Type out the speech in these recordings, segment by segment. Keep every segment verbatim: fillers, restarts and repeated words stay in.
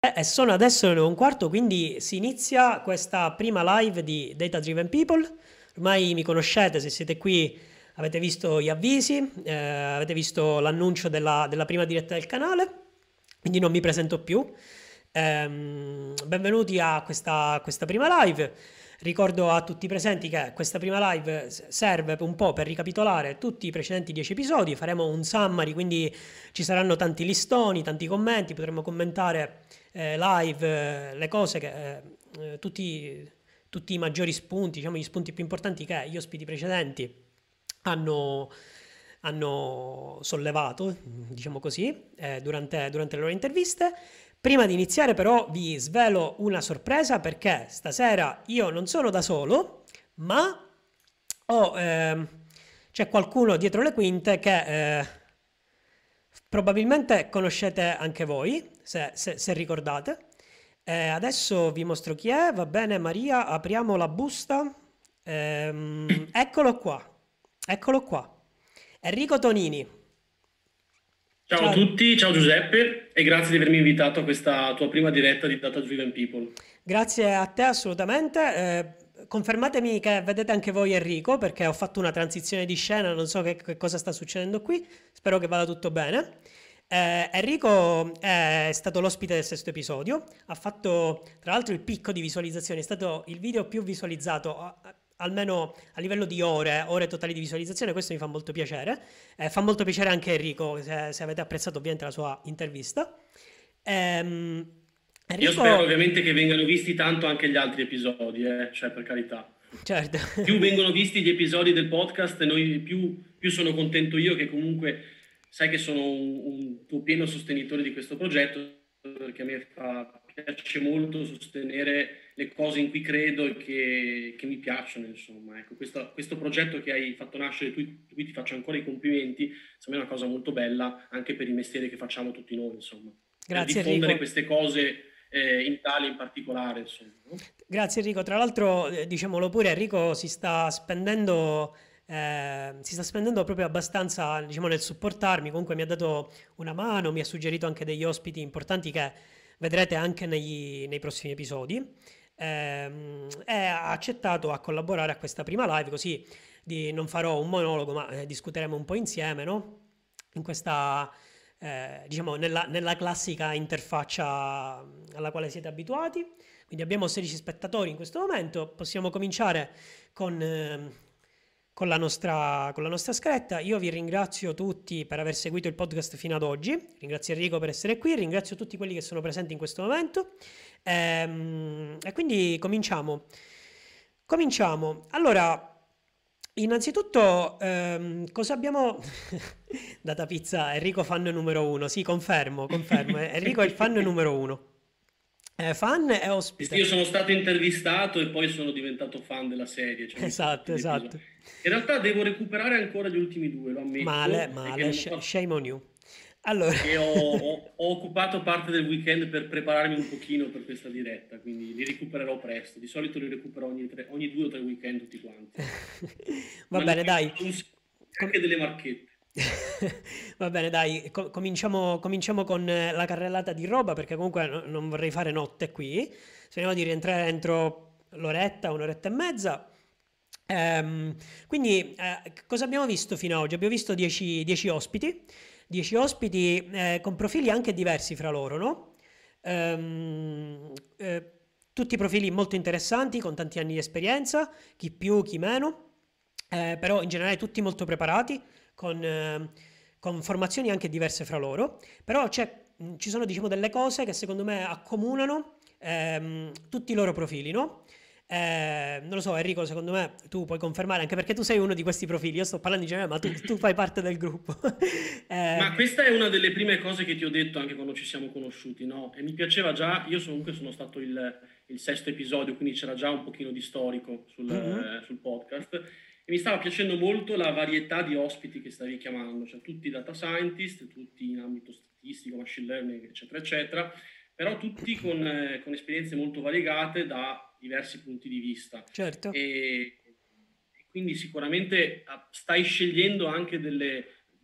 Eh, E sono adesso le un quarto, quindi si inizia questa prima live di Data Driven People. Ormai mi conoscete, se siete qui avete visto gli avvisi, eh, avete visto l'annuncio della, della prima diretta del canale, quindi non mi presento più. Ehm, benvenuti a questa, questa prima live. Ricordo a tutti i presenti che questa prima live s- serve un po' per ricapitolare tutti i precedenti dieci episodi. Faremo un summary, quindi ci saranno tanti listoni, tanti commenti, potremo commentare eh, live eh, le cose che eh, eh, tutti, tutti i maggiori spunti, diciamo gli spunti più importanti che gli ospiti precedenti hanno, hanno sollevato, diciamo così, eh, durante, durante le loro interviste. Prima di iniziare però vi svelo una sorpresa perché stasera io non sono da solo, ma ho, ehm, c'è qualcuno dietro le quinte che eh, probabilmente conoscete anche voi, se, se- se ricordate. Eh, adesso vi mostro chi è, va bene Maria, apriamo la busta. Ehm, eccolo qua, eccolo qua. Enrico Tonini. Ciao a Ciao. tutti, ciao Giuseppe e grazie di avermi invitato a questa tua prima diretta di Data Driven People. Grazie a te assolutamente. Eh, confermatemi che vedete anche voi Enrico, perché ho fatto una transizione di scena, non so che, che cosa sta succedendo qui, spero che vada tutto bene. Eh, Enrico è stato l'ospite del sesto episodio, ha fatto tra l'altro il picco di visualizzazioni, è stato il video più visualizzato, a- a- almeno a livello di ore, ore totali di visualizzazione, questo mi fa molto piacere. Eh, fa molto piacere anche Enrico, se, se avete apprezzato ovviamente la sua intervista. Ehm, Io spero Enrico, ovviamente che vengano visti tanto anche gli altri episodi, eh, cioè per carità. certo. Più vengono visti gli episodi del podcast, noi più, più sono contento io che comunque sai che sono un, un tuo pieno sostenitore di questo progetto, perché a me fa, piace molto sostenere le cose in cui credo e che, che mi piacciono, insomma. Ecco, questo, questo progetto che hai fatto nascere, tu, di cui ti faccio ancora i complimenti, insomma, è una cosa molto bella anche per il mestiere che facciamo tutti noi, insomma, per Grazie diffondere Enrico. queste cose eh, in Italia in particolare, insomma, no? Grazie Enrico. Tra l'altro, eh, diciamolo pure, Enrico si sta spendendo, eh, si sta spendendo proprio abbastanza, diciamo, nel supportarmi. Comunque mi ha dato una mano, mi ha suggerito anche degli ospiti importanti che vedrete anche negli- nei prossimi episodi. Ehm, e ha accettato a collaborare a questa prima live, così di- non farò un monologo, ma eh, discuteremo un po' insieme, no? In questa, eh, diciamo, nella, nella classica interfaccia alla quale siete abituati. Quindi abbiamo sedici spettatori in questo momento, possiamo cominciare con, ehm, con la nostra, con la nostra scaletta. Io vi ringrazio tutti per aver seguito il podcast fino ad oggi, ringrazio Enrico per essere qui, ringrazio tutti quelli che sono presenti in questo momento. Ehm, e quindi cominciamo. Cominciamo. Allora, innanzitutto, ehm, cosa abbiamo... Data pizza, Enrico fan numero uno. Sì, confermo, confermo. Enrico è il fan numero uno. Eh, fan e Io ospite. sono stato intervistato e poi sono diventato fan della serie, cioè ho visto tutti Esatto, gli episodi. esatto. In realtà devo recuperare ancora gli ultimi due, lo Male, ammetto, e che male, non ho sh- fatto. shame on you. Allora, E ho, ho- ho occupato parte del weekend per prepararmi un pochino per questa diretta, quindi li recupererò presto. Di solito li recupero ogni, tre- ogni due o tre weekend tutti quanti. va Ma ne ho bene, dai. fatto un sacco, Com- anche delle marchette. Va bene, dai, co- cominciamo, cominciamo con eh, la carrellata di roba perché comunque no- non vorrei fare notte qui. Speriamo di rientrare entro l'oretta, un'oretta e mezza. Ehm, quindi, eh, cosa abbiamo visto fino ad oggi? Abbiamo visto dieci dieci ospiti, dieci ospiti eh, con profili anche diversi fra loro, no? Ehm, eh, tutti profili molto interessanti, con tanti anni di esperienza, chi più, chi meno, eh, però in generale tutti molto preparati, con, eh, con formazioni anche diverse fra loro. Però c'è- mh, ci sono diciamo delle cose che secondo me accomunano ehm, tutti i loro profili, no? Eh, non lo so, Enrico, secondo me tu puoi confermare, anche perché tu sei uno di questi profili. Io sto parlando in generale, ma tu, tu fai parte del gruppo. Ma Eh, questa è una delle prime cose che ti ho detto anche quando ci siamo conosciuti, no? E mi piaceva già, io so- comunque sono stato il, il sesto episodio, quindi c'era già un pochino di storico sul, mhm, eh, sul podcast. E mi stava piacendo molto la varietà di ospiti che stavi chiamando, cioè tutti data scientist, tutti in ambito statistico, machine learning, eccetera, eccetera, però tutti con, eh, con esperienze molto variegate da diversi punti di vista. certo. E, e quindi sicuramente ah, stai scegliendo anche delle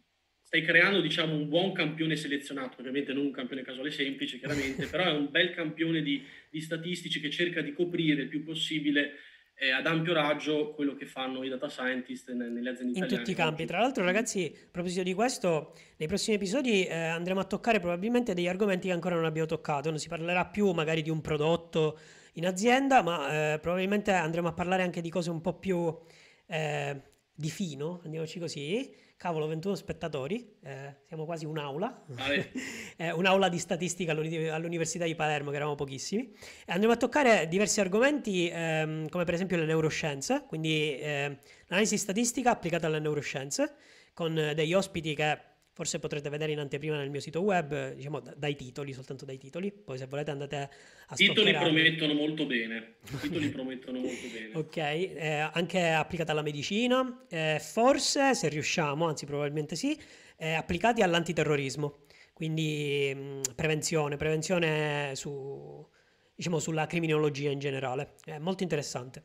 stai creando, diciamo, un buon campione selezionato, ovviamente non un campione casuale semplice, chiaramente, però è un bel campione di, di statistici che cerca di coprire il più possibile eh, ad ampio raggio quello che fanno i data scientist ne- nelle aziende In tutti i italiane campi. oggi. Tra l'altro, ragazzi, a proposito di questo, nei prossimi episodi eh, andremo a toccare probabilmente degli argomenti che ancora non abbiamo toccato. Non si parlerà più magari di un prodotto in azienda, ma eh, probabilmente andremo a parlare anche di cose un po' più eh, di fino, andiamoci così. Cavolo, ventuno spettatori, eh, siamo quasi un'aula, Vale. eh, un'aula di statistica all'uni- all'Università di Palermo, che eravamo pochissimi. E andremo a toccare diversi argomenti, ehm, come per esempio le neuroscienze, quindi eh, l'analisi statistica applicata alle neuroscienze, con eh, degli ospiti che forse potrete vedere in anteprima nel mio sito web, eh, diciamo da- dai titoli, soltanto dai titoli, poi se volete andate a I titoli stalkerarli. promettono molto bene, i titoli promettono molto bene. Ok, eh, anche applicata alla medicina, eh, forse se riusciamo, anzi probabilmente sì, eh, applicati all'antiterrorismo, quindi mh, prevenzione, prevenzione su, diciamo, sulla criminologia in generale. È molto interessante.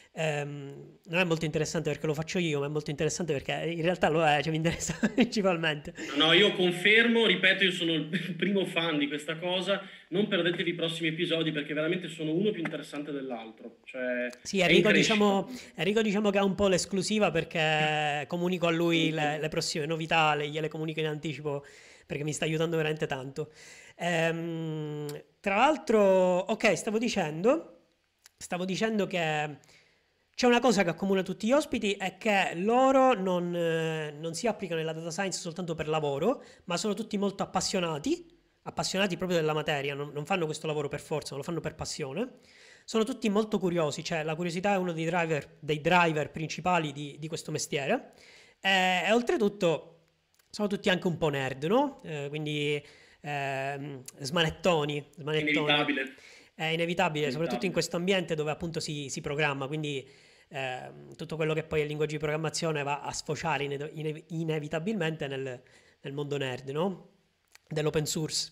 Ehm, non è molto interessante perché lo faccio io, ma è molto interessante perché in realtà lo è, cioè mi interessa principalmente. No, no, io confermo, ripeto, io sono il primo fan di questa cosa, non perdetevi i prossimi episodi perché veramente sono uno più interessante dell'altro, cioè Sì, è in Enrico crescita. diciamo, Enrico diciamo che ha un po' l'esclusiva perché comunico a lui le, le prossime novità, le, gliele comunico in anticipo perché mi sta aiutando veramente tanto. Ehm, tra l'altro, ok, stavo dicendo, stavo dicendo che c'è una cosa che accomuna tutti gli ospiti è che loro non, eh, non si applicano nella data science soltanto per lavoro, ma sono tutti molto appassionati, appassionati proprio della materia, non, non fanno questo lavoro per forza, ma lo fanno per passione. Sono tutti molto curiosi, cioè la curiosità è uno dei driver, dei driver principali di, di questo mestiere. E, e oltretutto sono tutti anche un po' nerd, no? Eh, quindi ehm, smanettoni, smanettoni. Inevitabile, È inevitabile, soprattutto in inevitabile. questo ambiente dove appunto si, si programma, quindi ehm, tutto quello che poi è il linguaggio di programmazione va a sfociare ine- ine- inevitabilmente nel, nel mondo nerd, no? Dell'open source.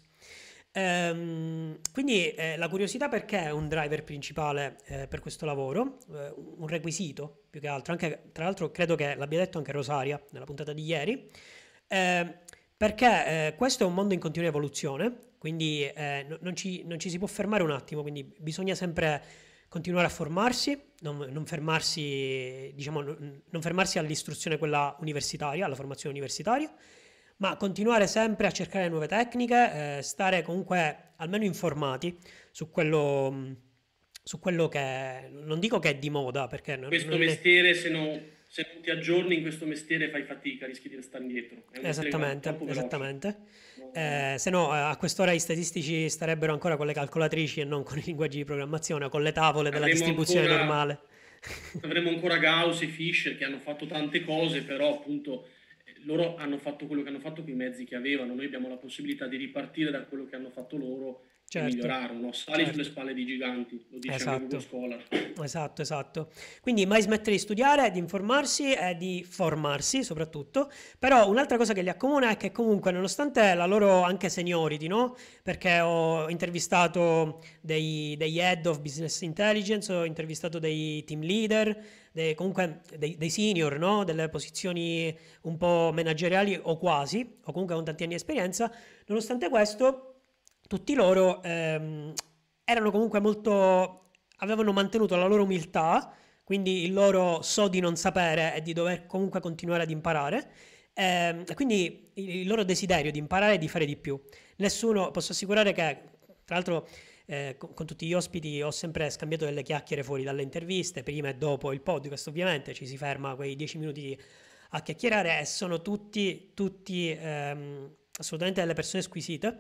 Ehm, quindi eh, la curiosità perché è un driver principale eh, per questo lavoro, eh, un requisito più che altro, anche tra l'altro credo che l'abbia detto anche Rosaria nella puntata di ieri, eh, perché eh, questo è un mondo in continua evoluzione, quindi eh, no- non ci, non ci si può fermare un attimo, quindi bisogna sempre continuare a formarsi, non, non fermarsi, diciamo, non, non fermarsi all'istruzione quella universitaria, alla formazione universitaria, ma continuare sempre a cercare nuove tecniche, eh, stare comunque almeno informati su quello, mh, su quello che non dico che è di moda, perché non, Questo non è mestiere, se, no- se non ti aggiorni in questo mestiere fai fatica, rischi di restare indietro. È un mestiere che va esattamente, troppo veloce. esattamente. No, Eh, se no, eh, a quest'ora i statistici starebbero ancora con le calcolatrici e non con i linguaggi di programmazione o con le tavole della avremo distribuzione ancora, normale. avremo ancora Gauss e Fischer che hanno fatto tante cose, però appunto eh, loro hanno fatto quello che hanno fatto con i mezzi che avevano. Noi abbiamo la possibilità di ripartire da quello che hanno fatto loro e Certo, migliorare, no? Sali sulle certo. spalle di giganti, lo dice anche Google Esatto, Scholar. esatto, esatto. Quindi mai smettere di studiare, di informarsi e di formarsi soprattutto. Però un'altra cosa che li accomuna è che comunque nonostante la loro anche seniority, no? Perché ho intervistato dei, degli head of business intelligence, ho intervistato dei team leader, dei- comunque dei, dei senior, no? Delle posizioni un po' manageriali o quasi, o comunque con tanti anni di esperienza. Nonostante questo, tutti loro ehm, erano comunque molto, avevano mantenuto la loro umiltà, quindi il loro so di non sapere e di dover comunque continuare ad imparare, ehm, e quindi il, il loro desiderio di imparare e di fare di più. Nessuno, posso assicurare che, tra l'altro, eh, con, con tutti gli ospiti ho sempre scambiato delle chiacchiere fuori dalle interviste, prima e dopo il podcast ovviamente, ci si ferma quei dieci minuti a chiacchierare e sono tutti, tutti ehm, assolutamente delle persone squisite.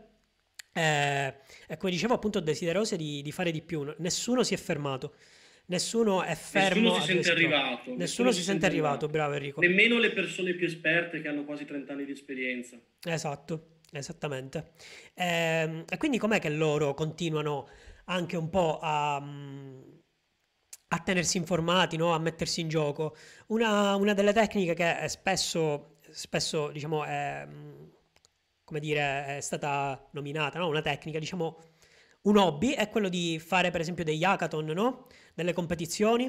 Eh, e come dicevo, appunto, desiderose di, di fare di più. No- Nessuno si è fermato, nessuno è Nessuno fermo si a dove sente si trova. arrivato, Nessuno nessuno si si sente sente arrivato, arrivato. bravo Enrico. Nemmeno le persone più esperte che hanno quasi trenta anni di esperienza. Esatto, esattamente. Ehm, e quindi com'è che loro continuano anche un po' a, mm, a tenersi informati, no? A mettersi in gioco? Una, una delle tecniche che è spesso, spesso, diciamo, è, mm, come dire, è stata nominata, no? Una tecnica, diciamo, un hobby è quello di fare per esempio degli hackathon, no? Delle competizioni,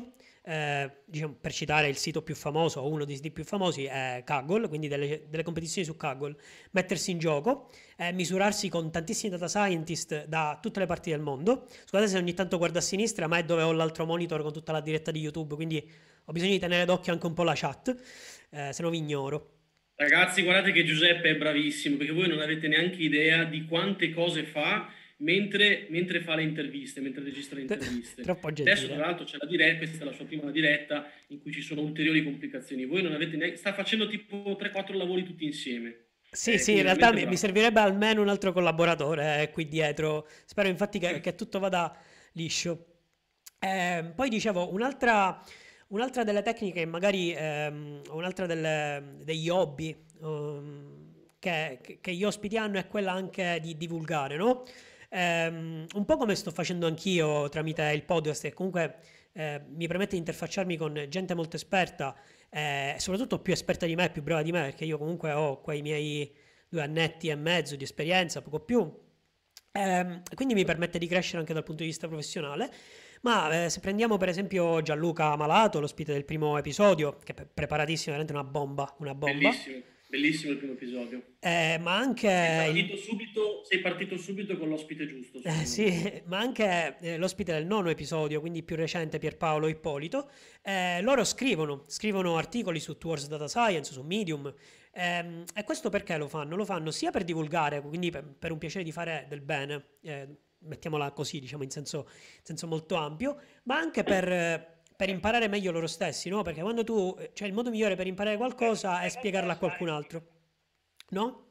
eh, diciamo, per citare il sito più famoso o uno dei siti più famosi è Kaggle, quindi delle, delle competizioni su Kaggle, mettersi in gioco, eh, misurarsi con tantissimi data scientist da tutte le parti del mondo. Scusate se ogni tanto guardo a sinistra, ma è dove ho l'altro monitor con tutta la diretta di YouTube, quindi ho bisogno di tenere d'occhio anche un po' la chat, eh, se no vi ignoro. Ragazzi, guardate che Giuseppe è bravissimo, perché voi non avete neanche idea di quante cose fa mentre, mentre fa le interviste, mentre registra le interviste. Troppo Adesso, tra gentile. l'altro, c'è la diretta, questa è la sua prima diretta, in cui ci sono ulteriori complicazioni. Voi non avete neanche... Sta facendo tipo tre quattro lavori tutti insieme. Sì, Eh, sì, in quindi realtà veramente mi, mi bravo. servirebbe almeno un altro collaboratore eh, qui dietro. Spero infatti che, che tutto vada liscio. Eh, poi dicevo, un'altra un'altra delle tecniche, magari ehm, un'altra delle- degli hobby ehm, che, che- che gli ospiti hanno è quella anche di divulgare, no? Ehm, un po' come sto facendo anch'io tramite il podcast, che comunque eh, mi permette di interfacciarmi con gente molto esperta, eh, soprattutto più esperta di me, più brava di me, perché io comunque ho quei miei due annetti e mezzo di esperienza, poco più. Ehm, quindi mi permette di crescere anche dal punto di vista professionale. Ma eh, se prendiamo per esempio Gianluca Malato, l'ospite del primo episodio, che è preparatissimo, veramente una bomba, una bomba. Bellissimo, bellissimo il primo episodio. Eh, ma anche Sei il, partito subito, sei partito subito con l'ospite giusto, Eh, secondo me. sì, ma anche eh, l'ospite del nono episodio, quindi più recente, Pierpaolo Ippolito, eh, loro scrivono, scrivono articoli su Towards Data Science, su Medium, ehm, e questo perché lo fanno? Lo fanno sia per divulgare, quindi per, per un piacere di fare del bene, eh, mettiamola così, diciamo in senso, in senso molto ampio, ma anche per, eh, per imparare meglio loro stessi, no? Perché quando tu, cioè il modo migliore per imparare qualcosa è spiegarla a qualcun altro, no?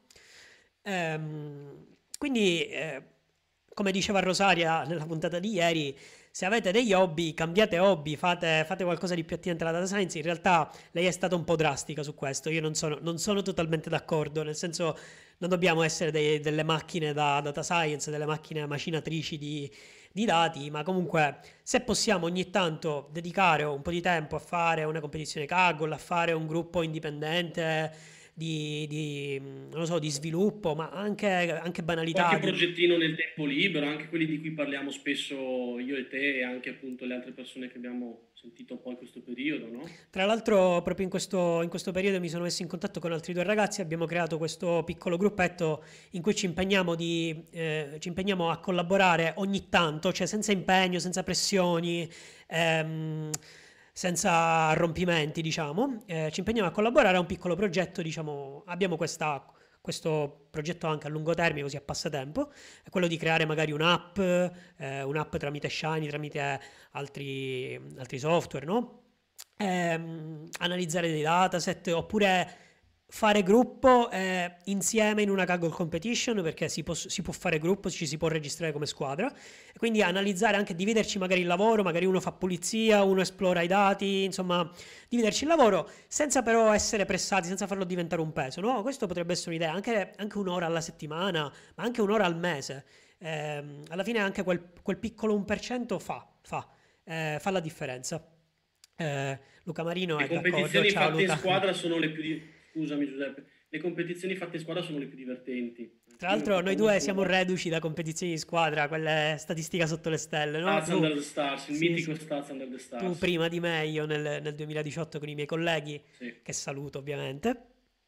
Ehm, quindi, eh, come diceva Rosaria nella puntata di ieri, se avete degli hobby, cambiate hobby, fate, fate qualcosa di più attinente alla data science. In realtà lei è stata un po' drastica su questo. Io non sono, non sono totalmente d'accordo, nel senso non dobbiamo essere dei- delle macchine da data science, delle macchine macinatrici di, di dati, ma comunque se possiamo ogni tanto dedicare un po' di tempo a fare una competizione Kaggle, a fare un gruppo indipendente di, di, non lo so, di sviluppo, ma anche, anche banalità Qualche di... progettino nel tempo libero, anche quelli di cui parliamo spesso io e te e anche appunto le altre persone che abbiamo sentito poi in questo periodo, no? Tra l'altro, proprio in questo, in questo periodo mi sono messo in contatto con altri due ragazzi, abbiamo creato questo piccolo gruppetto in cui ci impegniamo, di, eh, ci impegniamo a collaborare ogni tanto, cioè senza impegno, senza pressioni, ehm, senza rompimenti, diciamo. Eh, ci impegniamo a collaborare a un piccolo progetto, diciamo, abbiamo questa, questo progetto anche a lungo termine, così a passatempo, è quello di creare magari un'app, eh, un'app tramite Shiny, tramite altri, altri software, no? Ehm, analizzare dei dataset oppure fare gruppo eh, insieme in una Kaggle competition perché si può, si può fare gruppo, ci si può registrare come squadra e quindi analizzare anche, dividerci magari il lavoro, magari uno fa pulizia, uno esplora i dati, insomma dividerci il lavoro senza però essere pressati, senza farlo diventare un peso, no? Questo potrebbe essere un'idea, anche, anche un'ora alla settimana, ma anche un'ora al mese. Ehm, alla fine anche quel, quel piccolo uno per cento fa, fa, eh, fa la differenza. Eh, Luca Marino Le è d'accordo, competizioni ciao fatte in Luca. squadra sono le più... di- Scusami Giuseppe, le competizioni fatte in squadra sono le più divertenti. Tra Io ne ho l'altro fatta noi una due siamo sola. reduci da competizioni di squadra, quelle statistica sotto le stelle, no? Stars Tu, Under the Stars, il sì, mitico sì. Stars Under the Tu Stars. prima di me, io nel, nel duemiladiciotto con i miei colleghi, Sì. che saluto ovviamente.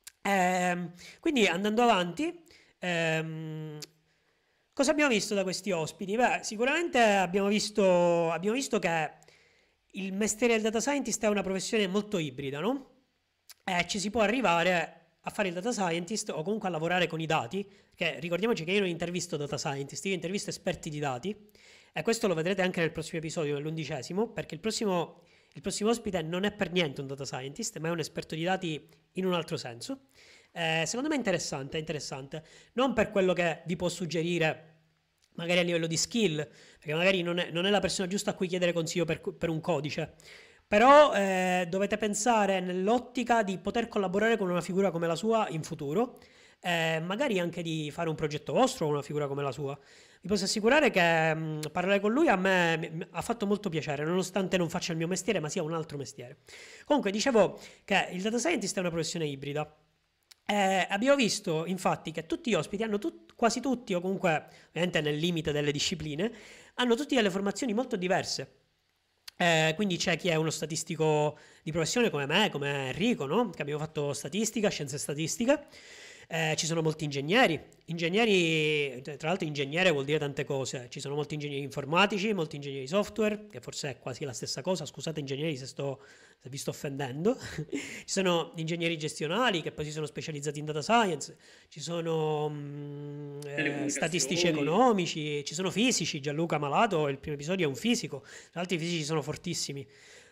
Ehm, quindi andando avanti, ehm, cosa abbiamo visto da questi ospiti? Beh, sicuramente abbiamo visto, abbiamo visto che il mestiere del data scientist è una professione molto ibrida, no? Eh, ci si può arrivare a fare il data scientist o comunque a lavorare con i dati, perché ricordiamoci che io non intervisto data scientist, io intervisto esperti di dati e questo lo vedrete anche nel prossimo episodio, nell'undicesimo, perché il prossimo, il prossimo ospite non è per niente un data scientist, ma è un esperto di dati in un altro senso. Eh, secondo me è interessante, è interessante, non per quello che vi può suggerire magari a livello di skill, perché magari non è, non è la persona giusta a cui chiedere consiglio per, per un codice, però eh, dovete pensare nell'ottica di poter collaborare con una figura come la sua in futuro, eh, magari anche di fare un progetto vostro con una figura come la sua. Vi posso assicurare che mh, parlare con lui a me mi- mi- ha fatto molto piacere, nonostante non faccia il mio mestiere, ma sia un altro mestiere. Comunque, dicevo che il data scientist è una professione ibrida. Eh, abbiamo visto infatti che tutti gli ospiti hanno tut- quasi tutti, o comunque ovviamente nel limite delle discipline, hanno tutti delle formazioni molto diverse. Eh, quindi c'è chi è uno statistico di professione come me, come Enrico, no? Che abbiamo fatto statistica, scienze statistiche. Eh, ci sono molti ingegneri. Ingegneri, tra l'altro ingegnere vuol dire tante cose. Ci sono molti ingegneri informatici, molti ingegneri software, che forse è quasi la stessa cosa. Scusate ingegneri se, sto, se vi sto offendendo. Ci sono ingegneri gestionali che poi si sono specializzati in data science. Ci sono mh, eh, statistici Telecomunicazioni. economici, ci sono fisici. Gianluca Malato, il primo episodio è un fisico. Tra l'altro i fisici sono fortissimi.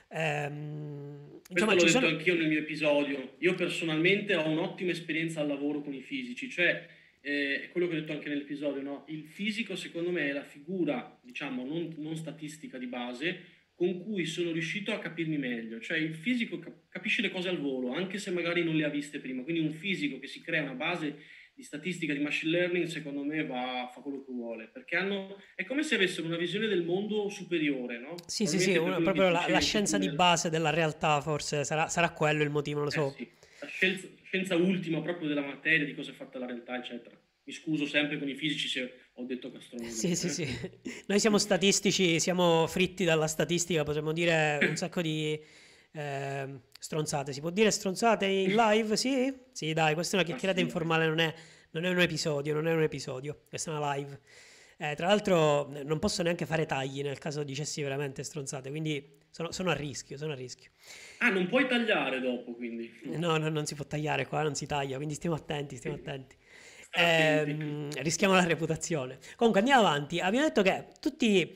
Ehm, insomma, Questo l'ho ci detto sono... anch'io nel mio episodio. Io personalmente ho un'ottima esperienza al lavoro con i fisici, cioè eh, è quello che ho detto anche nell'episodio, no? Il fisico secondo me è la figura, diciamo, non, non statistica di base con cui sono riuscito a capirmi meglio. Cioè il fisico cap- capisce le cose al volo, anche se magari non le ha viste prima. Quindi un fisico che si crea una base di statistica, di machine learning, secondo me va, fa quello che vuole, perché hanno, è come se avessero una visione del mondo superiore, no? Sì, sì, sì, Probabilmente per una- quello che proprio la, dicevi la anche tu scienza di nel... base della realtà, forse sarà, sarà quello il motivo, non lo Eh so. sì, la scienza, scienza ultima proprio della materia, di cosa è fatta la realtà, eccetera. Mi scuso sempre con i fisici se ho detto Sì, castronerie. sì, sì. Eh. Noi siamo statistici, siamo fritti dalla statistica, potremmo dire un sacco di ehm, stronzate. Si può dire stronzate in live? Sì? Sì, dai, questa è una Ma chiacchierata sì, dai. informale, non è, non è un episodio, non è un episodio, questa è una live. Eh, tra l'altro eh, non posso neanche fare tagli nel caso dicessi veramente stronzate, quindi sono, sono a rischio, sono a rischio. Ah, non puoi tagliare dopo, quindi. No, no, non si può tagliare qua, non si taglia, quindi stiamo attenti, stiamo attenti. Sta attenti. Ehm, rischiamo la reputazione. Comunque andiamo avanti. Abbiamo detto che tutti,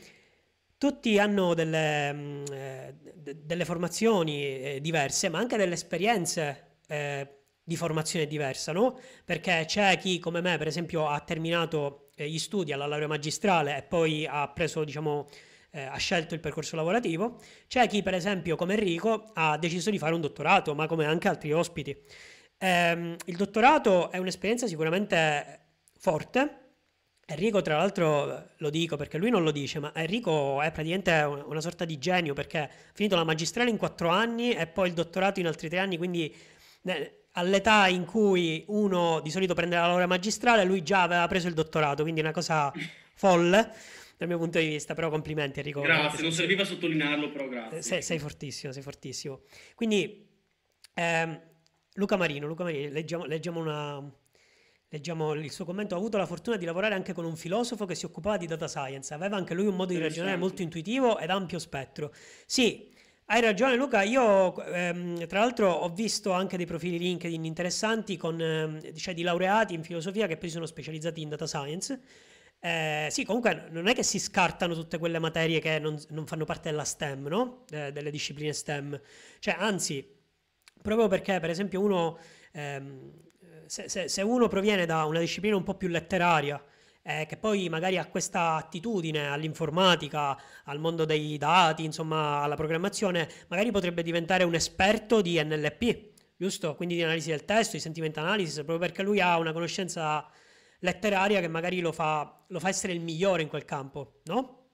tutti hanno delle, mm, eh, de- delle formazioni eh, diverse, ma anche delle esperienze eh, di formazione diversa, no? Perché c'è chi, come me, per esempio, ha terminato eh, gli studi alla laurea magistrale e poi ha preso, diciamo, eh, ha scelto il percorso lavorativo. C'è chi, per esempio, come Enrico, ha deciso di fare un dottorato, ma come anche altri ospiti. Ehm, il dottorato è un'esperienza sicuramente forte. Enrico, tra l'altro, lo dico perché lui non lo dice, ma Enrico è praticamente una, una sorta di genio perché ha finito la magistrale in quattro anni e poi il dottorato in altri tre anni, quindi eh, all'età in cui uno di solito prende la laurea magistrale, lui già aveva preso il dottorato, quindi è una cosa folle dal mio punto di vista, però complimenti Enrico, veramente Grazie, sei, non sei- serviva sottolinearlo, però sei- grazie. sei fortissimo, sei fortissimo. Quindi, ehm, Luca Marino, Luca Marino, leggiamo, leggiamo una- leggiamo il suo commento. Ha avuto la fortuna di lavorare anche con un filosofo che si occupava di data science. Aveva anche lui un modo di ragionare molto Interessante. intuitivo ed ampio spettro. Sì, hai ragione Luca, io ehm, tra l'altro ho visto anche dei profili LinkedIn interessanti con, ehm, cioè di laureati in filosofia che poi si sono specializzati in data science. Eh, sì, comunque non è che si scartano tutte quelle materie che non, non fanno parte della STEM, no? Eh, delle discipline STEM. Cioè, anzi, proprio perché, per esempio, uno, ehm, se, se- se uno proviene da una disciplina un po' più letteraria, eh, che poi magari ha questa attitudine all'informatica, al mondo dei dati, insomma, alla programmazione, magari potrebbe diventare un esperto di N L P, giusto? Quindi di analisi del testo, di sentiment analysis, proprio perché lui ha una conoscenza letteraria che magari lo fa, lo fa essere il migliore in quel campo, no?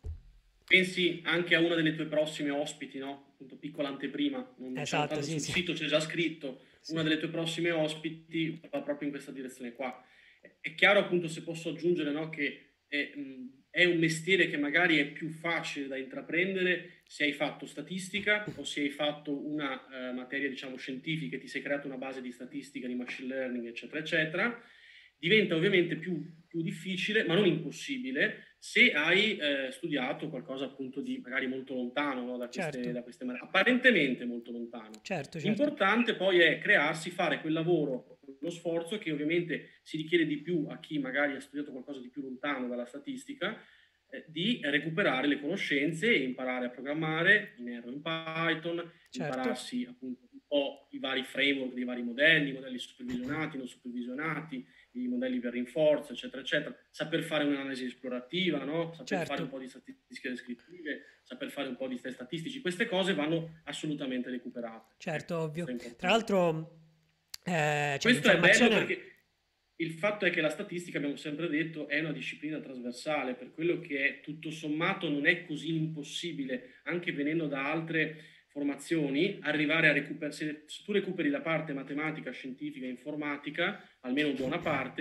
Pensi anche a una delle tue prossime ospiti, no? Appunto, piccola anteprima, non diciamo Esatto, tanto sì, sul sì. sito c'è già scritto, Sì. una delle tue prossime ospiti va proprio in questa direzione qua. È chiaro appunto se posso aggiungere, no, che è, mh, è un mestiere che magari è più facile da intraprendere se hai fatto statistica o se hai fatto una eh, materia, diciamo, scientifica e ti sei creato una base di statistica, di machine learning, eccetera, eccetera. Diventa ovviamente più, più difficile, ma non impossibile, se hai eh, studiato qualcosa appunto di magari molto lontano, no, da queste, Certo, da queste materie, apparentemente molto lontano. certo, certo. L'importante poi è crearsi, fare quel lavoro, lo sforzo che ovviamente si richiede di più a chi magari ha studiato qualcosa di più lontano dalla statistica, eh, di recuperare le conoscenze e imparare a programmare in R o in Python, Certo, impararsi appunto un po' i vari framework dei vari modelli, modelli supervisionati, non supervisionati, i modelli per rinforzo, eccetera, eccetera, saper fare un'analisi esplorativa, no? Saper fare un certo, po' di statistiche descrittive, saper fare un po' di test statistici, queste cose vanno assolutamente recuperate. Ecco, certo, questo ovvio. è Tra importante. l'altro, eh, cioè Questo è bello l'informazione... perché il fatto è che la statistica, abbiamo sempre detto, è una disciplina trasversale, per quello che è tutto sommato non è così impossibile, anche venendo da altre formazioni, arrivare a recuperare, se, se tu recuperi la parte matematica, scientifica, informatica, almeno buona parte,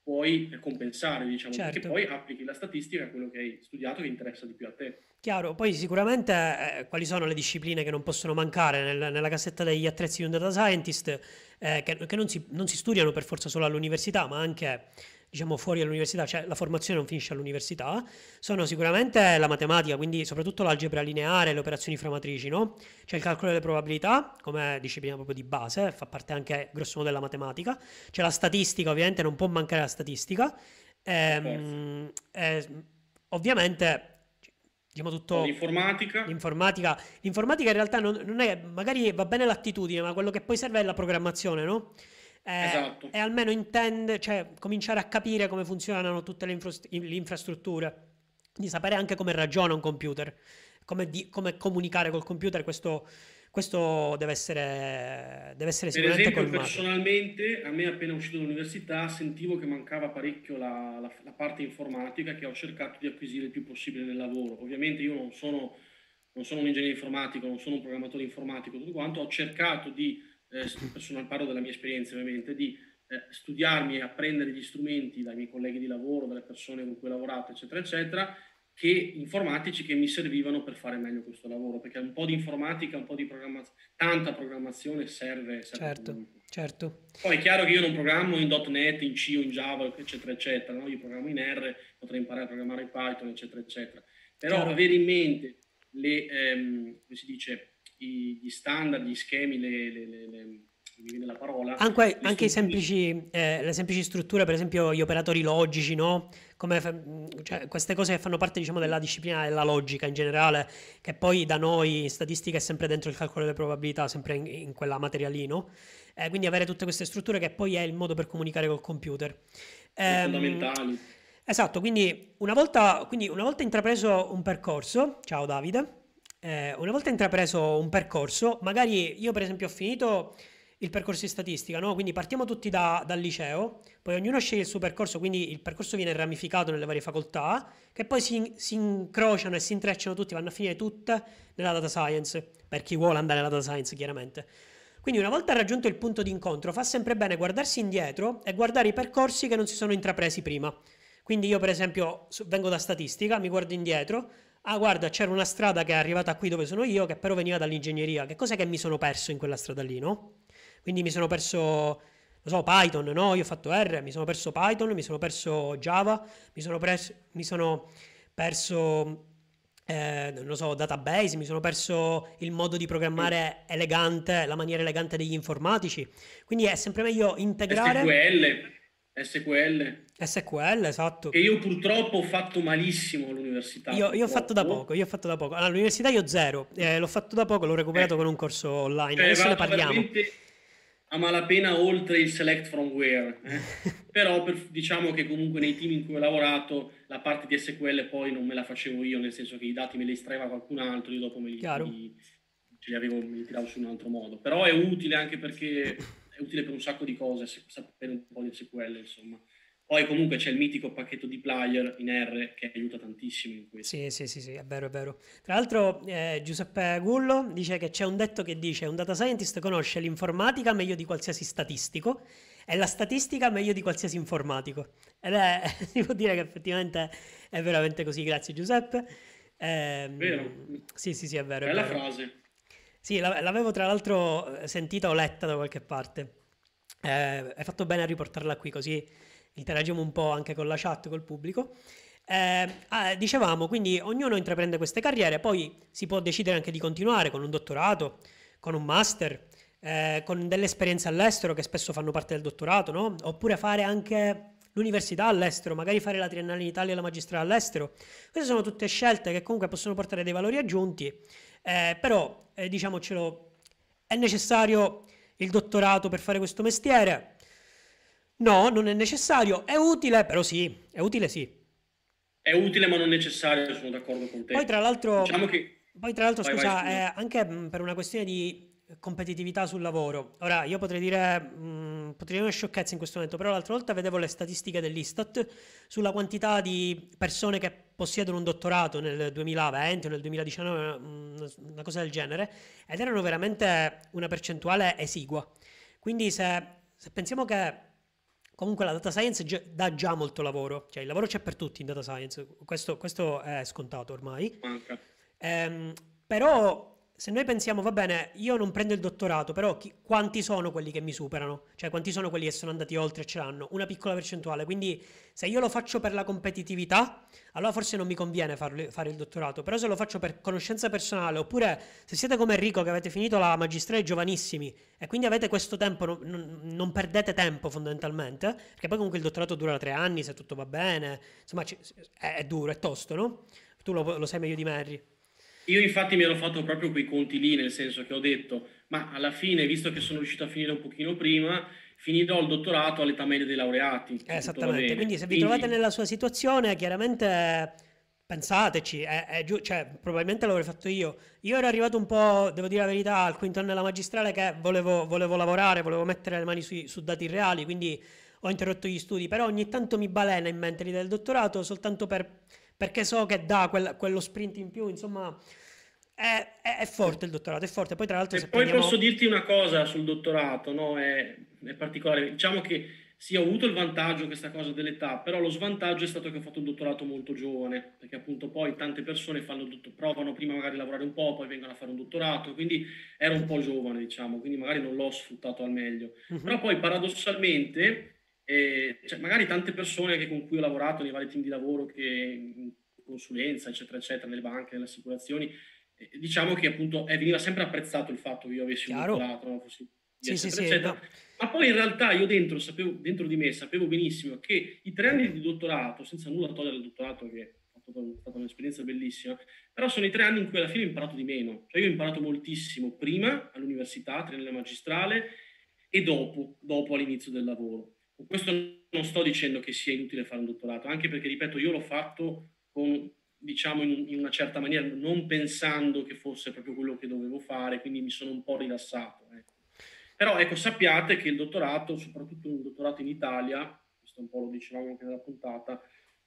puoi compensare, diciamo, perché certo. poi applichi la statistica a quello che hai studiato che interessa di più a te. Chiaro, poi sicuramente eh, quali sono le discipline che non possono mancare nel- nella cassetta degli attrezzi di un data scientist, eh, che, che non si, non si studiano per forza solo all'università, ma anche diciamo fuori all'università, cioè la formazione non finisce all'università, sono sicuramente la matematica, quindi soprattutto l'algebra lineare, le operazioni framatrici, no? C'è il calcolo delle probabilità come disciplina proprio di base, fa parte anche grosso modo della matematica, c'è la statistica, ovviamente non può mancare la statistica, Per forza. ehm, e, ovviamente diciamo Un po' di tutto informatica. l'informatica. L'informatica in realtà non, non è, magari va bene l'attitudine, ma quello che poi serve è la programmazione, no? Eh, Esatto. e almeno intende, cioè cominciare a capire come funzionano tutte le, infra- le infrastrutture, di sapere anche come ragiona un computer, come, di- come comunicare col computer, questo, questo deve essere, deve essere Per sicuramente esempio, colmato. personalmente, a me appena uscito dall'università sentivo che mancava parecchio la, la- la parte informatica che ho cercato di acquisire il più possibile nel lavoro. Ovviamente io non sono, non sono un ingegnere informatico, non sono un programmatore informatico, tutto quanto, ho cercato di, eh, personal parlo della mia esperienza ovviamente, di eh, studiarmi e apprendere gli strumenti dai miei colleghi di lavoro, dalle persone con cui ho lavorato, eccetera, eccetera, che informatici che mi servivano per fare meglio questo lavoro, perché un po' di informatica, un po' di programmazione, tanta programmazione serve, serve Certo, comunque. certo. Poi è chiaro che io non programmo in .NET, in C o in Java, eccetera, eccetera, no? Io programmo in R, potrei imparare a programmare in Python, eccetera, eccetera. Però Chiaro. avere in mente le, ehm, come si dice, i- gli standard, gli schemi, le, le, le, le- mi viene la parola, Anche, le anche i strutture. semplici, eh, le semplici strutture, per esempio gli operatori logici, no? Come fa- mh, cioè, queste cose che fanno parte, diciamo, della disciplina della logica in generale, che poi da noi in statistica è sempre dentro il calcolo delle probabilità, sempre in, in quella materia lì, no? Eh, quindi avere tutte queste strutture che poi è il modo per comunicare col computer. Sono Ehm, fondamentali. esatto, quindi una volta, quindi una volta intrapreso un percorso, ciao Davide, eh, una volta intrapreso un percorso, magari io per esempio ho finito il percorso di statistica, no? Quindi partiamo tutti da- dal liceo, poi ognuno sceglie il suo percorso, quindi il percorso viene ramificato nelle varie facoltà, che poi si, si incrociano e si intrecciano tutti, vanno a finire tutte nella data science, per chi vuole andare nella data science chiaramente. Quindi una volta raggiunto il punto di incontro, fa sempre bene guardarsi indietro e guardare i percorsi che non si sono intrapresi prima. Quindi io per esempio su- vengo da statistica, mi guardo indietro, ah guarda c'era una strada che è arrivata qui dove sono io, che però veniva dall'ingegneria, che cos'è che mi sono perso in quella strada lì, no? Quindi mi sono perso, non so, Python, no? Io ho fatto R, mi sono perso Python, mi sono perso Java, mi sono, pres- mi sono perso, eh, non lo so, database, mi sono perso il modo di programmare elegante, la maniera elegante degli informatici. Quindi è sempre meglio integrare S Q L, S Q L, S Q L, che esatto. io purtroppo ho fatto malissimo all'università, Io, io ho fatto da poco, purtroppo. io ho fatto da poco. All'università io zero, eh, l'ho fatto da poco, l'ho recuperato con Ecco, un corso online. cioè Adesso ne vado parliamo. veramente a malapena oltre il select from where, eh. Però per- diciamo che comunque nei team in cui ho lavorato la parte di S Q L poi non me la facevo io, nel senso che i dati me li estraeva qualcun altro, io dopo me li, me Chiaro? li- ce li avevo, me li tiravo su in un altro modo. Però è utile anche perché è utile per un sacco di cose, se- sapere un po' di S Q L, insomma. Poi comunque c'è il mitico pacchetto dplyr in R che aiuta tantissimo in questo. Sì, sì, sì, sì, è vero, è vero. Tra l'altro, eh, Giuseppe Gullo dice che c'è un detto che dice un data scientist conosce l'informatica meglio di qualsiasi statistico e la statistica meglio di qualsiasi informatico. Ed è, si può dire che effettivamente è veramente così, grazie Giuseppe. Vero? Ehm, sì, sì, sì, è vero, è Bella vero. frase. Sì, la- l'avevo tra l'altro eh, sentita o letta da qualche parte. Eh, hai fatto bene a riportarla qui così interagiamo un po' anche con la chat, col pubblico. Eh, ah, dicevamo, quindi ognuno intraprende queste carriere, poi si può decidere anche di continuare con un dottorato, con un master, eh, con delle esperienze all'estero che spesso fanno parte del dottorato, no? Oppure fare anche l'università all'estero, magari fare la triennale in Italia e la magistrale all'estero. Queste sono tutte scelte che comunque possono portare dei valori aggiunti, eh, però eh, diciamocelo, è necessario il dottorato per fare questo mestiere? No, non è necessario, è utile, però sì, è utile sì. È utile ma non necessario, sono d'accordo con Poi tra te. l'altro, Diciamo che... poi tra l'altro Vai, vai, scusa, scusa. è anche mh, per una questione di competitività sul lavoro. Ora, io potrei dire, mh, potrei dire una sciocchezza in questo momento, però l'altra volta vedevo le statistiche dell'Istat sulla quantità di persone che possiedono un dottorato nel duemilaventi o nel duemiladiciannove, mh, una cosa del genere, ed erano veramente una percentuale esigua. Quindi se, se pensiamo che comunque la data science già- dà già molto lavoro, cioè il lavoro c'è per tutti in data science, questo, questo è scontato ormai. Manca. Ehm, Però se noi pensiamo, va bene, io non prendo il dottorato, però chi- quanti sono quelli che mi superano? Cioè quanti sono quelli che sono andati oltre e ce l'hanno? Una piccola percentuale, quindi se io lo faccio per la competitività, allora forse non mi conviene farlo- fare il dottorato, però se lo faccio per conoscenza personale, oppure se siete come Enrico che avete finito la magistrale giovanissimi e quindi avete questo tempo, non, non- non perdete tempo fondamentalmente, perché poi comunque il dottorato dura tre anni se tutto va bene, insomma ci- è, è duro, è tosto, no? Tu lo, lo sai meglio di me, Henry. Io infatti mi ero fatto proprio quei conti lì, nel senso che ho detto, ma alla fine, visto che sono riuscito a finire un pochino prima, finirò il dottorato all'età media dei laureati, Eh, se tutto va Esattamente, quindi bene. se vi trovate Quindi nella sua situazione, chiaramente pensateci, è, è giu- cioè, probabilmente l'avrei fatto io. Io ero arrivato un po', devo dire la verità, al quinto anno della magistrale che volevo, volevo lavorare, volevo mettere le mani sui- su dati reali, quindi ho interrotto gli studi, però ogni tanto mi balena in mente l'idea del dottorato soltanto per- perché so che dà quel- quello sprint in più, insomma, è, è- è forte il dottorato, è forte. Poi tra l'altro E se poi posso prendiamo... dirti una cosa sul dottorato, no? È, è particolare. Diciamo che sì, ho avuto il vantaggio, questa cosa dell'età, però lo svantaggio è stato che ho fatto un dottorato molto giovane, perché appunto poi tante persone fanno il dotto- provano prima magari a lavorare un po', poi vengono a fare un dottorato, quindi ero un po' giovane, diciamo, quindi magari non l'ho sfruttato al meglio. Mhm. Però poi paradossalmente, eh, cioè, magari tante persone che con cui ho lavorato nei vari team di lavoro, che in consulenza, eccetera, eccetera, nelle banche, nelle assicurazioni, eh, diciamo che appunto eh, veniva sempre apprezzato il fatto che io avessi un Chiaro? dottorato, no? Fossi, Sì, sì, eccetera, sì, eccetera. no. Ma poi in realtà io dentro, sapevo, dentro di me sapevo benissimo che i tre anni di dottorato, senza nulla togliere al dottorato, che è stata un'esperienza bellissima, però sono i tre anni in cui alla fine ho imparato di meno. Cioè io ho imparato moltissimo prima all'università, tre anni alla magistrale, e dopo, dopo all'inizio del lavoro. Con questo non sto dicendo che sia inutile fare un dottorato, anche perché, ripeto, io l'ho fatto con, diciamo, in, in una certa maniera, non pensando che fosse proprio quello che dovevo fare, quindi mi sono un po' rilassato. Ecco. Però ecco, sappiate che il dottorato, soprattutto un dottorato in Italia, questo un po' lo dicevamo anche nella puntata,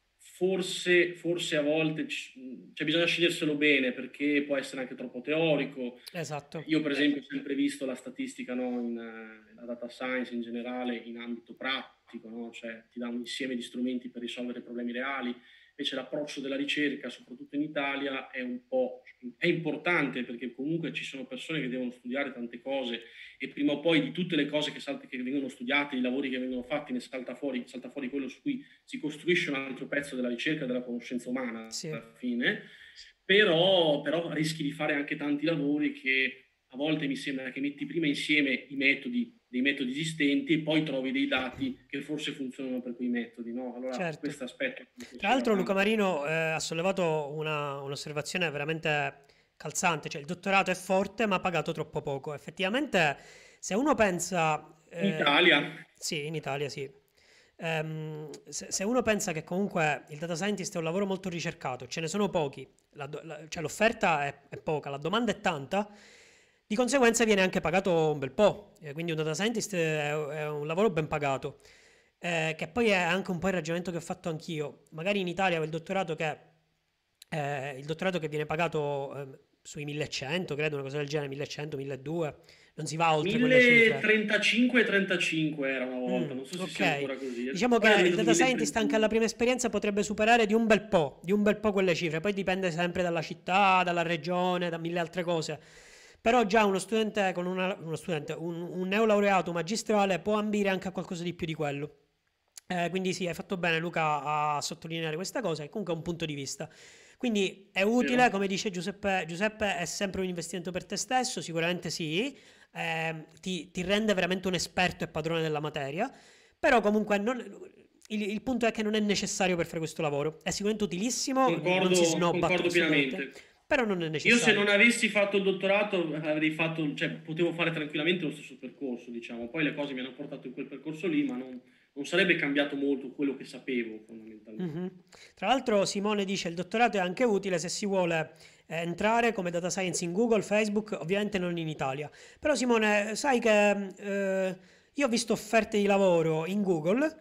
forse, forse a volte c- cioè bisogna sceglierselo bene perché può essere anche troppo teorico. Esatto. Io per esempio ho sempre visto la statistica, no, in, eh, la data science in generale in ambito pratico, no? Cioè ti dà un insieme di strumenti per risolvere problemi reali. Invece l'approccio della ricerca, soprattutto in Italia, è un po' è importante perché comunque ci sono persone che devono studiare tante cose e prima o poi di tutte le cose che, salta, che vengono studiate, i lavori che vengono fatti, ne salta fuori, salta fuori quello su cui si costruisce un altro pezzo della ricerca, della conoscenza umana Sì. alla fine, però, però rischi di fare anche tanti lavori che a volte mi sembra che metti prima insieme i metodi, dei metodi esistenti e poi trovi dei dati che forse funzionano per quei metodi, no? Allora Certo. questo aspetto mi Tra piaceva l'altro Luca tanto. Marino eh, ha sollevato una- un'osservazione veramente calzante, cioè il dottorato è forte ma pagato troppo poco. Effettivamente, se uno pensa... In eh, Italia, sì, in Italia sì. Ehm, se, se uno pensa che comunque il data scientist è un lavoro molto ricercato, ce ne sono pochi, la do- la- cioè l'offerta è, è poca, la domanda è tanta, di conseguenza viene anche pagato un bel po'. Eh, quindi un data scientist è, è un lavoro ben pagato. Eh, che poi è anche un po' il ragionamento che ho fatto anch'io. Magari in Italia il dottorato che, eh, il dottorato che viene pagato eh, sui millecento, credo, una cosa del genere, millecento, milleduecento, non si va oltre quelle cifre. milletrentacinque e trentacinque era una Mm, volta, non so se sia ok, ancora così. diciamo Poi hanno che il detto data scientist anche alla milletrentuno. prima esperienza potrebbe superare di un bel po', di un bel po' quelle cifre, poi dipende sempre dalla città, dalla regione, da mille altre cose. Però già uno studente con una, uno studente, un, un neolaureato magistrale può ambire anche a qualcosa di più di quello. Eh, quindi sì, hai fatto bene Luca a sottolineare questa cosa, che comunque è un punto di vista. Quindi è utile, Vero? come dice Giuseppe, Giuseppe, è sempre un investimento per te stesso, sicuramente sì, ehm, ti, ti rende veramente un esperto e padrone della materia, però comunque non- il, il punto è che non è necessario per fare questo lavoro. È sicuramente utilissimo, non si Concordo, snobba concordo assolutamente, pienamente. però non è Io se necessario. non avessi fatto il dottorato avrei fatto, cioè potevo fare tranquillamente lo stesso percorso, diciamo. Poi le cose mi hanno portato in quel percorso lì, ma non, non sarebbe cambiato molto quello che sapevo fondamentalmente. Mhm. Tra l'altro Simone dice il dottorato è anche utile se si vuole eh, entrare come data science in Google, Facebook, ovviamente non in Italia. Però Simone, sai che eh, io ho visto offerte di lavoro in Google,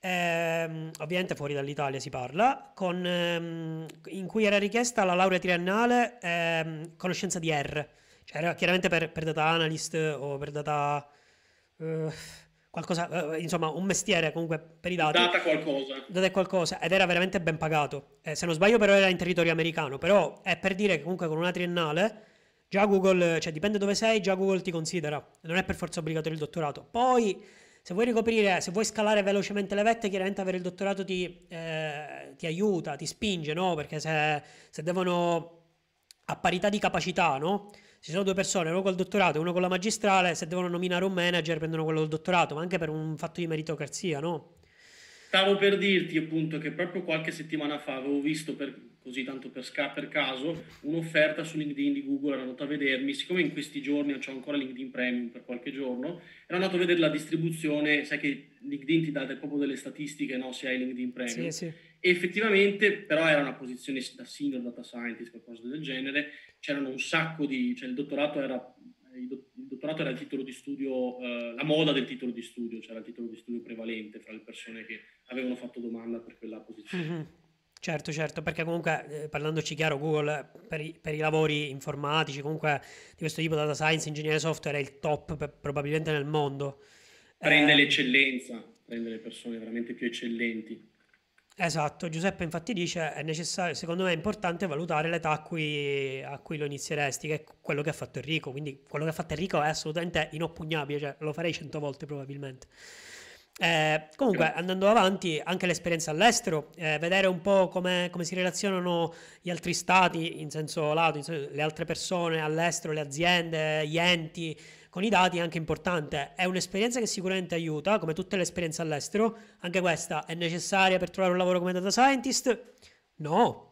ehm, ovviamente fuori dall'Italia si parla, con, ehm, in cui era richiesta la laurea triennale, ehm, conoscenza di R, cioè era chiaramente per, per data analyst o per data... eh, qualcosa, eh, insomma, un mestiere comunque per i dati, Data qualcosa. date qualcosa, ed era veramente ben pagato. Eh, se non sbaglio però era in territorio americano, però è per dire che comunque con una triennale già Google, cioè dipende dove sei, già Google ti considera, non è per forza obbligatorio il dottorato. Poi se vuoi ricoprire, se vuoi scalare velocemente le vette, chiaramente avere il dottorato ti, eh, ti aiuta, ti spinge, no? Perché se, se devono a parità di capacità, no? Ci sono due persone, uno col dottorato e uno con la magistrale, se devono nominare un manager prendono quello col dottorato, ma anche per un fatto di meritocrazia, no? Stavo per dirti appunto che proprio qualche settimana fa avevo visto, per, così tanto per, sca- per caso, un'offerta su LinkedIn di Google, ero andato a vedermi, siccome in questi giorni ho ancora LinkedIn Premium per qualche giorno, ero andato a vedere la distribuzione, sai che LinkedIn ti dà del- proprio delle statistiche, no, se hai LinkedIn Sì, Premium, sì. e effettivamente però era una posizione da senior data scientist, qualcosa del genere, c'erano un sacco di, cioè il dottorato era il dottorato era il titolo di studio, eh, la moda del titolo di studio, c'era il titolo di studio prevalente fra le persone che avevano fatto domanda per quella posizione. Mhm. Certo, certo, perché comunque, eh, parlandoci chiaro, Google eh, per i, per i lavori informatici, comunque di questo tipo, data science, ingegnere software, è il top per- probabilmente nel mondo. Prende Ehm, l'eccellenza, prende le persone veramente più eccellenti. esatto, Giuseppe infatti dice è necessario, secondo me è importante valutare l'età a cui, a cui lo inizieresti, che è quello che ha fatto Enrico, quindi quello che ha fatto Enrico è assolutamente inoppugnabile, cioè lo farei cento volte probabilmente. Eh, comunque, Grazie. andando avanti, anche l'esperienza all'estero, eh, vedere un po' come, come si relazionano gli altri stati, in senso lato, in senso- le altre persone all'estero, le aziende, gli enti, con i dati è anche importante. È un'esperienza che sicuramente aiuta, come tutte le esperienze all'estero. Anche questa è necessaria per trovare un lavoro come data scientist? No.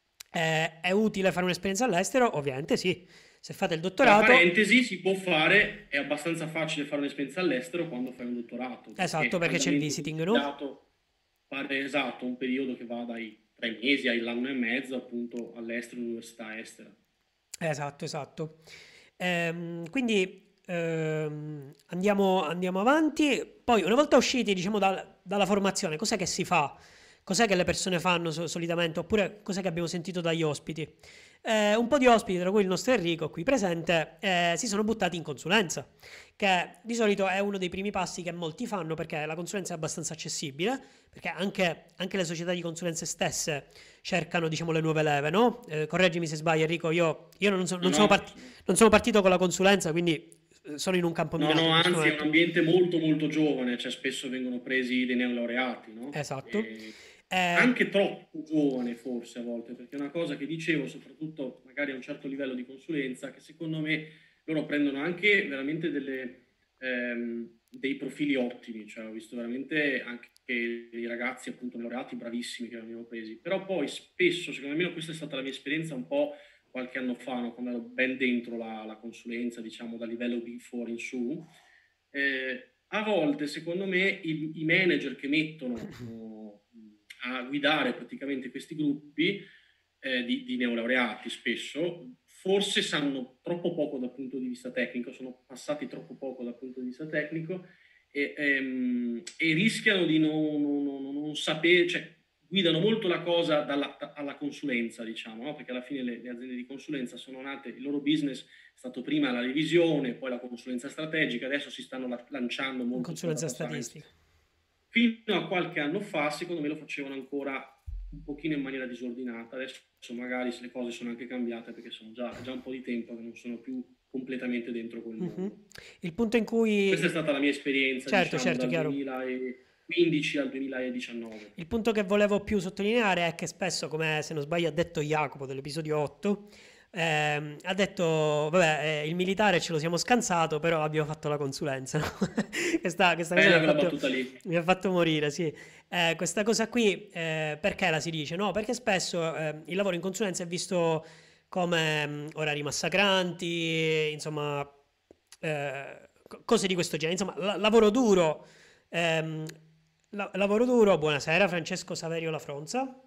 Eh, è utile fare un'esperienza all'estero? Ovviamente sì. Se fate il Tra dottorato, parentesi, si può fare, è abbastanza facile fare un'esperienza all'estero quando fai un dottorato, esatto, perché perché c'è il andamento visiting, no? consigliato fare esatto un periodo che va dai tre mesi all'anno e mezzo appunto all'estero, all'università estera. Esatto, esatto. Ehm, quindi ehm, andiamo, andiamo avanti. Poi, una volta usciti, diciamo, dal- dalla formazione, cos'è che si fa? Cos'è che le persone fanno so- solitamente? Oppure cos'è che abbiamo sentito dagli ospiti? Eh, un po' di ospiti, tra cui il nostro Enrico qui presente, eh, si sono buttati in consulenza, che di solito è uno dei primi passi che molti fanno perché la consulenza è abbastanza accessibile, perché anche, anche le società di consulenze stesse cercano, diciamo, le nuove leve, no? Eh, correggimi se sbaglio, Enrico, io, io non, so- No, non sono no, part- non sono partito con la consulenza, quindi eh, sono in un campo no, minato no, in questo anzi è un momento. ambiente molto molto giovane, cioè spesso vengono presi dei neolaureati, no? Esatto. E Eh, anche troppo giovane forse a volte, perché è una cosa che dicevo, soprattutto magari a un certo livello di consulenza, che secondo me loro prendono anche veramente delle, ehm, dei profili ottimi, cioè ho visto veramente anche dei ragazzi appunto laureati bravissimi che abbiamo presi, però poi spesso, secondo me questa è stata la mia esperienza un po' qualche anno fa, no? Quando ero ben dentro la, la consulenza, diciamo da livello Big Four in su, eh, a volte secondo me i, i manager che mettono oh, a guidare praticamente questi gruppi eh, di, di neolaureati spesso, forse sanno troppo poco dal punto di vista tecnico, sono passati troppo poco dal punto di vista tecnico e, ehm, e rischiano di non, non, non, non sapere, cioè guidano molto la cosa dalla, alla consulenza, diciamo, no? Perché alla fine le, le aziende di consulenza sono nate, il loro business è stato prima la revisione, poi la consulenza strategica, adesso si stanno la, lanciando in molto sulla consulenza data science. statistica. Fino a qualche anno fa, secondo me, lo facevano ancora un pochino in maniera disordinata. Adesso magari le cose sono anche cambiate perché sono già, già un po' di tempo che non sono più completamente dentro quel Mhm. mondo. Il punto in Questa è cui... stata la mia esperienza, Certo, diciamo, certo, dal chiaro. duemilaquindici al duemiladiciannove. Il punto che volevo più sottolineare è che spesso, come se non sbaglio ha detto Jacopo dell'episodio otto, ehm, ha detto, vabbè, eh, il militare ce lo siamo scansato, però abbiamo fatto la consulenza. No? questa, questa cosa mi Bella ha quella fatto, battuta lì. mi ha fatto morire, sì. Eh, questa cosa qui, eh, perché la si dice? No, perché spesso eh, il lavoro in consulenza è visto come mh, orari massacranti, insomma, eh, co- cose di questo genere. Insomma, la- lavoro duro. ehm, la- lavoro duro, buonasera Francesco Saverio La Fronza.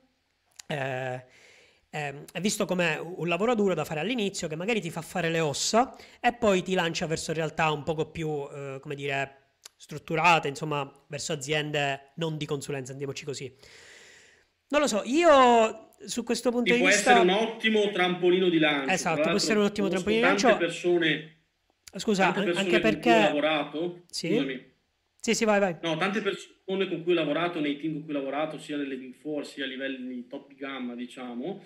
Eh, ehm, è visto come un lavoro duro da fare all'inizio che magari ti fa fare le ossa e poi ti lancia verso realtà un poco più, eh, come dire, strutturate, insomma, verso aziende non di consulenza, andiamoci così. Non lo so, io su questo punto Sì, di può essere un vista, ottimo trampolino di lancio. Tra esatto, può essere un l'altro ottimo conosco trampolino di tante lancio. persone, Scusa, tante an- anche persone con cui ho perché... lavorato. Sì? Scusami. Sì, sì, vai, vai. No, tante persone con cui ho lavorato, nei team con cui ho lavorato, sia nelle Big Four, sia a livelli top di gamma, diciamo,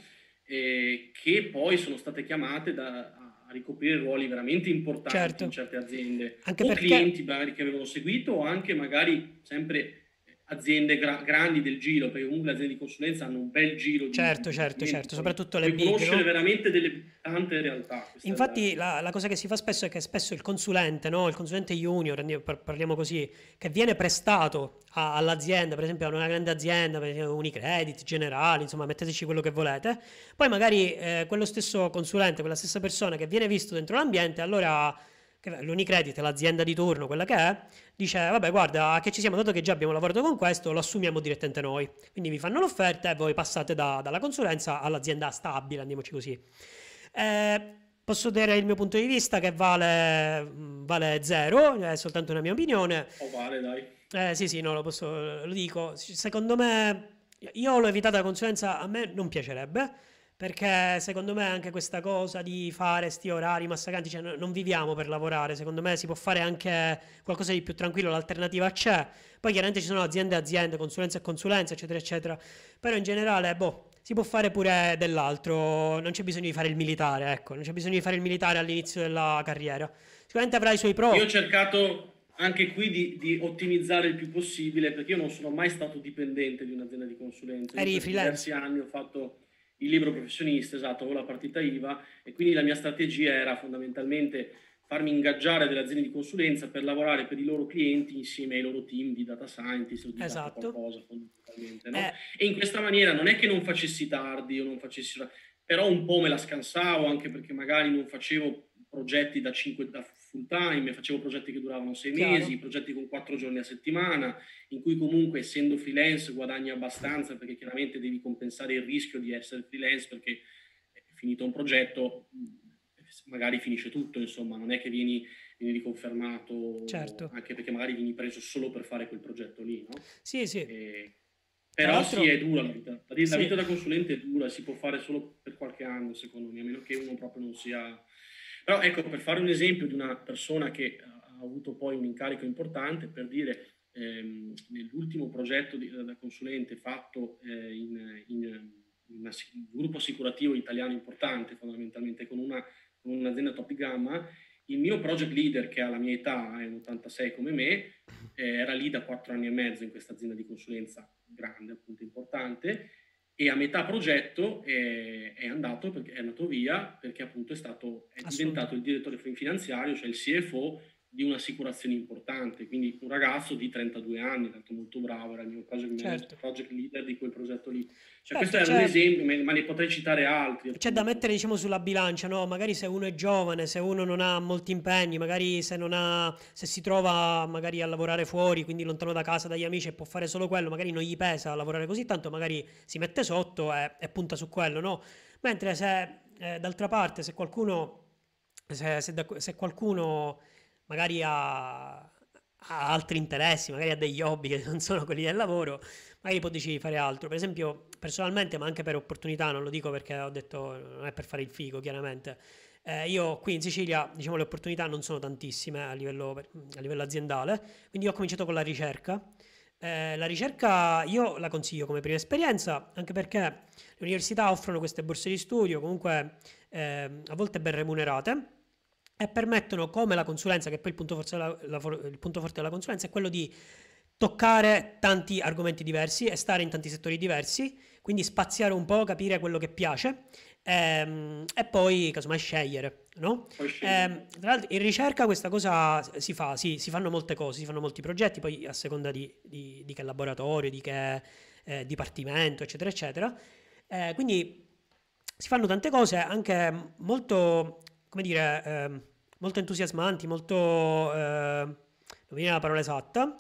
eh, che poi sono state chiamate da- a ricoprire ruoli veramente importanti in Certo. certe aziende, Anche o perché... clienti magari che avevano seguito, o anche magari sempre aziende gra- grandi del giro, perché comunque le aziende di consulenza hanno un bel giro di, di- Certo, di certo, clienti, certo, puoi, soprattutto le puoi big, conoscere no? veramente delle tante realtà, questa è la, Infatti la, la cosa che si fa spesso è che spesso il consulente, no? Il consulente junior, andiamo- par- parliamo così, che viene prestato a- all'azienda, per esempio a una grande azienda, per esempio Unicredit, Generali, insomma metteteci quello che volete, poi magari eh, quello stesso consulente, quella stessa persona che viene visto dentro l'ambiente, allora che- l'Unicredit, l'azienda di turno, quella che è, dice vabbè guarda che ci siamo, dato che già abbiamo lavorato con questo, lo assumiamo direttamente noi, quindi vi fanno l'offerta e voi passate da- dalla consulenza all'azienda stabile, andiamoci così. Eh, Posso dire il mio punto di vista che vale, vale zero, è soltanto una mia opinione. oh, vale, dai. Eh, sì, sì, no, lo posso, lo dico. Secondo me, io l'ho evitata la consulenza, a me non piacerebbe, perché secondo me anche questa cosa di fare sti orari massacranti, cioè no- non viviamo per lavorare, secondo me si può fare anche qualcosa di più tranquillo, l'alternativa c'è. Poi chiaramente ci sono aziende e aziende, consulenza e consulenza, eccetera, eccetera. Però in generale, boh, si può fare pure dell'altro, non c'è bisogno di fare il militare, ecco, non c'è bisogno di fare il militare all'inizio della carriera. Sicuramente avrai i suoi Io ho pro. cercato anche qui di, di ottimizzare il più possibile, perché io non sono mai stato dipendente di un'azienda di consulenza. Io Eri per freelance. diversi anni ho fatto il libero professionista, esatto, avevo la partita I V A, e quindi la mia strategia era fondamentalmente farmi ingaggiare delle aziende di consulenza per lavorare per i loro clienti insieme ai loro team di data scientist o di data Esatto. qualcosa fondamentalmente, no? Eh, E in questa maniera non è che non facessi tardi o non facessi, però un po' me la scansavo, anche perché magari non facevo progetti da, cinque, da full time, facevo progetti che duravano sei chiaro. mesi, progetti con quattro giorni a settimana, in cui comunque essendo freelance guadagni abbastanza, perché chiaramente devi compensare il rischio di essere freelance, perché finito un progetto magari finisce tutto, insomma, non è che vieni, vieni riconfermato, Certo. anche perché magari vieni preso solo per fare quel progetto lì, no? Sì, sì. E, Tra però sì, è l'altro, dura la vita. La, la sì. vita da consulente è dura, si può fare solo per qualche anno, secondo me, a meno che uno proprio non sia... Però ecco, per fare un esempio di una persona che ha avuto poi un incarico importante, per dire, ehm, nell'ultimo progetto di, da consulente fatto eh, in, in, in una, un gruppo assicurativo italiano importante, fondamentalmente con, una, con un'azienda top di gamma, il mio project leader, che ha la mia età, è un ottantasei come me, eh, era lì da quattro anni e mezzo in questa azienda di consulenza grande, appunto importante, e a metà progetto è, è, andato, perché, è andato via perché appunto è, stato, è diventato il direttore finanziario, cioè il C F O di un'assicurazione importante, quindi un ragazzo di trentadue anni, tanto molto bravo, era il mio project, Certo. project leader di quel progetto lì. Cioè, Certo, questo è un c'è, esempio, ma ne potrei citare altri. c'è da Appunto. mettere, diciamo, sulla bilancia, no? Magari se uno è giovane, se uno non ha molti impegni, magari se non ha, se si trova magari a lavorare fuori, quindi lontano da casa, dagli amici e può fare solo quello, magari non gli pesa lavorare così tanto, magari si mette sotto e, e punta su quello, no? Mentre se, eh, d'altra parte, se qualcuno, se, se da- se qualcuno magari ha, ha altri interessi, magari ha degli hobby che non sono quelli del lavoro, magari può decidere di fare altro. Per esempio, personalmente, ma anche per opportunità, non lo dico perché ho detto non è per fare il figo, chiaramente. Eh, io qui in Sicilia, diciamo, le opportunità non sono tantissime a livello, a livello aziendale, quindi ho cominciato con la ricerca. Eh, la ricerca io la consiglio come prima esperienza, anche perché le università offrono queste borse di studio, comunque eh, a volte ben remunerate, e permettono, come la consulenza, che poi il punto forte della, la, il punto forte della consulenza è quello di toccare tanti argomenti diversi e stare in tanti settori diversi, quindi spaziare un po', capire quello che piace ehm, e poi casomai scegliere, no? Ehm, tra l'altro in ricerca questa cosa si fa, sì, si fanno molte cose, si fanno molti progetti, poi a seconda di, di, di che laboratorio, di che eh, dipartimento, eccetera, eccetera. Eh, quindi si fanno tante cose anche molto, come dire, ehm, molto entusiasmanti, molto... eh, non mi viene la parola esatta,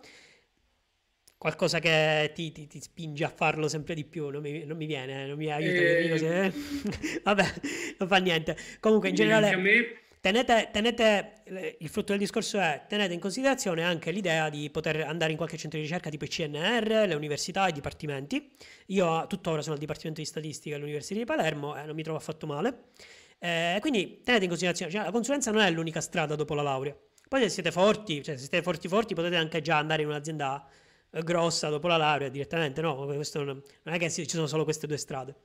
qualcosa che ti, ti- ti spinge a farlo sempre di più, non mi, non mi viene, non mi aiutami Enrico E, se... Vabbè, non fa niente. Comunque in mi viene anche a generale me. tenete, tenete, eh, il frutto del discorso è tenete in considerazione anche l'idea di poter andare in qualche centro di ricerca tipo i C N R, le università, i dipartimenti. Io tuttora sono al Dipartimento di Statistica all'Università di Palermo e non mi trovo affatto male. Eh, quindi tenete in considerazione, cioè, la consulenza non è l'unica strada dopo la laurea. Poi se siete forti, cioè se siete forti forti potete anche già andare in un'azienda eh, grossa dopo la laurea direttamente, no? Questo non, non è che ci sono solo queste due strade.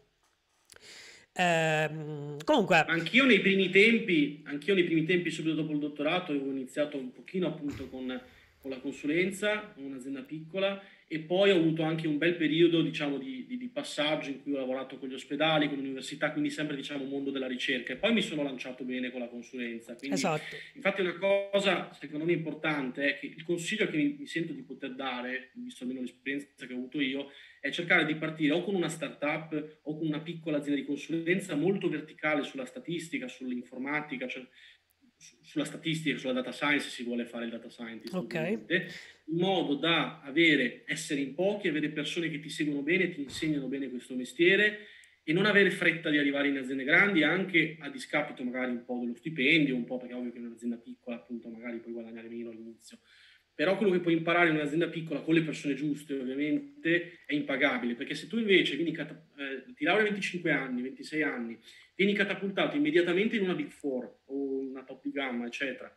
Ehm, comunque, Anch'io nei primi tempi, anch'io nei primi tempi, subito dopo il dottorato, avevo iniziato un pochino appunto con, con la consulenza, con un'azienda piccola, e poi ho avuto anche un bel periodo, diciamo, di, di, di passaggio in cui ho lavorato con gli ospedali, con l'università, quindi sempre, diciamo, mondo della ricerca. E poi mi sono lanciato bene con la consulenza. Quindi, esatto, infatti, una cosa secondo me importante è che il consiglio che mi, mi sento di poter dare, visto almeno l'esperienza che ho avuto io, è cercare di partire o con una startup o con una piccola azienda di consulenza molto verticale sulla statistica, sull'informatica, cioè sulla statistica, sulla data science, si vuole fare il data scientist, ok, ovviamente, in modo da avere, essere in pochi, avere persone che ti seguono bene, ti insegnano bene questo mestiere e non avere fretta di arrivare in aziende grandi, anche a discapito magari un po' dello stipendio, un po' perché è ovvio che in un'azienda piccola appunto magari puoi guadagnare meno all'inizio. Però quello che puoi imparare in un'azienda piccola con le persone giuste ovviamente è impagabile, perché se tu invece vieni catap- eh, ti lauri a venticinque anni, ventisei anni, vieni catapultato immediatamente in una Big Four o una top di gamma, eccetera,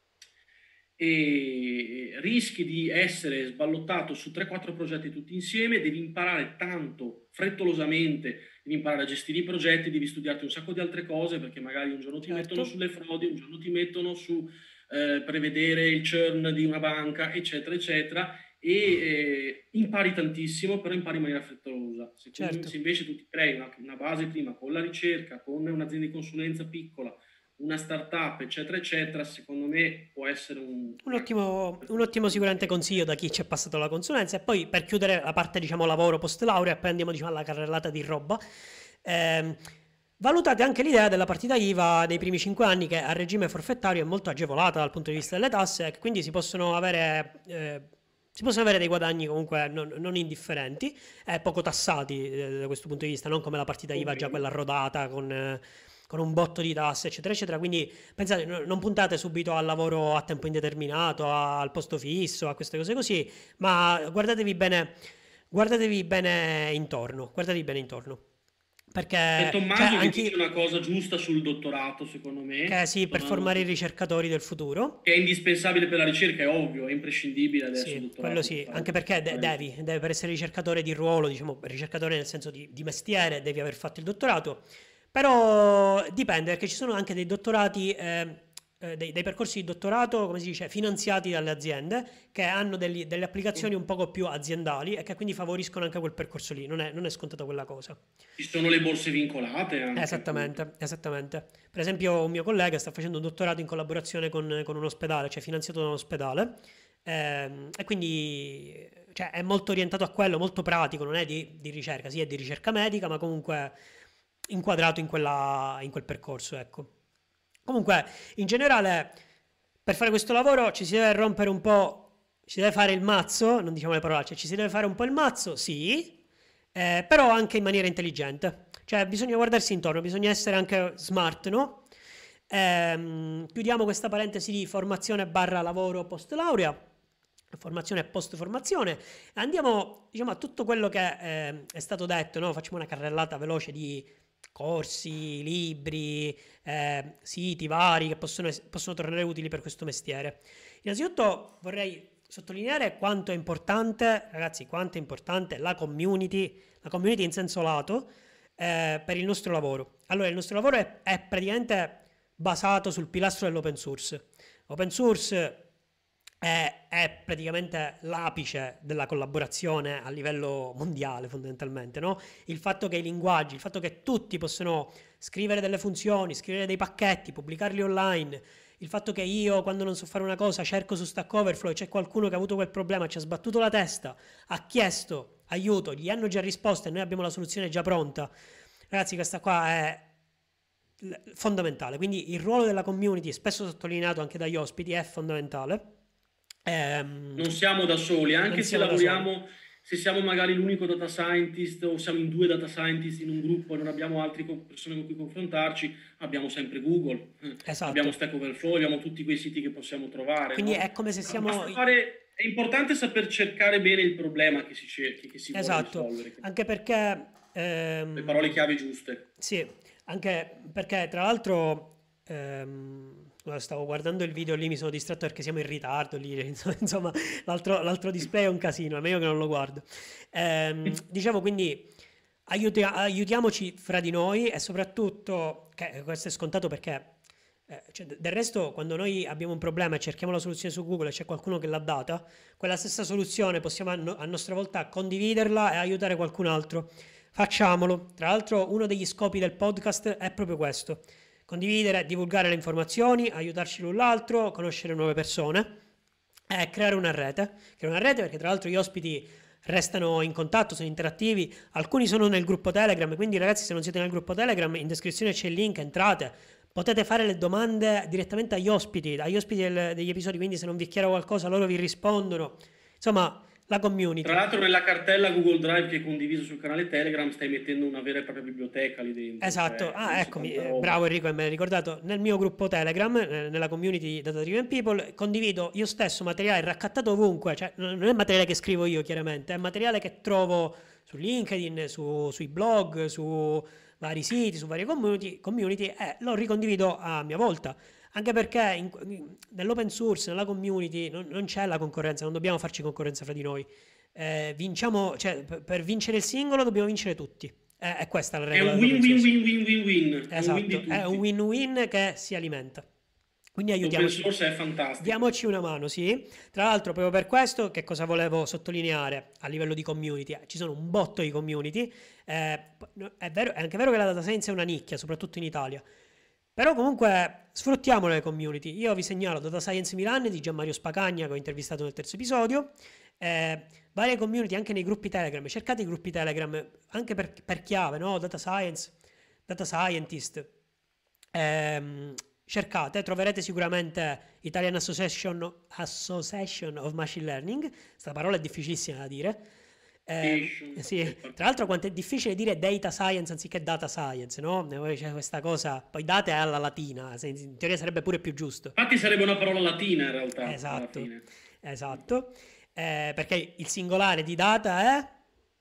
e rischi di essere sballottato su tre quattro progetti tutti insieme, devi imparare tanto, frettolosamente, devi imparare a gestire i progetti, devi studiarti un sacco di altre cose, perché magari un giorno ti certo, mettono sulle frodi, un giorno ti mettono su eh, prevedere il churn di una banca, eccetera, eccetera, e eh, impari tantissimo, però impari in maniera frettolosa. Se, certo. se invece tu ti crei una, una base prima con la ricerca, con un'azienda di consulenza piccola, una startup, eccetera, eccetera, secondo me può essere un... Un ottimo, un ottimo sicuramente consiglio da chi ci è passato la consulenza. E poi per chiudere la parte, diciamo, lavoro post laurea, e poi andiamo, diciamo, alla carrellata di roba. Ehm, valutate anche l'idea della partita I V A dei primi cinque anni, che a regime forfettario è molto agevolata dal punto di vista delle tasse, e quindi si possono avere, eh, si possono avere dei guadagni comunque non, non indifferenti e poco tassati eh, da questo punto di vista, non come la partita I V A già Ok. quella rodata con... eh, con un botto di tasse, eccetera, eccetera. Quindi pensate, no- non puntate subito al lavoro a tempo indeterminato, al posto fisso, a queste cose così, ma guardatevi bene, guardatevi bene intorno, guardatevi bene intorno. C'è Perché, cioè, Tommaso che dice anche una cosa giusta sul dottorato, secondo che me, sì, per tornando formare i su- ricercatori del futuro. che è indispensabile per la ricerca, è ovvio, è imprescindibile adesso il Sì, quello dottorato per sì, fare anche per perché de- fare il- devi, devi- per essere ricercatore di ruolo, diciamo, ricercatore nel senso di, di mestiere, devi aver fatto il dottorato, però dipende, perché ci sono anche dei dottorati, eh, eh, dei, dei percorsi di dottorato, come si dice, finanziati dalle aziende, che hanno degli- delle applicazioni un poco più aziendali e che quindi favoriscono anche quel percorso lì, non è, non è scontata quella cosa. Ci sono le borse vincolate anche, appunto. Esattamente, esattamente. Per esempio, un mio collega sta facendo un dottorato in collaborazione con, con un ospedale, cioè finanziato da un ospedale, ehm, e quindi cioè, è molto orientato a quello, molto pratico, non è di, di ricerca, sì, è di ricerca medica, ma comunque inquadrato in quella- in quel percorso, ecco. Comunque, in generale, per fare questo lavoro ci si deve rompere un po', ci si deve fare il mazzo, non diciamo le parolacce, ci si deve fare un po' il mazzo, sì, eh, però anche in maniera intelligente. Cioè, bisogna guardarsi intorno, bisogna essere anche smart, no? Ehm, chiudiamo questa parentesi di formazione barra lavoro post laurea, formazione e post formazione. Andiamo, diciamo, a tutto quello che eh, è stato detto, no? Facciamo una carrellata veloce di corsi, libri, eh, siti vari che possono, es- possono tornare utili per questo mestiere. Innanzitutto vorrei sottolineare quanto è importante, ragazzi, quanto è importante la community, la community in senso lato, eh, per il nostro lavoro. Allora, il nostro lavoro è, è praticamente basato sul pilastro dell'open source. Open source è, è praticamente l'apice della collaborazione a livello mondiale, fondamentalmente, no? Il fatto che i linguaggi, il fatto che tutti possono scrivere delle funzioni, scrivere dei pacchetti, pubblicarli online, il fatto che io, quando non so fare una cosa, cerco su Stack Overflow e c'è qualcuno che ha avuto quel problema, ci ha sbattuto la testa, ha chiesto aiuto, gli hanno già risposto e noi abbiamo la soluzione già pronta. Ragazzi, questa qua è fondamentale. Quindi il ruolo della community, spesso sottolineato anche dagli ospiti, è fondamentale. Ehm, Non siamo da soli, non anche se siamo da soli. lavoriamo, se siamo magari l'unico data scientist o siamo in due data scientist in un gruppo e non abbiamo altre co- persone con cui confrontarci, abbiamo sempre Google, eh, abbiamo Esatto. Stack Overflow, abbiamo tutti quei siti che possiamo trovare, Quindi no? è come se siamo... Basta fare, è importante saper cercare bene il problema che si cerchi, che si vuole Esatto. risolvere, Anche perché... le parole ehm, chiave giuste. sì, anche perché tra l'altro... ehm, scusa, stavo guardando il video lì, mi sono distratto perché siamo in ritardo lì, insomma, l'altro, l'altro display è un casino, è meglio che non lo guardo. Ehm, diciamo quindi aiuti- aiutiamoci fra di noi e soprattutto, che questo è scontato perché eh, cioè, del resto quando noi abbiamo un problema e cerchiamo la soluzione su Google e c'è qualcuno che l'ha data, quella stessa soluzione possiamo a, no- a nostra volta condividerla e aiutare qualcun altro. Facciamolo. Tra l'altro uno degli scopi del podcast è proprio questo: condividere, divulgare le informazioni, aiutarci l'un l'altro, conoscere nuove persone e creare una rete. Creare una rete perché tra l'altro gli ospiti restano in contatto, sono interattivi, alcuni sono nel gruppo Telegram, quindi ragazzi se non siete nel gruppo Telegram in descrizione c'è il link, entrate, potete fare le domande direttamente agli ospiti, agli ospiti del- degli episodi, quindi se non vi è chiaro qualcosa loro vi rispondono, insomma la Tra community. l'altro nella cartella Google Drive che hai condiviso sul canale Telegram stai mettendo una vera e propria biblioteca lì dentro, Esatto, cioè hai ah messo eccomi, tanta eh, roba. bravo Enrico, me l'hai ricordato, nel mio gruppo Telegram, eh, nella community Data Driven People, condivido io stesso materiale raccattato ovunque, cioè non non è materiale che scrivo io chiaramente, è materiale che trovo su LinkedIn, su- sui blog, su vari siti, su varie community, community e lo ricondivido a mia volta, anche perché in- in- nell'open source, nella community non, non c'è la concorrenza, non dobbiamo farci concorrenza fra di noi. Eh, vinciamo, cioè, per per vincere il singolo dobbiamo vincere tutti. È, è questa la È regola un dell'open source. win-win-win-win-win, è un win di Esatto, è un tutti. win-win che si alimenta. Quindi L'open aiutiamoci. source è fantastico. Diamoci una mano, sì. Tra l'altro, proprio per questo, che cosa volevo sottolineare a livello di community? Eh, Ci sono un botto di community. Eh, no, è vero, è anche vero che la data science è una nicchia, soprattutto in Italia. Però comunque sfruttiamo le community. Io vi segnalo Data Science Milan di Gianmario Spacagna che ho intervistato nel terzo episodio. Eh, varie community anche nei gruppi Telegram. Cercate i gruppi Telegram anche per, per chiave, no? Data Science, Data Scientist. Ehm, cercate, troverete sicuramente Italian Association, Association of Machine Learning. Questa parola è difficilissima da dire. Ehm, Application, sì, sì. tra l'altro quanto è difficile dire data science anziché data science, no? E poi c'è questa cosa, poi data è alla latina, se- in teoria sarebbe pure più giusto. Infatti sarebbe una parola latina in realtà, alla Esatto, fine. esatto. Eh, perché il singolare di data è...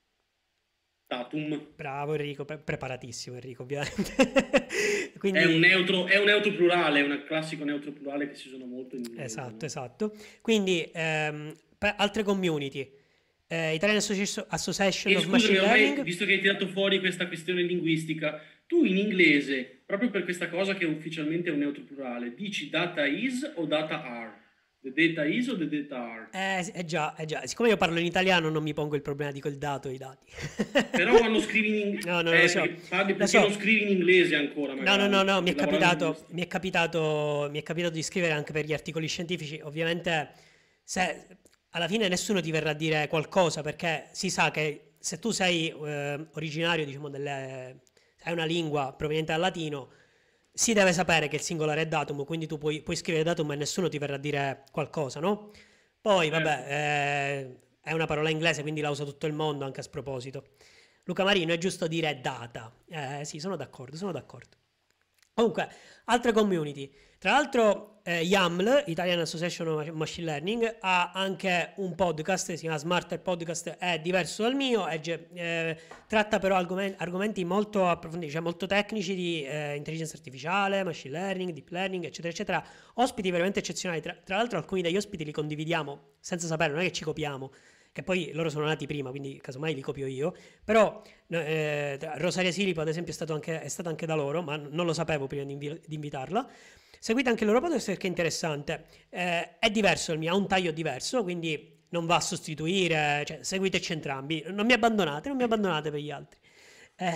Datum. Bravo Enrico, pre- preparatissimo Enrico, ovviamente. È un Quindi, neutro, è un neutro plurale, è un classico neutro plurale che si usa molto in inglese, esatto, no? esatto. Quindi, ehm, per altre community, eh, Italian Associ- Association E of scusami, Machine ormai, Learning. visto che hai tirato fuori questa questione linguistica, tu in inglese, proprio per questa cosa che ufficialmente è un neutro plurale, dici data is o data are? The data is o the data are? Eh, sì, eh già, eh già, siccome io parlo in italiano non mi pongo il problema di quel dato e i dati. Però quando scrivi in inglese, No, no, lo eh, so, perché, parli, lo perché non so. scrivi in inglese ancora No, no, no, magari, no, mi è perché lavorando in capitato, industria. mi è capitato, mi è capitato di scrivere anche per gli articoli scientifici. Ovviamente, se alla fine nessuno ti verrà a dire qualcosa, perché si sa che se tu sei eh, originario, diciamo, delle, hai una lingua proveniente dal latino, si deve sapere che il singolare è datum, quindi tu puoi, puoi scrivere datum e nessuno ti verrà a dire qualcosa, no? Poi, Certo. vabbè, eh, è una parola inglese, quindi la usa tutto il mondo anche a sproposito. Luca Marino, è giusto dire data. Eh, sì, sono d'accordo, sono d'accordo. Comunque, altre community. Tra l'altro, eh, YAML, Italian Association of Machine Learning, ha anche un podcast, si chiama Smarter Podcast, è diverso dal mio, è ge- eh, tratta però argomen- argomenti molto approfonditi, cioè molto tecnici di eh, intelligenza artificiale, machine learning, deep learning, eccetera, eccetera. Ospiti veramente eccezionali. Tra, tra l'altro, alcuni degli ospiti li condividiamo senza sapere, non è che ci copiamo, che poi loro sono nati prima, quindi casomai li copio io. Però no, eh, Rosaria Silipo, ad esempio, è, stato anche, è stata anche da loro, ma non lo sapevo prima di, invi- di invitarla. Seguite anche il loro podcast perché è interessante. Eh, è diverso il mio, ha un taglio diverso, quindi non va a sostituire, cioè seguiteci entrambi. Non mi abbandonate, non mi abbandonate per gli altri. Eh,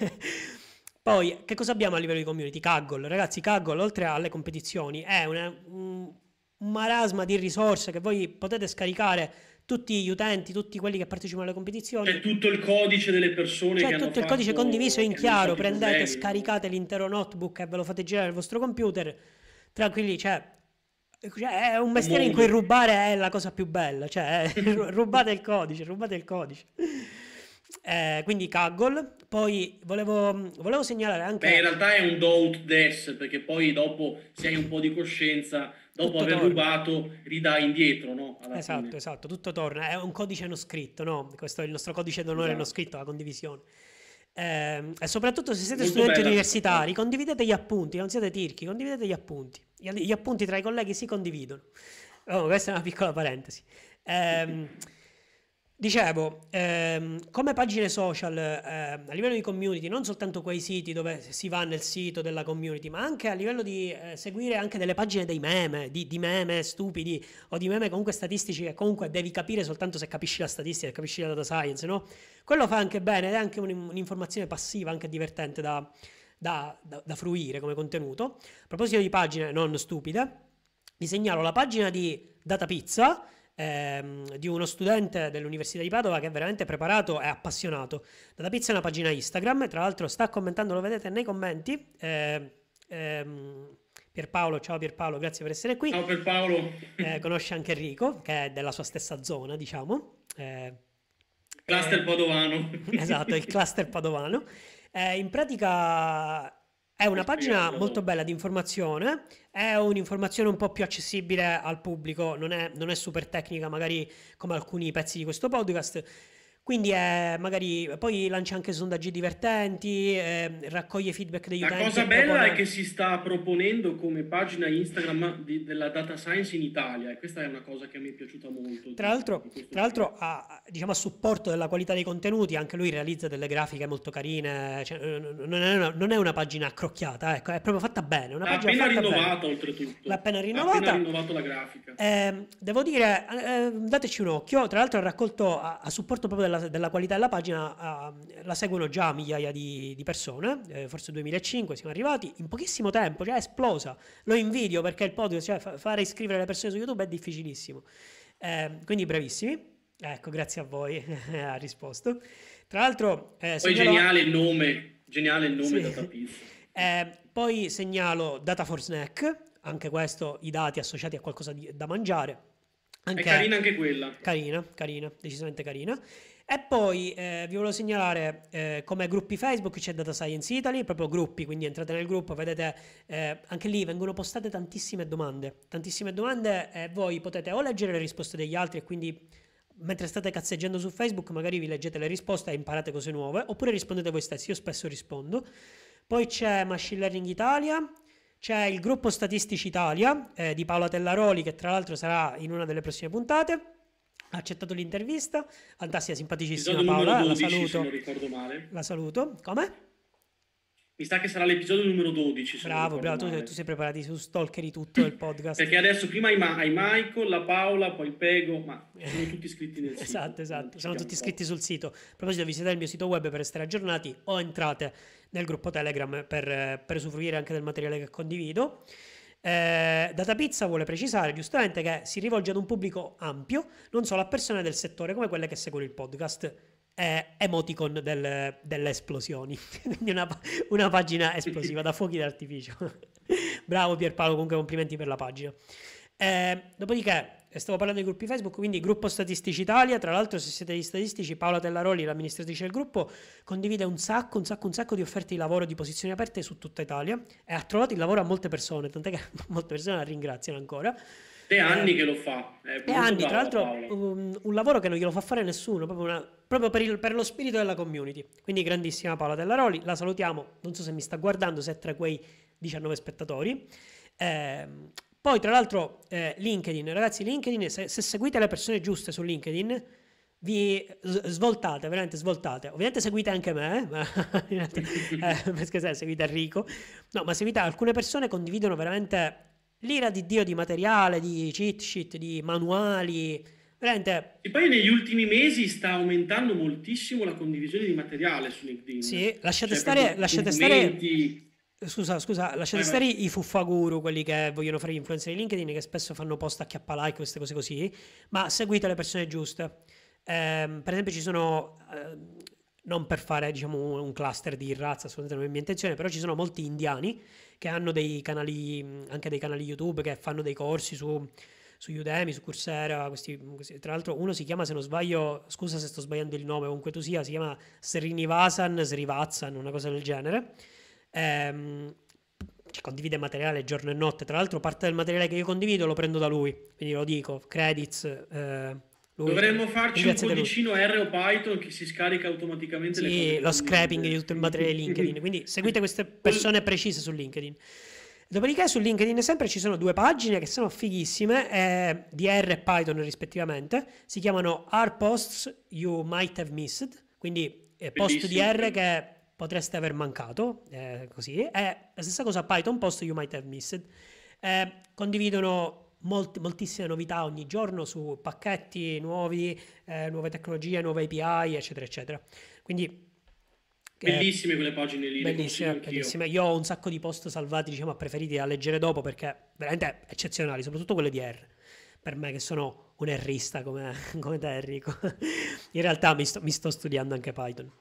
poi, che cosa abbiamo a livello di community? Kaggle, ragazzi, Kaggle, oltre alle competizioni, è una- un, un marasma di risorse che voi potete scaricare tutti gli utenti, tutti quelli che partecipano alle C'è competizioni. tutto il codice delle persone che C'è hanno tutto il codice condiviso fatto, in che hanno chiaro, risolto i prendete, problemi, no? scaricate l'intero notebook e ve lo fate girare al vostro computer, tranquilli, cioè, cioè, è un Un mestiere in cui mondo. rubare è la cosa più bella, cioè ru- rubate il codice, rubate il codice. Eh, quindi Kaggle, poi volevo, volevo segnalare Beh, in anche realtà è un do ut des, perché poi dopo, se hai un po' di coscienza, dopo tutto aver torna. rubato, ridai indietro, no? Alla Esatto, fine. esatto, tutto torna, è un codice non scritto, no? Questo è il nostro codice d'onore non Esatto. scritto, la condivisione. Ehm, e soprattutto se siete Molto studenti bella questa universitari, cosa. condividete gli appunti, non siete tirchi, condividete gli appunti. Gli, gli appunti tra i colleghi si condividono. Oh, questa è una piccola parentesi. Ehm, dicevo, ehm, come pagine social, ehm, a livello di community, non soltanto quei siti dove si va nel sito della community, ma anche a livello di eh, seguire anche delle pagine dei meme, di, di meme stupidi o di meme comunque statistici che comunque devi capire soltanto se capisci la statistica, capisci la data science, no? Quello fa anche bene ed è anche un- un'informazione passiva, anche divertente da, da- da- da fruire come contenuto. A proposito di pagine non stupide, vi segnalo la pagina di Data Pizza, ehm, di uno studente dell'Università di Padova che è veramente preparato e appassionato. Data Pizza è una pagina Instagram, tra l'altro sta commentando, lo vedete nei commenti. eh, ehm, Pierpaolo, ciao Pierpaolo, grazie per essere qui. Ciao per Paolo. Eh, conosce anche Enrico, che è della sua stessa zona, diciamo. Eh, Cluster eh, padovano. esatto, il cluster padovano. Eh, in pratica è una pagina molto bella di informazione, è un'informazione un po' più accessibile al pubblico, non è, non è super tecnica magari come alcuni pezzi di questo podcast, quindi è magari poi lancia anche sondaggi divertenti, eh, raccoglie feedback degli La utenti. cosa e bella propone- è che si sta proponendo come pagina Instagram di- della data science in Italia e questa è una cosa che mi è piaciuta molto. Tra di- l'altro, di questo tra l'altro a, a- diciamo a supporto della qualità dei contenuti, anche lui realizza delle grafiche molto carine, cioè, eh, non è una, non è una pagina accrocchiata, ecco, è proprio fatta bene, una L'ha pagina appena fatta bene. rinnovata oltretutto. L'ha appena Ha rinnovata. appena rinnovato la grafica. Eh, devo dire, eh, dateci un occhio. Tra l'altro, ha raccolto a, a supporto proprio della, della qualità della pagina. ah, la seguono già migliaia di, di persone, eh, forse duemilacinque siamo arrivati in pochissimo tempo, cioè è esplosa. Lo invidio perché il podcast, cioè fa- fare iscrivere le persone su YouTube è difficilissimo. Eh, quindi bravissimi. Ecco, grazie a voi, ha risposto. Tra l'altro, eh, Poi segnalo- geniale il nome, geniale il nome Sì. Data Pizza. Eh, poi segnalo Data for Snack, anche questo i dati associati a qualcosa di- da mangiare. È Anche carina anche quella. carina, carina, decisamente carina. E poi eh, vi volevo segnalare eh, come gruppi Facebook c'è Data Science Italy, proprio gruppi, quindi entrate nel gruppo, vedete eh, anche lì vengono postate tantissime domande, tantissime domande e voi potete o leggere le risposte degli altri e quindi mentre state cazzeggiando su Facebook magari vi leggete le risposte e imparate cose nuove, oppure rispondete voi stessi, io spesso rispondo. Poi c'è Machine Learning Italia, c'è il gruppo Statistici Italia eh, di Paola Tellaroli che tra l'altro sarà in una delle prossime puntate. Ha accettato l'intervista, fantastica, simpaticissima Episodio numero Paola, la dodici, se saluto. non ricordo male. La saluto. Come? Mi sa che sarà l'episodio numero dodici, se non Bravo, ricordo bravo, tu, male. tu sei preparati su stalkeri tutto il podcast. Perché adesso prima hai, Ma- hai Michael, la Paola, poi il Pego, ma sono tutti iscritti nel sito. Esatto, esatto, Non sono ci tutti siamo iscritti sul sito. A proposito, visitate il mio sito web per restare aggiornati o entrate nel gruppo Telegram per, per usufruire anche del materiale che condivido. Eh, Data Pizza vuole precisare giustamente che si rivolge ad un pubblico ampio, non solo a persone del settore come quelle che seguono il podcast. È emoticon del- delle esplosioni, quindi una, una pagina esplosiva da fuochi d'artificio. Bravo Pierpaolo, comunque complimenti per la pagina. Eh, dopodiché stavo parlando di gruppi Facebook, quindi gruppo Statistici Italia, tra l'altro se siete di statistici Paola Tellaroli, l'amministratrice del gruppo, condivide un sacco, un sacco, un sacco di offerte di lavoro di posizioni aperte su tutta Italia e ha trovato il lavoro a molte persone, tant'è che molte persone la ringraziano ancora. È anni Eh, che lo fa. È E molto anni, brava tra l'altro, Paola. un, un lavoro che non glielo fa fare nessuno, proprio, una- proprio per, il- per lo spirito della community. Quindi grandissima Paola Tellaroli, la salutiamo, non so se mi sta guardando, se è tra quei diciannove spettatori. Ehm, poi, tra l'altro, eh, LinkedIn, ragazzi, LinkedIn, se, se seguite le persone giuste su LinkedIn, vi s- svoltate, veramente svoltate. Ovviamente seguite anche me, eh, ma in realtà, eh, perché se seguite Enrico. No, ma seguite alcune persone, condividono veramente l'ira di Dio di materiale, di cheat sheet, di manuali, veramente. E poi negli ultimi mesi sta aumentando moltissimo la condivisione di materiale su LinkedIn. Sì, lasciate Cioè, stare, proprio lasciate stare, documenti. scusa, scusa, lasciate Vai, stare vai. i fuffaguru, quelli che vogliono fare gli influencer di LinkedIn, che spesso fanno post a chiappa like, queste cose così, ma seguite le persone giuste. Ehm, per esempio ci sono, ehm, non per fare diciamo un un cluster di razza, assolutamente non è mia intenzione, però ci sono molti indiani che hanno dei canali, mh, anche dei canali YouTube, che fanno dei corsi su, su Udemy, su Coursera, questi, questi- tra l'altro uno si chiama, se non sbaglio, scusa se sto sbagliando il nome, comunque tu sia, si chiama Srinivasan Srivatsan, una cosa del genere. Ehm, ci condivide materiale giorno e notte, tra l'altro parte del materiale che io condivido lo prendo da lui, quindi lo dico, credits, eh, lui, Dovremmo farci un ringraziate lui. codicino R o Python che si scarica automaticamente le cose Sì, che lo condivide. scraping di tutto il materiale di LinkedIn. Quindi seguite queste persone precise su LinkedIn. Dopodiché su LinkedIn sempre ci sono due pagine che sono fighissime, eh, di R e Python rispettivamente, si chiamano R Posts You Might Have Missed, quindi eh, post di Bellissimo. R che potreste aver mancato, eh, così, e la stessa cosa Python Post You Might Have Missed. Eh, condividono molt- moltissime novità ogni giorno su pacchetti nuovi, eh, nuove tecnologie, nuove A P I, eccetera, eccetera. Quindi eh, Bellissime quelle pagine lì, le consiglio bellissime, anch'io. bellissime. Io ho un sacco di post salvati, diciamo, a preferiti da leggere dopo perché veramente eccezionali, soprattutto quelle di R. Per me che sono un Rista come, come te, Enrico. In realtà mi sto, mi sto studiando anche Python.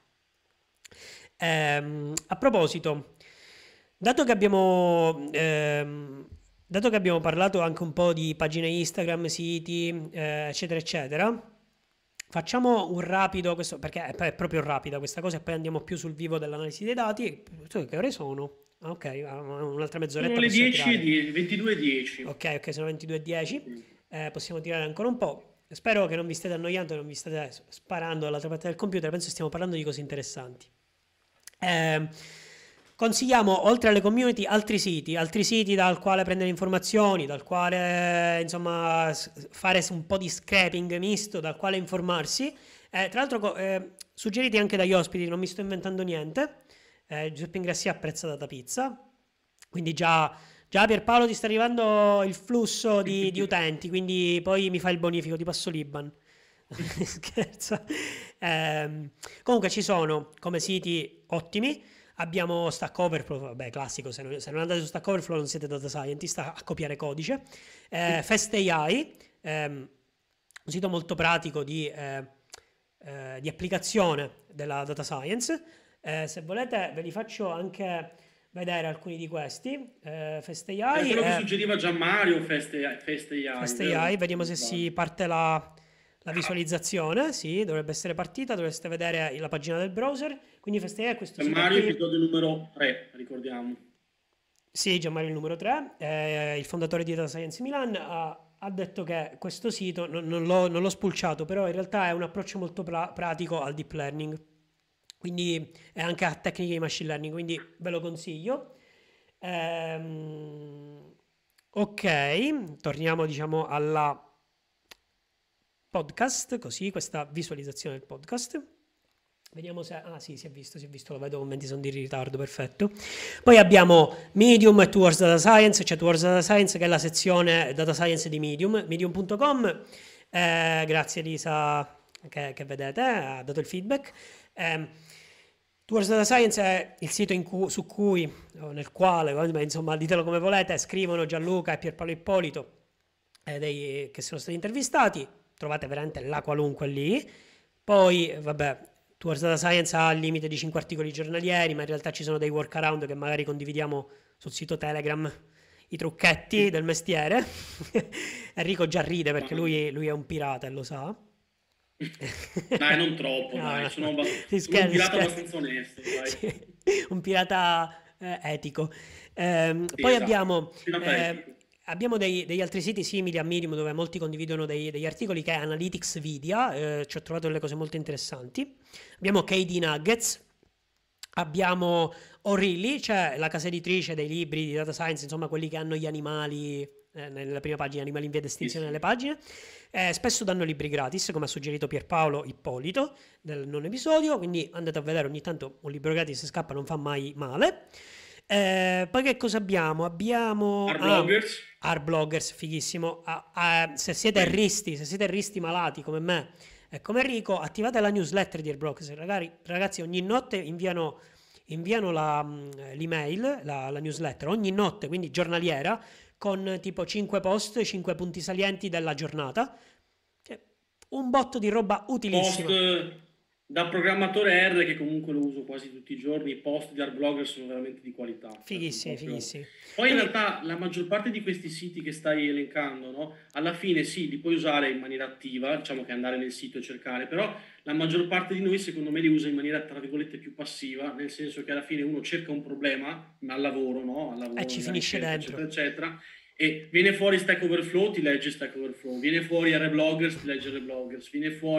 Ehm, a proposito, dato che abbiamo, ehm, dato che abbiamo parlato anche un po' di pagine Instagram, siti, eh, eccetera, eccetera, facciamo un rapido, questo, perché è, è proprio rapida questa cosa, e poi andiamo più sul vivo dell'analisi dei dati. Tu, che ore sono? Ah, ok, ah, un'altra Sono mezz'oretta le possiamo dieci e tirare. dieci, ventidue e dieci. Ok, ok, sono ventidue e dieci. Eh, possiamo tirare ancora un po'. Spero che non vi state annoiando, non vi state sparando dall'altra parte del computer. Penso stiamo parlando di cose interessanti. Eh, consigliamo, oltre alle community, altri siti, altri siti dal quale prendere informazioni, dal quale insomma fare un po' di scraping misto, dal quale informarsi. Eh, tra l'altro, eh, suggeriti anche dagli ospiti, non mi sto inventando niente. Eh, Giuseppe Ingrassia apprezza Data Pizza, quindi già, già Pierpaolo ti sta arrivando il flusso di, di utenti, quindi poi mi fa il bonifico, ti passo l'Iban. Scherzo. Ehm, comunque ci sono come siti ottimi. Abbiamo Stack Overflow, vabbè, classico, se non, se non andate su Stack Overflow non siete data scientist a, a copiare codice. Eh, Fast A I, ehm, un sito molto pratico di, eh, eh, di applicazione della data science. Eh, se volete ve li faccio anche vedere alcuni di questi. Eh, Fast A I, Era quello che eh, suggeriva già Mario, Fast A I, Fast A I, Fast vero? A I, vediamo Non se sbaglio. si parte la, la visualizzazione. Sì, dovrebbe essere partita, dovreste vedere la pagina del browser. Quindi Fast A I è questo sito Mario, qui. episodio numero tre, ricordiamo. Sì, Gianmario il numero tre, eh, il fondatore di Data Science Milan, ha, ha detto che questo sito, non, non l'ho, non l'ho spulciato, però in realtà è un approccio molto pra- pratico al deep learning, quindi è anche a tecniche di machine learning, quindi ve lo consiglio. Ehm, ok, torniamo diciamo alla podcast, così questa visualizzazione del podcast. Vediamo se... Ah sì, si è visto, si è visto, lo vedo con venti secondi di ritardo, perfetto. Poi abbiamo Medium e Towards Data Science, c'è Towards Data Science che è la sezione Data Science di Medium, medium punto com. Eh, grazie Lisa che, che vedete, ha dato il feedback. Eh, Towards Data Science è il sito in cui, su cui, o nel quale, insomma, ditelo come volete, scrivono Gianluca e Pierpaolo Ippolito, eh, dei, che sono stati intervistati. Trovate veramente la qualunque lì. Poi, vabbè, Towards Data Science ha il limite di cinque articoli giornalieri, ma in realtà ci sono dei workaround che magari condividiamo sul sito Telegram, i trucchetti del mestiere. Enrico già ride perché lui, lui è un pirata e lo sa. Dai, non troppo, No, dai, no. sono, abba- Si sono un scherza, pirata scherza. abbastanza onesto, dai. Sì, un pirata eh, etico. Ehm, Sì, poi esatto, abbiamo, pirata eh, etico. abbiamo dei- degli altri siti simili a Medium dove molti condividono dei- degli articoli, che è Analyticsvidia, eh, ci ho trovato delle cose molto interessanti. Abbiamo K D Nuggets, abbiamo O'Reilly, cioè la casa editrice dei libri di data science, insomma quelli che hanno gli animali eh, nella prima pagina, animali in via di Sì, estinzione sì. nelle pagine. Eh, spesso danno libri gratis, come ha suggerito Pierpaolo Ippolito nel non episodio, quindi andate a vedere, ogni tanto un libro gratis scappa, non fa mai male. Eh, poi che cosa abbiamo? Abbiamo Art ah, bloggers, Art Bloggers, fighissimo. Ah, ah, se siete quelli. risti, se siete risti malati come me e come Enrico, attivate la newsletter di Art Bloggers. Ragazzi, ragazzi, ogni notte inviano, inviano la, mm, l'email, la, la newsletter, ogni notte, quindi giornaliera, con tipo cinque post, cinque punti salienti della giornata. Cioè, un botto di roba Post utilissima. eh, da programmatore R, che comunque lo uso quasi tutti i giorni, i post di art blogger sono veramente di qualità. Cioè, sono Fighissimi, proprio... fighissimi. Poi in Quindi, realtà la maggior parte di questi siti che stai elencando, no? Alla fine sì, li puoi usare in maniera attiva, diciamo che andare nel sito e cercare, però la maggior parte di noi secondo me li usa in maniera tra virgolette più passiva, nel senso che alla fine uno cerca un problema al lavoro, no? Al lavoro, e ci nella finisce ricerca, dentro. eccetera, eccetera. E viene fuori Stack Overflow, ti legge Stack Overflow, viene fuori R Bloggers, ti legge R Bloggers, viene fuori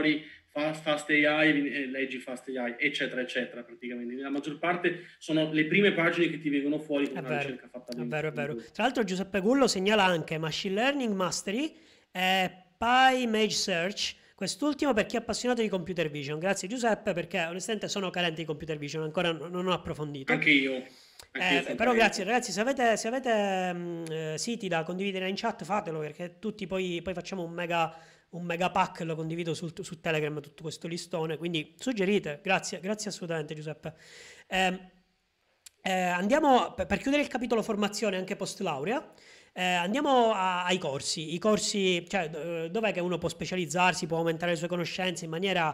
Fast, Fast A I, eh, leggi Fast A I, eccetera, eccetera, praticamente. La maggior parte sono le prime pagine che ti vengono fuori con È una vero, ricerca fatta è bene vero, su è vero. Google. Tra l'altro Giuseppe Gullo segnala anche Machine Learning Mastery e PyImage Search, quest'ultimo per chi è appassionato di computer vision. Grazie Giuseppe, perché onestamente sono carente di computer vision, ancora non non ho approfondito. Anche io, anche io Eh, sono però grazie carente. ragazzi, se avete, se avete mh, eh, siti da condividere in chat fatelo, perché tutti poi, poi facciamo un mega, un mega pack, lo condivido sul- su Telegram tutto questo listone, quindi suggerite, grazie, grazie assolutamente Giuseppe. Ehm, eh, andiamo, per per chiudere il capitolo formazione anche post laurea, eh, andiamo a- ai corsi, i corsi, cioè do- dov'è che uno può specializzarsi, può aumentare le sue conoscenze in maniera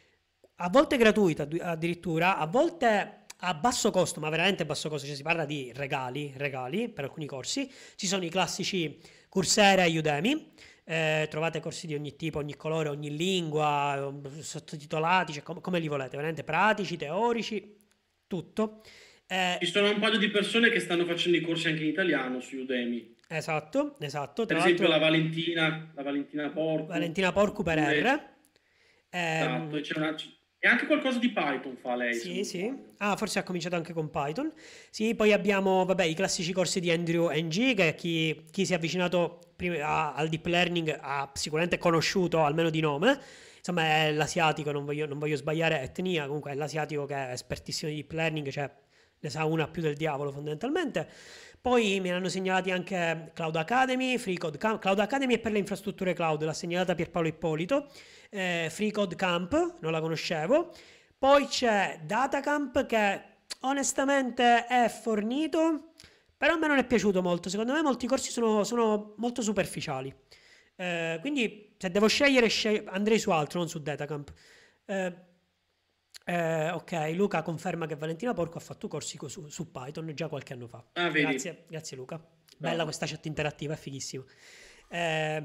a volte gratuita addi- addirittura, a volte a basso costo, ma veramente basso costo, cioè si parla di regali, regali per alcuni corsi. Ci sono i classici Coursera e Udemy, eh, trovate corsi di ogni tipo, ogni colore, ogni lingua, eh, sottotitolati, cioè com- come li volete, veramente pratici, teorici, tutto. Eh, Ci sono un paio di persone che stanno facendo i corsi anche in italiano su Udemy. esatto, esatto, Per tra esempio la l'altro Valentina, la Valentina Porcu, Valentina Porcu per oppure, R. esatto, Ehm, e c'è una, e anche qualcosa di Python fa lei, se Sì, non sì. sbaglio. Ah, forse ha cominciato anche con Python. Sì, poi abbiamo, vabbè, i classici corsi di Andrew Ng, che chi, chi si è avvicinato prima a- al deep learning ha sicuramente conosciuto, almeno di nome. Insomma, è l'asiatico, non voglio, non voglio sbagliare etnia, comunque è l'asiatico che è espertissimo di deep learning, cioè ne sa una più del diavolo fondamentalmente. Poi mi hanno segnalati anche Cloud Academy, Free Code Camp. Cloud Academy è per le infrastrutture cloud, l'ha segnalata Pierpaolo Ippolito. Eh, Free Code Camp, non la conoscevo. Poi c'è Datacamp che onestamente è fornito, però a me non è piaciuto molto. Secondo me molti corsi sono, sono molto superficiali. Eh, quindi se devo scegliere, sceg- andrei su altro, non su Datacamp. Eh, eh, ok, Luca conferma che Valentina Porco ha fatto corsi co- su, su Python già qualche anno fa. Ah, vedi, Grazie, grazie Luca. Bella bravo. questa chat interattiva, è fighissimo. Eh,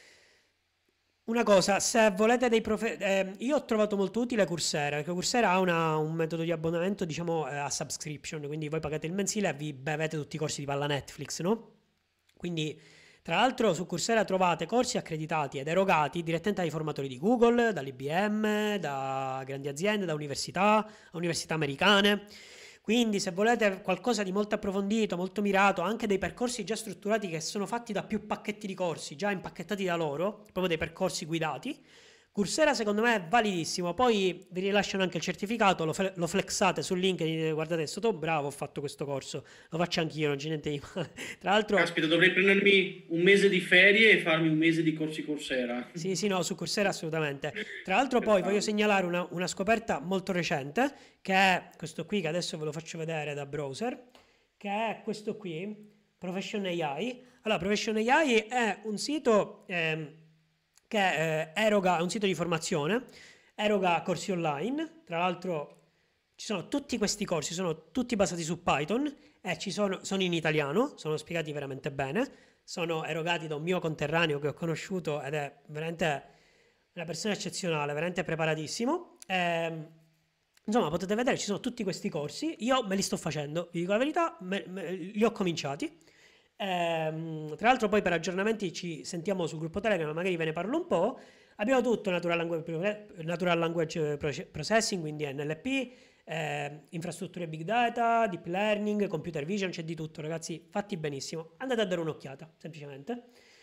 una cosa, se volete dei profe... eh, io ho trovato molto utile Coursera, perché Coursera ha una- un metodo di abbonamento, diciamo, eh, a subscription, quindi voi pagate il mensile e vi bevete tutti i corsi di palla Netflix, no? Quindi, tra l'altro, su Coursera trovate corsi accreditati ed erogati direttamente dai formatori di Google, dall'I B M, da grandi aziende, da università, università americane. Quindi, se volete qualcosa di molto approfondito, molto mirato, anche dei percorsi già strutturati che sono fatti da più pacchetti di corsi, già impacchettati da loro, proprio dei percorsi guidati, Coursera secondo me è validissimo. Poi vi rilasciano anche il certificato, lo, fe- lo flexate sul link e dite guardate, sono bravo, ho fatto questo corso, lo faccio anch'io, non c'è niente di male. Tra l'altro, Caspita, dovrei prendermi un mese di ferie e farmi un mese di corsi Coursera. sì, sì, no, su Coursera assolutamente. Tra l'altro poi voglio Scherzando. segnalare una, una scoperta molto recente, che è questo qui, che adesso ve lo faccio vedere da browser, che è questo qui, Profession A I. Allora, Profession A I è un sito ehm, che eh, eroga, è un sito di formazione, eroga corsi online, tra l'altro ci sono tutti questi corsi, sono tutti basati su Python e ci sono, sono in italiano, sono spiegati veramente bene, sono erogati da un mio conterraneo che ho conosciuto ed è veramente una persona eccezionale, veramente preparatissimo. Ehm, insomma, potete vedere, ci sono tutti questi corsi. Io me li sto facendo, vi dico la verità, me- me- li ho cominciati. Ehm, tra l'altro, poi per aggiornamenti ci sentiamo sul gruppo Telegram, magari ve ne parlo un po'. Abbiamo tutto Natural Language, Natural Language Processing, quindi N L P, eh, infrastrutture big data, deep learning, computer vision, c'è di tutto, ragazzi, fatti benissimo. Andate a dare un'occhiata, semplicemente.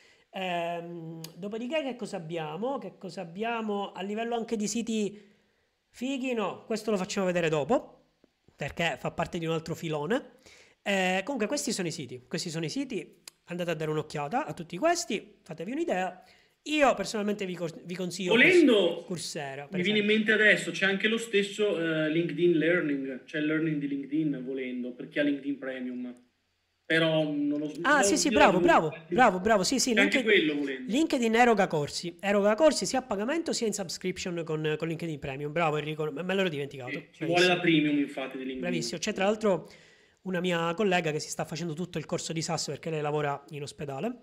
Ehm, dopodiché, che cosa abbiamo? Che cosa abbiamo a livello anche di siti fighi? No, questo lo facciamo vedere dopo, perché fa parte di un altro filone. Eh, comunque, questi sono i siti. Questi sono i siti. Andate a dare un'occhiata a tutti questi, fatevi un'idea. Io personalmente vi, cos- vi consiglio Curs- Volendo, Coursera, per mi viene in esempio. mente adesso, c'è anche lo stesso eh, LinkedIn Learning, c'è il learning di LinkedIn, volendo, per chi ha LinkedIn Premium. Però non lo, Ah, sì, lo- sì, io bravo, avevo bravo, bravo, bravo. Sì, sì, c'è anche LinkedIn, quello volendo. LinkedIn eroga corsi. Eroga corsi sia a pagamento sia in subscription con, con LinkedIn Premium. Bravo Enrico, me me l'ero dimenticato. Sì, ci vuole la Bravissimo. premium infatti di Bravissimo. LinkedIn. C'è tra l'altro una mia collega che si sta facendo tutto il corso di S A S perché lei lavora in ospedale.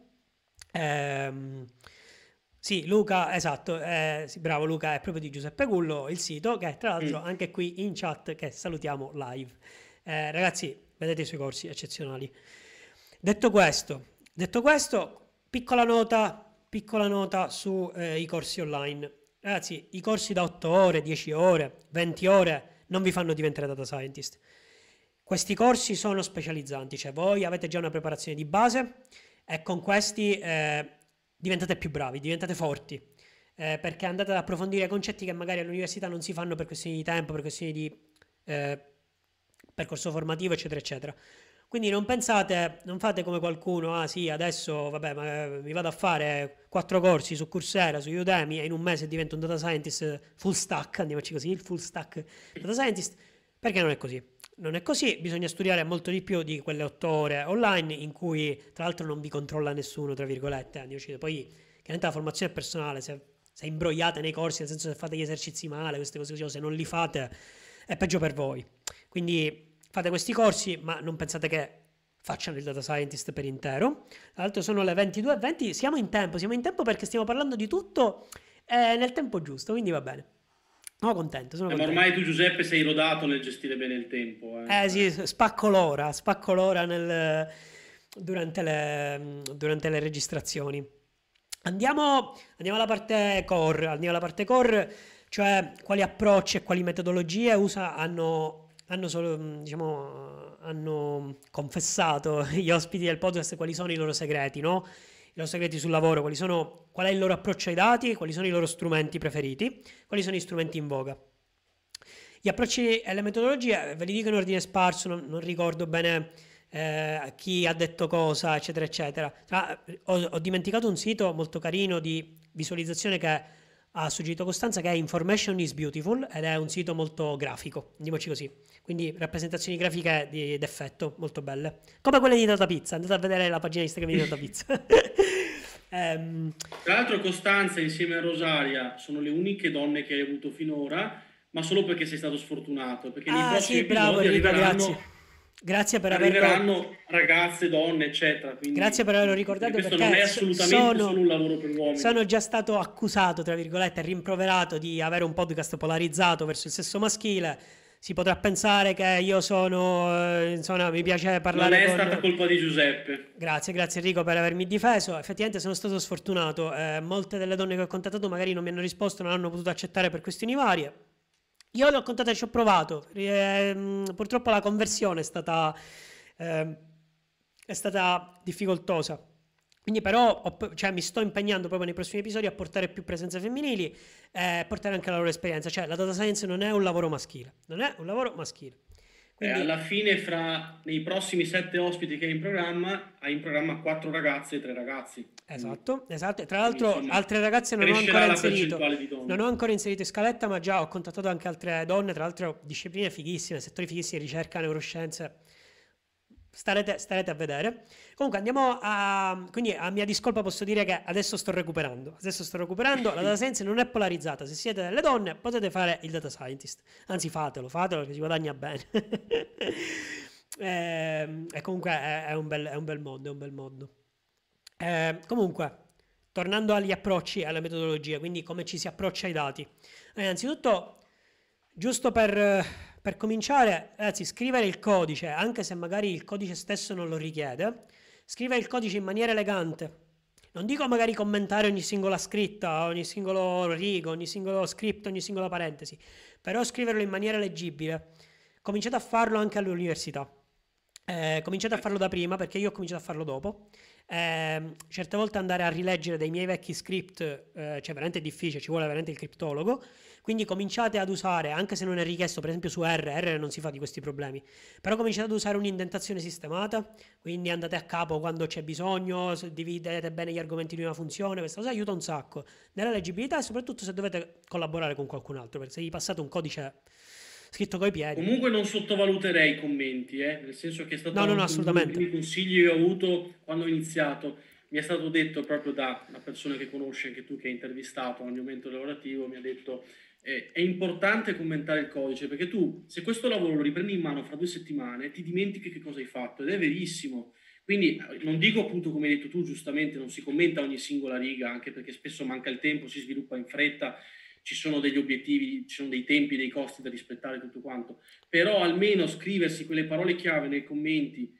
Ehm, sì, Luca, esatto, eh, sì, bravo Luca, è proprio di Giuseppe Gullo il sito, che tra l'altro Mm. anche qui in chat che salutiamo live. Eh, ragazzi, vedete i suoi corsi eccezionali. Detto questo, detto questo, piccola nota, piccola nota su eh, i corsi online. Ragazzi, i corsi da otto ore, dieci ore, venti ore non vi fanno diventare data scientist. Questi corsi sono specializzanti, cioè voi avete già una preparazione di base e con questi eh, diventate più bravi, diventate forti, eh, perché andate ad approfondire concetti che magari all'università non si fanno per questioni di tempo, per questioni di eh, percorso formativo, eccetera, eccetera. Quindi non pensate, non fate come qualcuno, ah sì, adesso vabbè, ma, eh, mi vado a fare quattro corsi su Coursera, su Udemy e in un mese divento un data scientist full stack, andiamoci così, il full stack data scientist, perché non è così. Non è così, bisogna studiare molto di più di quelle otto ore online in cui tra l'altro non vi controlla nessuno, tra virgolette, andiamoci, poi chiaramente la formazione è personale, se, se imbrogliate nei corsi, nel senso se fate gli esercizi male, queste cose così, o se non li fate, è peggio per voi. Quindi fate questi corsi, ma non pensate che facciano il data scientist per intero. Tra l'altro sono le ventidue e venti, siamo in tempo, siamo in tempo perché stiamo parlando di tutto eh, nel tempo giusto, quindi va bene. Sono contento, sono Eh, ma contento. ormai tu, Giuseppe, sei rodato nel gestire bene il tempo. Eh. Eh sì, spacco l'ora, spacco l'ora nel, durante, le, durante le registrazioni. Andiamo, andiamo alla parte core, andiamo alla parte core, cioè quali approcci e quali metodologie usa, hanno, hanno, solo, diciamo, hanno confessato gli ospiti del podcast quali sono i loro segreti, no? I loro segreti sul lavoro, quali sono, qual è il loro approccio ai dati, quali sono i loro strumenti preferiti, quali sono gli strumenti in voga. Gli approcci e le metodologie ve li dico in ordine sparso, non, non ricordo bene eh, chi ha detto cosa, eccetera, eccetera. Ah, ho, ho dimenticato un sito molto carino di visualizzazione che ha suggerito Costanza, che è Information is Beautiful, ed è un sito molto grafico, diciamoci così. Quindi rappresentazioni grafiche di, d'effetto, molto belle. Come quelle di Data Pizza, andate a vedere la pagina Instagram di Data Pizza. um, Tra l'altro Costanza insieme a Rosaria sono le uniche donne che hai avuto finora, ma solo perché sei stato sfortunato, perché nei ah prossimi sì, bravo episodi Enrico, grazie. arriveranno, Grazie per averlo... arriveranno ragazze, donne, eccetera. Grazie Quindi per averlo mh, ricordato questo non è perché so- assolutamente solo sono, un lavoro per uomini. sono già stato accusato, tra virgolette, rimproverato di avere un podcast polarizzato verso il sesso maschile. Si potrà pensare che io sono, eh, insomma, mi piace Non parlare è stata con... colpa di Giuseppe. Grazie, grazie Enrico per avermi difeso. Effettivamente sono stato sfortunato. Eh, molte delle donne che ho contattato magari non mi hanno risposto, non hanno potuto accettare per questioni varie. Io le ho contattate e ci ho provato. Eh, purtroppo la conversione è stata... eh, è stata difficoltosa. Quindi però ho- cioè, mi sto impegnando proprio nei prossimi episodi a portare più presenze femminili e portare anche la loro esperienza. Cioè la data science non è un lavoro maschile, non è un lavoro maschile. Eh, Quindi alla fine, fra nei prossimi sette ospiti che hai in programma, hai in programma quattro ragazze e tre ragazzi. Quindi, esatto, esatto. E tra quindi, l'altro insomma, altre ragazze non ho ancora crescerà la inserito. percentuale di Non ho donne. ancora inserito in scaletta, ma già ho contattato anche altre donne, tra l'altro discipline fighissime, settori fighissimi, ricerca, neuroscienze. Starete, starete a vedere. Comunque andiamo a... Quindi a mia discolpa posso dire che adesso sto recuperando. Adesso sto recuperando. La data science non è polarizzata. Se siete delle donne potete fare il data scientist. Anzi fatelo, fatelo perché si guadagna bene. e, e comunque è, è, un bel, è un bel mondo, è un bel mondo. Eh, comunque, tornando agli approcci e alle metodologie, quindi come ci si approccia ai dati. Eh, innanzitutto, giusto per, per cominciare, ragazzi, scrivere il codice, anche se magari il codice stesso non lo richiede, scrivere il codice in maniera elegante. Non dico magari commentare ogni singola scritta, ogni singolo rigo, ogni singolo script, ogni singola parentesi, però scriverlo in maniera leggibile. Cominciate a farlo anche all'università. Eh, cominciate a farlo da prima perché io ho cominciato a farlo dopo. Eh, certe volte andare a rileggere dei miei vecchi script, eh, cioè veramente difficile, ci vuole veramente il criptologo. Quindi cominciate ad usare, anche se non è richiesto, per esempio su R, R non si fa di questi problemi, però cominciate ad usare un'indentazione sistemata, quindi andate a capo quando c'è bisogno, dividete bene gli argomenti di una funzione, questa cosa aiuta un sacco nella leggibilità e soprattutto se dovete collaborare con qualcun altro, perché se gli passate un codice scritto coi piedi. Comunque non sottovaluterei i commenti, eh? Nel senso che è stato No, no, no, anche uno dei assolutamente. primi consigli che ho avuto quando ho iniziato. Mi è stato detto proprio da una persona che conosci anche tu, che hai intervistato nel mio momento lavorativo, mi ha detto eh, è importante commentare il codice, perché tu se questo lavoro lo riprendi in mano fra due settimane ti dimentichi che cosa hai fatto, ed è verissimo. Quindi non dico appunto come hai detto tu, giustamente non si commenta ogni singola riga, anche perché spesso manca il tempo, si sviluppa in fretta, ci sono degli obiettivi, ci sono dei tempi, dei costi da rispettare, tutto quanto, però almeno scriversi quelle parole chiave nei commenti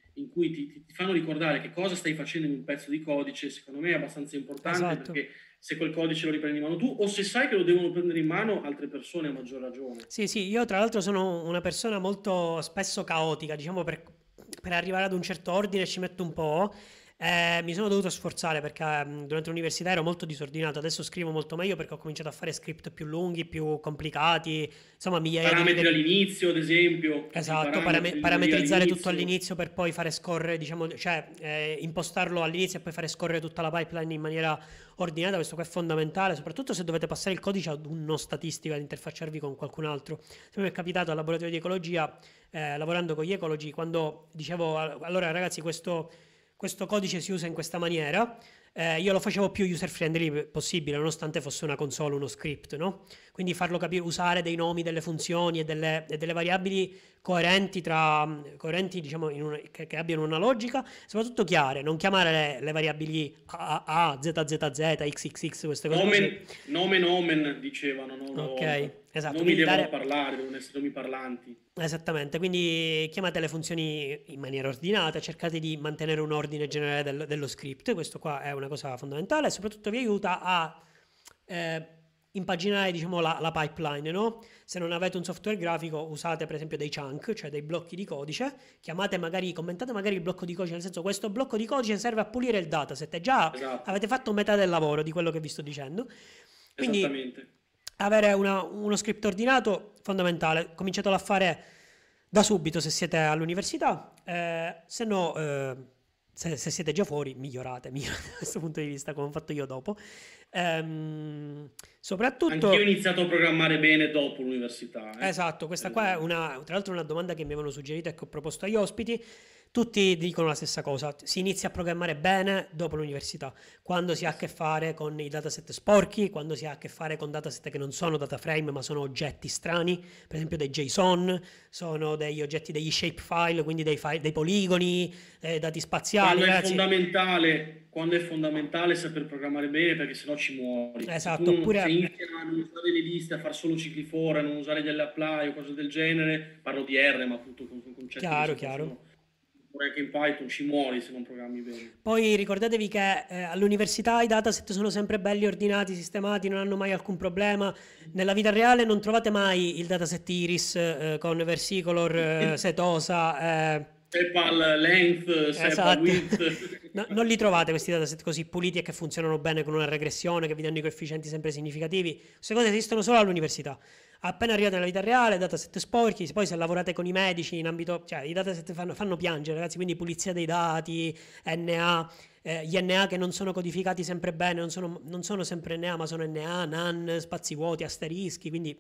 in cui ti, ti, ti fanno ricordare che cosa stai facendo in un pezzo di codice, secondo me è abbastanza importante, Esatto. perché se quel codice lo riprendi in mano tu, o se sai che lo devono prendere in mano altre persone, a maggior ragione. Sì, sì, io tra l'altro sono una persona molto spesso caotica, diciamo per, per arrivare ad un certo ordine ci metto un po'. Eh, mi sono dovuto sforzare perché mh, durante l'università ero molto disordinato, adesso scrivo molto meglio perché ho cominciato a fare script più lunghi, più complicati, insomma migliaia di righe Parametri di... all'inizio, ad esempio, tutti i Esatto, parame- parametri lì parametrizzare tutto all'inizio. all'inizio per poi fare scorrere, diciamo, cioè eh, impostarlo all'inizio e poi fare scorrere tutta la pipeline in maniera ordinata, questo qua è fondamentale, soprattutto se dovete passare il codice ad un non statistico, ad interfacciarvi con qualcun altro. Se mi è capitato al laboratorio di ecologia, eh, lavorando con gli ecologi, quando dicevo, allora ragazzi, questo, questo codice si usa in questa maniera, eh, io lo facevo più user friendly possibile, nonostante fosse una console, uno script, no? Quindi farlo capire, usare dei nomi, delle funzioni e delle, e delle variabili coerenti tra coerenti, diciamo, in una, che, che abbiano una logica, soprattutto chiare, non chiamare le, le variabili A, A, A, Z, Z, Z, X, X, X, queste cose così. Nomen, nomen omen, dicevano, no, una Ok, volta. esatto, Nomi quindi devono dare parlare, devono essere nomi parlanti. esattamente, quindi chiamate le funzioni in maniera ordinata, cercate di mantenere un ordine generale del- dello script, questo qua è una cosa fondamentale e soprattutto vi aiuta a eh, impaginare, diciamo, la, la pipeline, no? Se non avete un software grafico usate per esempio dei chunk, cioè dei blocchi di codice, chiamate magari, commentate magari il blocco di codice, nel senso questo blocco di codice serve a pulire il dataset, e già Esatto, avete fatto metà del lavoro di quello che vi sto dicendo, quindi esattamente. avere una- uno script ordinato fondamentale, cominciatelo a fare da subito se siete all'università, eh, se no, eh, se, se siete già fuori, migliorate, migliorate da questo punto di vista, come ho fatto io dopo. Ehm, Anch'io ho soprattutto, iniziato a programmare bene dopo l'università, eh. esatto, questa qua è Eh, una, tra l'altro una domanda che mi avevano suggerito e che ho proposto agli ospiti. Tutti dicono la stessa cosa, si inizia a programmare bene dopo l'università, quando si ha a che fare con i dataset sporchi, quando si ha a che fare con dataset che non sono data frame ma sono oggetti strani, per esempio dei JSON, sono degli oggetti, degli shapefile, quindi dei, file, dei poligoni, eh, dati spaziali, Quando è ragazzi. fondamentale, quando è fondamentale saper programmare bene, perché sennò ci muori. Se tu Esatto, non, se oppure inizi a non usare le liste, a fare solo cicli for, a non usare delle apply o cose del genere, parlo di R, ma appunto con, con concetti che chiaro, si chiaro. possono anche in Python, ci muori se non programmi bene. Poi ricordatevi che eh, all'università i dataset sono sempre belli ordinati, sistemati, non hanno mai alcun problema. Nella vita reale non trovate mai il dataset Iris eh, con versicolor, eh, setosa. eh, Sepal length, sepal Esatto, width. no, non li trovate questi dataset così puliti e che funzionano bene con una regressione che vi danno i coefficienti sempre significativi. Queste cose esistono solo all'università. Appena arrivate nella vita reale, dataset sporchi, poi se lavorate con i medici in ambito, cioè i dataset fanno, fanno piangere, ragazzi, quindi pulizia dei dati, N A, eh, gli N A che non sono codificati sempre bene, non sono, non sono sempre N A, ma sono N A, NaN, spazi vuoti, asterischi, quindi,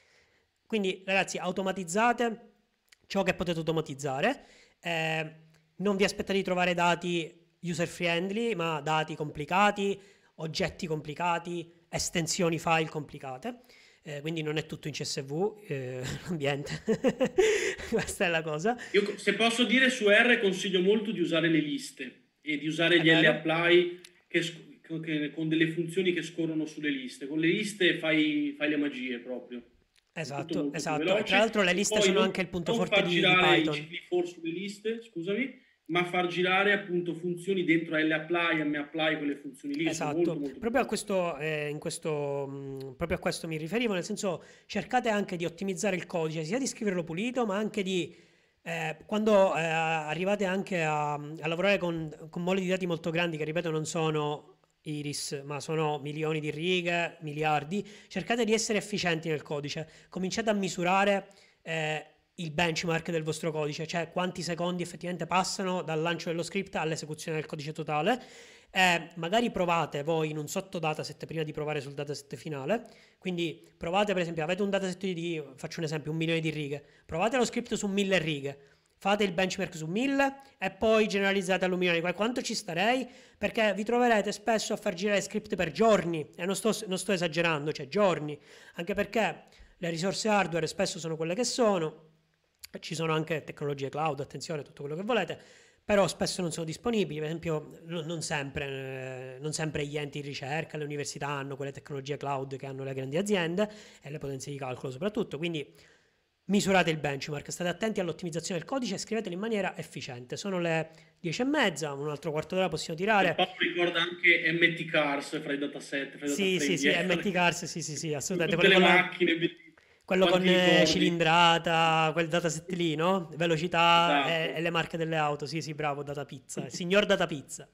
quindi ragazzi, automatizzate ciò che potete automatizzare. Eh, non vi aspettate di trovare dati user friendly, ma dati complicati, oggetti complicati, estensioni file complicate. Eh, quindi non è tutto in C S V, eh, l'ambiente. Questa è la cosa. Io, se posso dire, su R consiglio molto di usare le liste e di usare È gli vero? L-apply che, sc- che- con delle funzioni che scorrono sulle liste. Con le liste fai, fai le magie proprio. È tutto Esatto, molto più esatto. E tra veloce. l'altro le E liste poi sono non, anche il punto non forte far di, di girare i Python. cicli for sulle liste, scusami, ma far girare appunto funzioni dentro L-apply, M-apply, quelle funzioni lì che sono molto Esatto, molto più proprio a veloci. questo, eh, in questo, mh, proprio a questo mi riferivo, nel senso cercate anche di ottimizzare il codice, sia di scriverlo pulito, ma anche di, eh, quando eh, arrivate anche a, a lavorare con, con mole di dati molto grandi, che ripeto non sono iris, ma sono milioni di righe, miliardi, cercate di essere efficienti nel codice, cominciate a misurare eh, il benchmark del vostro codice, cioè quanti secondi effettivamente passano dal lancio dello script all'esecuzione del codice totale. Eh, magari provate voi in un sottodataset prima di provare sul dataset finale, quindi provate per esempio, avete un dataset di, faccio un esempio, un milione di righe, provate lo script su mille righe, fate il benchmark su mille e poi generalizzate all'un milione. Quanto ci starei? Perché vi troverete spesso a far girare script per giorni, e non sto, non sto esagerando, cioè giorni, anche perché le risorse hardware spesso sono quelle che sono, ci sono anche tecnologie cloud, attenzione, tutto quello che volete, però spesso non sono disponibili, per esempio non sempre, eh, non sempre gli enti di ricerca, le università hanno quelle tecnologie cloud che hanno le grandi aziende e le potenze di calcolo soprattutto, quindi misurate il benchmark, state attenti all'ottimizzazione del codice e scrivetelo in maniera efficiente. Sono le dieci e mezza, un altro quarto d'ora possiamo tirare. E poi ricorda anche M T Cars fra i dataset, fra i Sì, data sì, sì, frame, M T Cars, sì, sì, sì, assolutamente. tutte Quello le con la- macchine, quello con quanti eh, ricordi. cilindrata, quel dataset lì, no? Velocità e, Esatto. e le marche delle auto. Sì, sì, bravo, Data Pizza. Signor Data Pizza.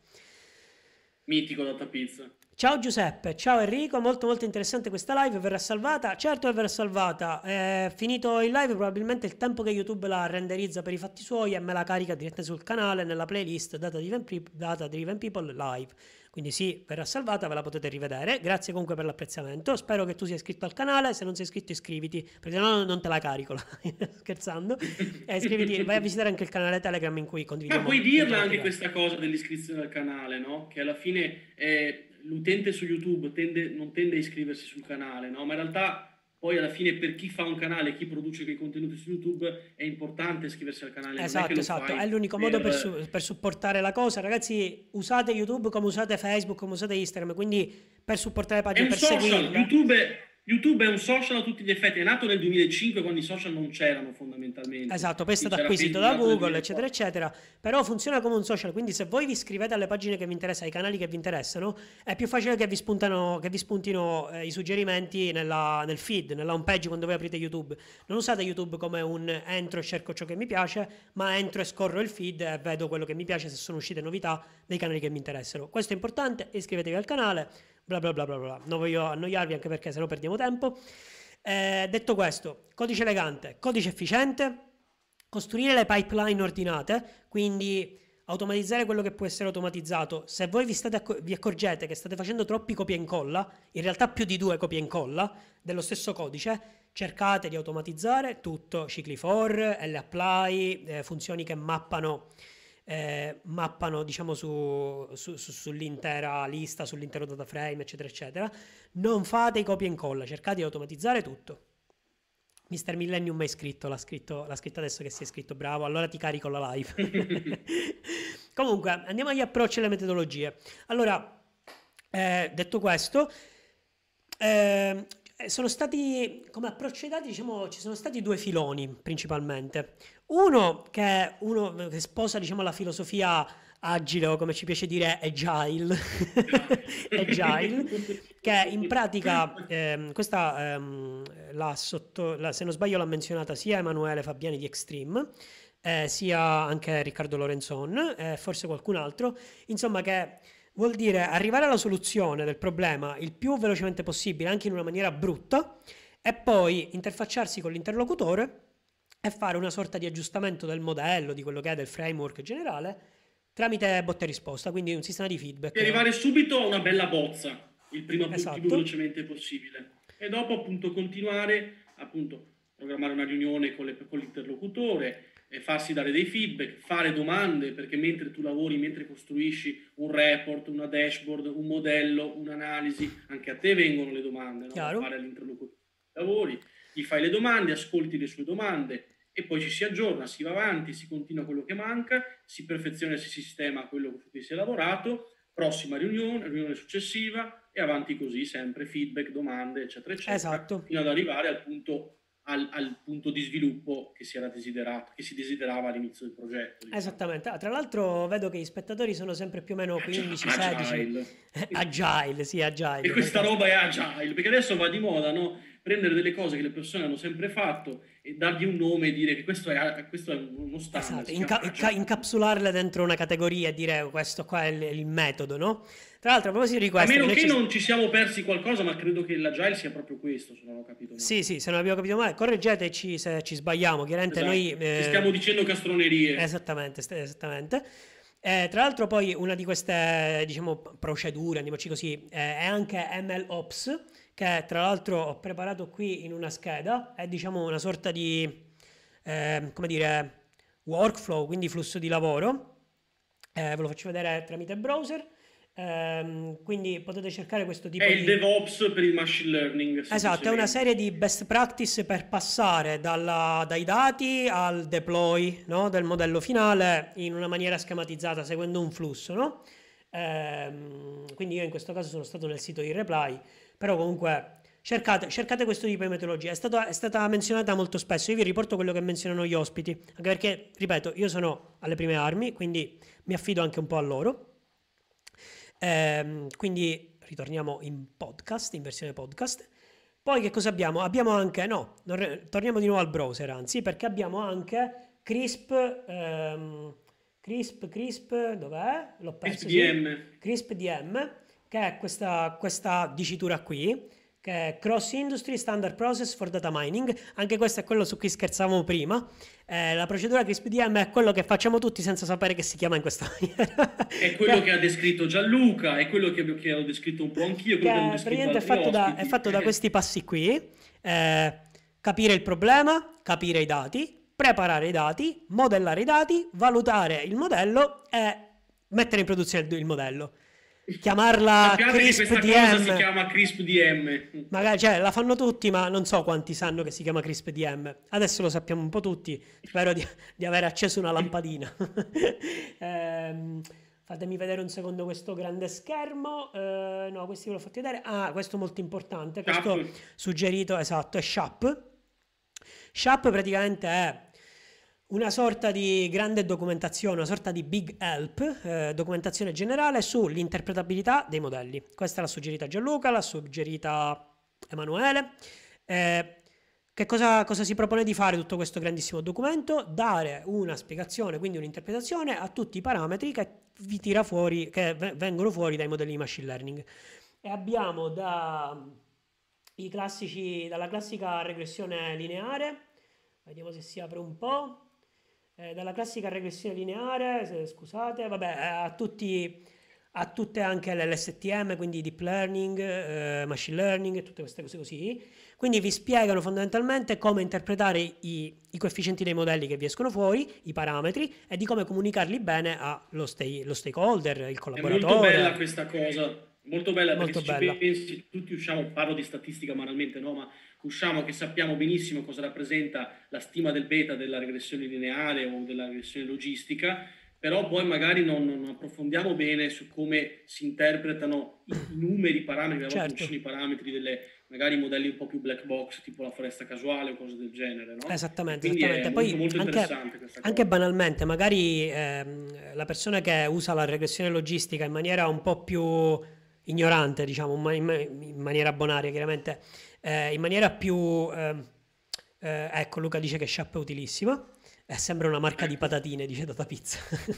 Mitico Data Pizza. Ciao Giuseppe, ciao Enrico, molto molto interessante questa live, verrà salvata? Certo che verrà salvata, è finito il live probabilmente il tempo che YouTube la renderizza per i fatti suoi e me la carica direttamente sul canale nella playlist Data Driven, Pe- Data Driven People Live, quindi sì, verrà salvata, ve la potete rivedere, grazie comunque per l'apprezzamento, spero che tu sia iscritto al canale, se non sei iscritto iscriviti, perché sennò non te la carico, scherzando, e iscriviti, vai a visitare anche il canale Telegram in cui Ma condividiamo puoi tutte dirla le anche attività. questa cosa dell'iscrizione al canale, no? Che alla fine eh, l'utente su YouTube tende- non tende a iscriversi sul canale, no? Ma in realtà poi alla fine per chi fa un canale, chi produce quei contenuti su YouTube, è importante iscriversi al canale, non è che Esatto, lo esatto, fai è l'unico modo per, per... su- per supportare la cosa. Ragazzi, usate YouTube come usate Facebook, come usate Instagram, quindi per supportare le È pagine, un per social, seguirle. YouTube, YouTube è un social a tutti gli effetti, è nato nel duemilacinque quando i social non c'erano fondamentalmente, Esatto, poi è quindi stato c'era acquisito Facebook da nato nel Google, eccetera, duemilaquattro. eccetera. Però funziona come un social, quindi se voi vi iscrivete alle pagine che vi interessano, ai canali che vi interessano, è più facile che vi, spuntano, che vi spuntino eh, i suggerimenti nella, nel feed, nella home page quando voi aprite YouTube. Non usate YouTube come un entro e cerco ciò che mi piace, ma entro e scorro il feed e vedo quello che mi piace, se sono uscite novità dei canali che mi interessano. Questo è importante, iscrivetevi al canale, bla bla bla bla bla. Non voglio annoiarvi anche perché sennò perdiamo tempo. Eh, detto questo, codice elegante, codice efficiente, costruire le pipeline ordinate, quindi automatizzare quello che può essere automatizzato. Se voi vi, state acco- vi accorgete che state facendo troppi copia e incolla, in realtà più di due copia e incolla dello stesso codice, cercate di automatizzare tutto, cicli for, l'apply, eh, funzioni che mappano eh, mappano diciamo su, su- su- sull'intera lista, sull'intero data frame, eccetera, eccetera. Non fate i copia e incolla, cercate di automatizzare tutto. mister Millennium mi ha iscritto, l'ha scritto, l'ha scritto adesso che si è iscritto, bravo, allora ti carico la live. Comunque, andiamo agli approcci e alle metodologie. Allora, eh, detto questo, eh, sono stati, come approcci ai dati, diciamo, ci sono stati due filoni principalmente. Uno che, è uno che sposa, diciamo, la filosofia agile o come ci piace dire agile, agile, che in pratica, ehm, questa ehm, l'ha sotto, la- se non sbaglio l'ha menzionata sia Emanuele Fabiani di Extreme, eh, sia anche Riccardo Lorenzon, e forse qualcun altro, insomma che vuol dire arrivare alla soluzione del problema il più velocemente possibile, anche in una maniera brutta, e poi interfacciarsi con l'interlocutore e fare una sorta di aggiustamento del modello, di quello che è del framework generale, tramite botta e risposta, quindi un sistema di E feedback. arrivare subito a una bella bozza, il prima più, più Esatto. velocemente possibile. E dopo appunto continuare, appunto, programmare una riunione con, le- con l'interlocutore, e farsi dare dei feedback, fare domande, perché mentre tu lavori, mentre costruisci un report, una dashboard, un modello, un'analisi, anche a te vengono le domande, no? Da Chiaro? fare all'interlocutore. Lavori, gli fai le domande, ascolti le sue domande e poi ci si aggiorna, si va avanti, si continua quello che manca, si perfeziona e si sistema quello su cui si è lavorato, prossima riunione, riunione successiva e avanti così, sempre feedback, domande, eccetera, eccetera, Esatto. fino ad arrivare al punto, al, al punto di sviluppo che si era desiderato, che si desiderava all'inizio del progetto. Diciamo. Esattamente. Ah, tra l'altro vedo che gli spettatori sono sempre più o meno quindici, sedici. Agile. Agile, sì, agile. E questa fantastico. roba è agile, perché adesso va di moda, no? Prendere delle cose che le persone hanno sempre fatto e dargli un nome e dire che questo è, questo è uno standard, Esatto, si inca- chiama inca- agile. incapsularle dentro una categoria e dire questo qua è il, il metodo, no? Tra l'altro, a proposito di A questo, meno noi che ci- non ci siamo persi qualcosa, ma credo che l'agile sia proprio questo, se non ho capito male. sì, sì, se non abbiamo capito male, correggeteci se ci sbagliamo, chiaramente noi... Esatto, se eh, stiamo dicendo castronerie. Esattamente, st- esattamente. Eh, tra l'altro poi una di queste, diciamo, procedure, andiamoci così, eh, è anche MLOps, che tra l'altro ho preparato qui in una scheda, è diciamo una sorta di, eh, come dire, workflow, quindi flusso di lavoro. Eh, ve lo faccio vedere tramite browser. Ehm, quindi potete cercare questo È tipo il di... DevOps per il machine learning, Esatto, è una semplicemente. serie di best practice per passare dalla- dai dati al deploy, no, del modello finale in una maniera schematizzata, seguendo un flusso, no? Ehm, quindi io in questo caso sono stato nel sito di Reply, però comunque cercate, cercate questo tipo di metodologia. È stata, è stata menzionata molto spesso. Io vi riporto quello che menzionano gli ospiti, anche perché, ripeto, io sono alle prime armi, quindi mi affido anche un po' a loro. Ehm, quindi ritorniamo in podcast, in versione podcast. Poi che cosa abbiamo? Abbiamo anche, no, non re- torniamo di nuovo al browser, anzi, perché abbiamo anche Crisp, ehm, Crisp, Crisp, dov'è? L'ho perso, sì. S D M. Crisp D M, che è questa, questa dicitura qui, che è Cross Industry Standard Process for Data Mining. Anche questo è quello su cui scherzavamo prima. Eh, la procedura Crisp D M è quello che facciamo tutti senza sapere che si chiama in questa maniera. È quello che ha descritto Gianluca, è quello che, che ho descritto un po' anch'io, quello che hanno Che descritto praticamente è altri fatto da, è ospiti. fatto da questi passi qui. Eh, capire il problema, capire i dati, preparare i dati, modellare i dati, valutare il modello e mettere in produzione il, il modello. Chiamarla Sappiate che Crisp questa cosa si D M, chiama Crisp D M. magari, cioè, la fanno tutti, ma non so quanti sanno che si chiama Crisp D M. Adesso lo sappiamo un po' tutti. Spero di, di aver acceso una lampadina. Ehm, fatemi vedere un secondo questo grande schermo. Eh, no, questi ve l'ho fatti vedere. Ah, questo molto importante. Questo Sharp. suggerito, esatto, è Shap. Shap praticamente è una sorta di grande documentazione, una sorta di big help, eh, documentazione generale sull'interpretabilità dei modelli. Questa l'ha suggerita Gianluca, l'ha suggerita Emanuele. Eh, che cosa, cosa si propone di fare tutto questo grandissimo documento? Dare una spiegazione, quindi un'interpretazione a tutti i parametri che vi tira fuori, che v- vengono fuori dai modelli di machine learning. E abbiamo da, i classici, dalla classica regressione lineare, vediamo se si apre un po'. Eh, dalla classica regressione lineare, se- scusate, vabbè, eh, a tutti, a tutte anche l'L S T M, quindi deep learning, eh, machine learning, tutte queste cose così. Quindi vi spiegano fondamentalmente come interpretare i, i coefficienti dei modelli che vi escono fuori, i parametri, e di come comunicarli bene allo stake, lo stakeholder, il È molto bella collaboratore. questa cosa, molto bella perché Molto se ci bella. pensi, tutti usciamo, parlo di statistica banalmente, no? Ma usciamo che sappiamo benissimo cosa rappresenta la stima del beta della regressione lineare o della regressione logistica, però poi magari non, non approfondiamo bene su come si interpretano i, i numeri, i parametri, a volte non ci Certo. sono i parametri delle magari modelli un po' più black box, tipo la foresta casuale o cose del genere, no? E Esattamente, quindi è esattamente. molto Poi molto anche, interessante questa anche cosa. banalmente, magari ehm, la persona che usa la regressione logistica in maniera un po' più ignorante, diciamo, in, ma- in ma- in maniera bonaria, chiaramente, eh, in maniera più... ehm, eh, ecco, Luca dice che Sharp è utilissima. Eh, sembra una marca di Ecco. patatine, dice Data Pizza.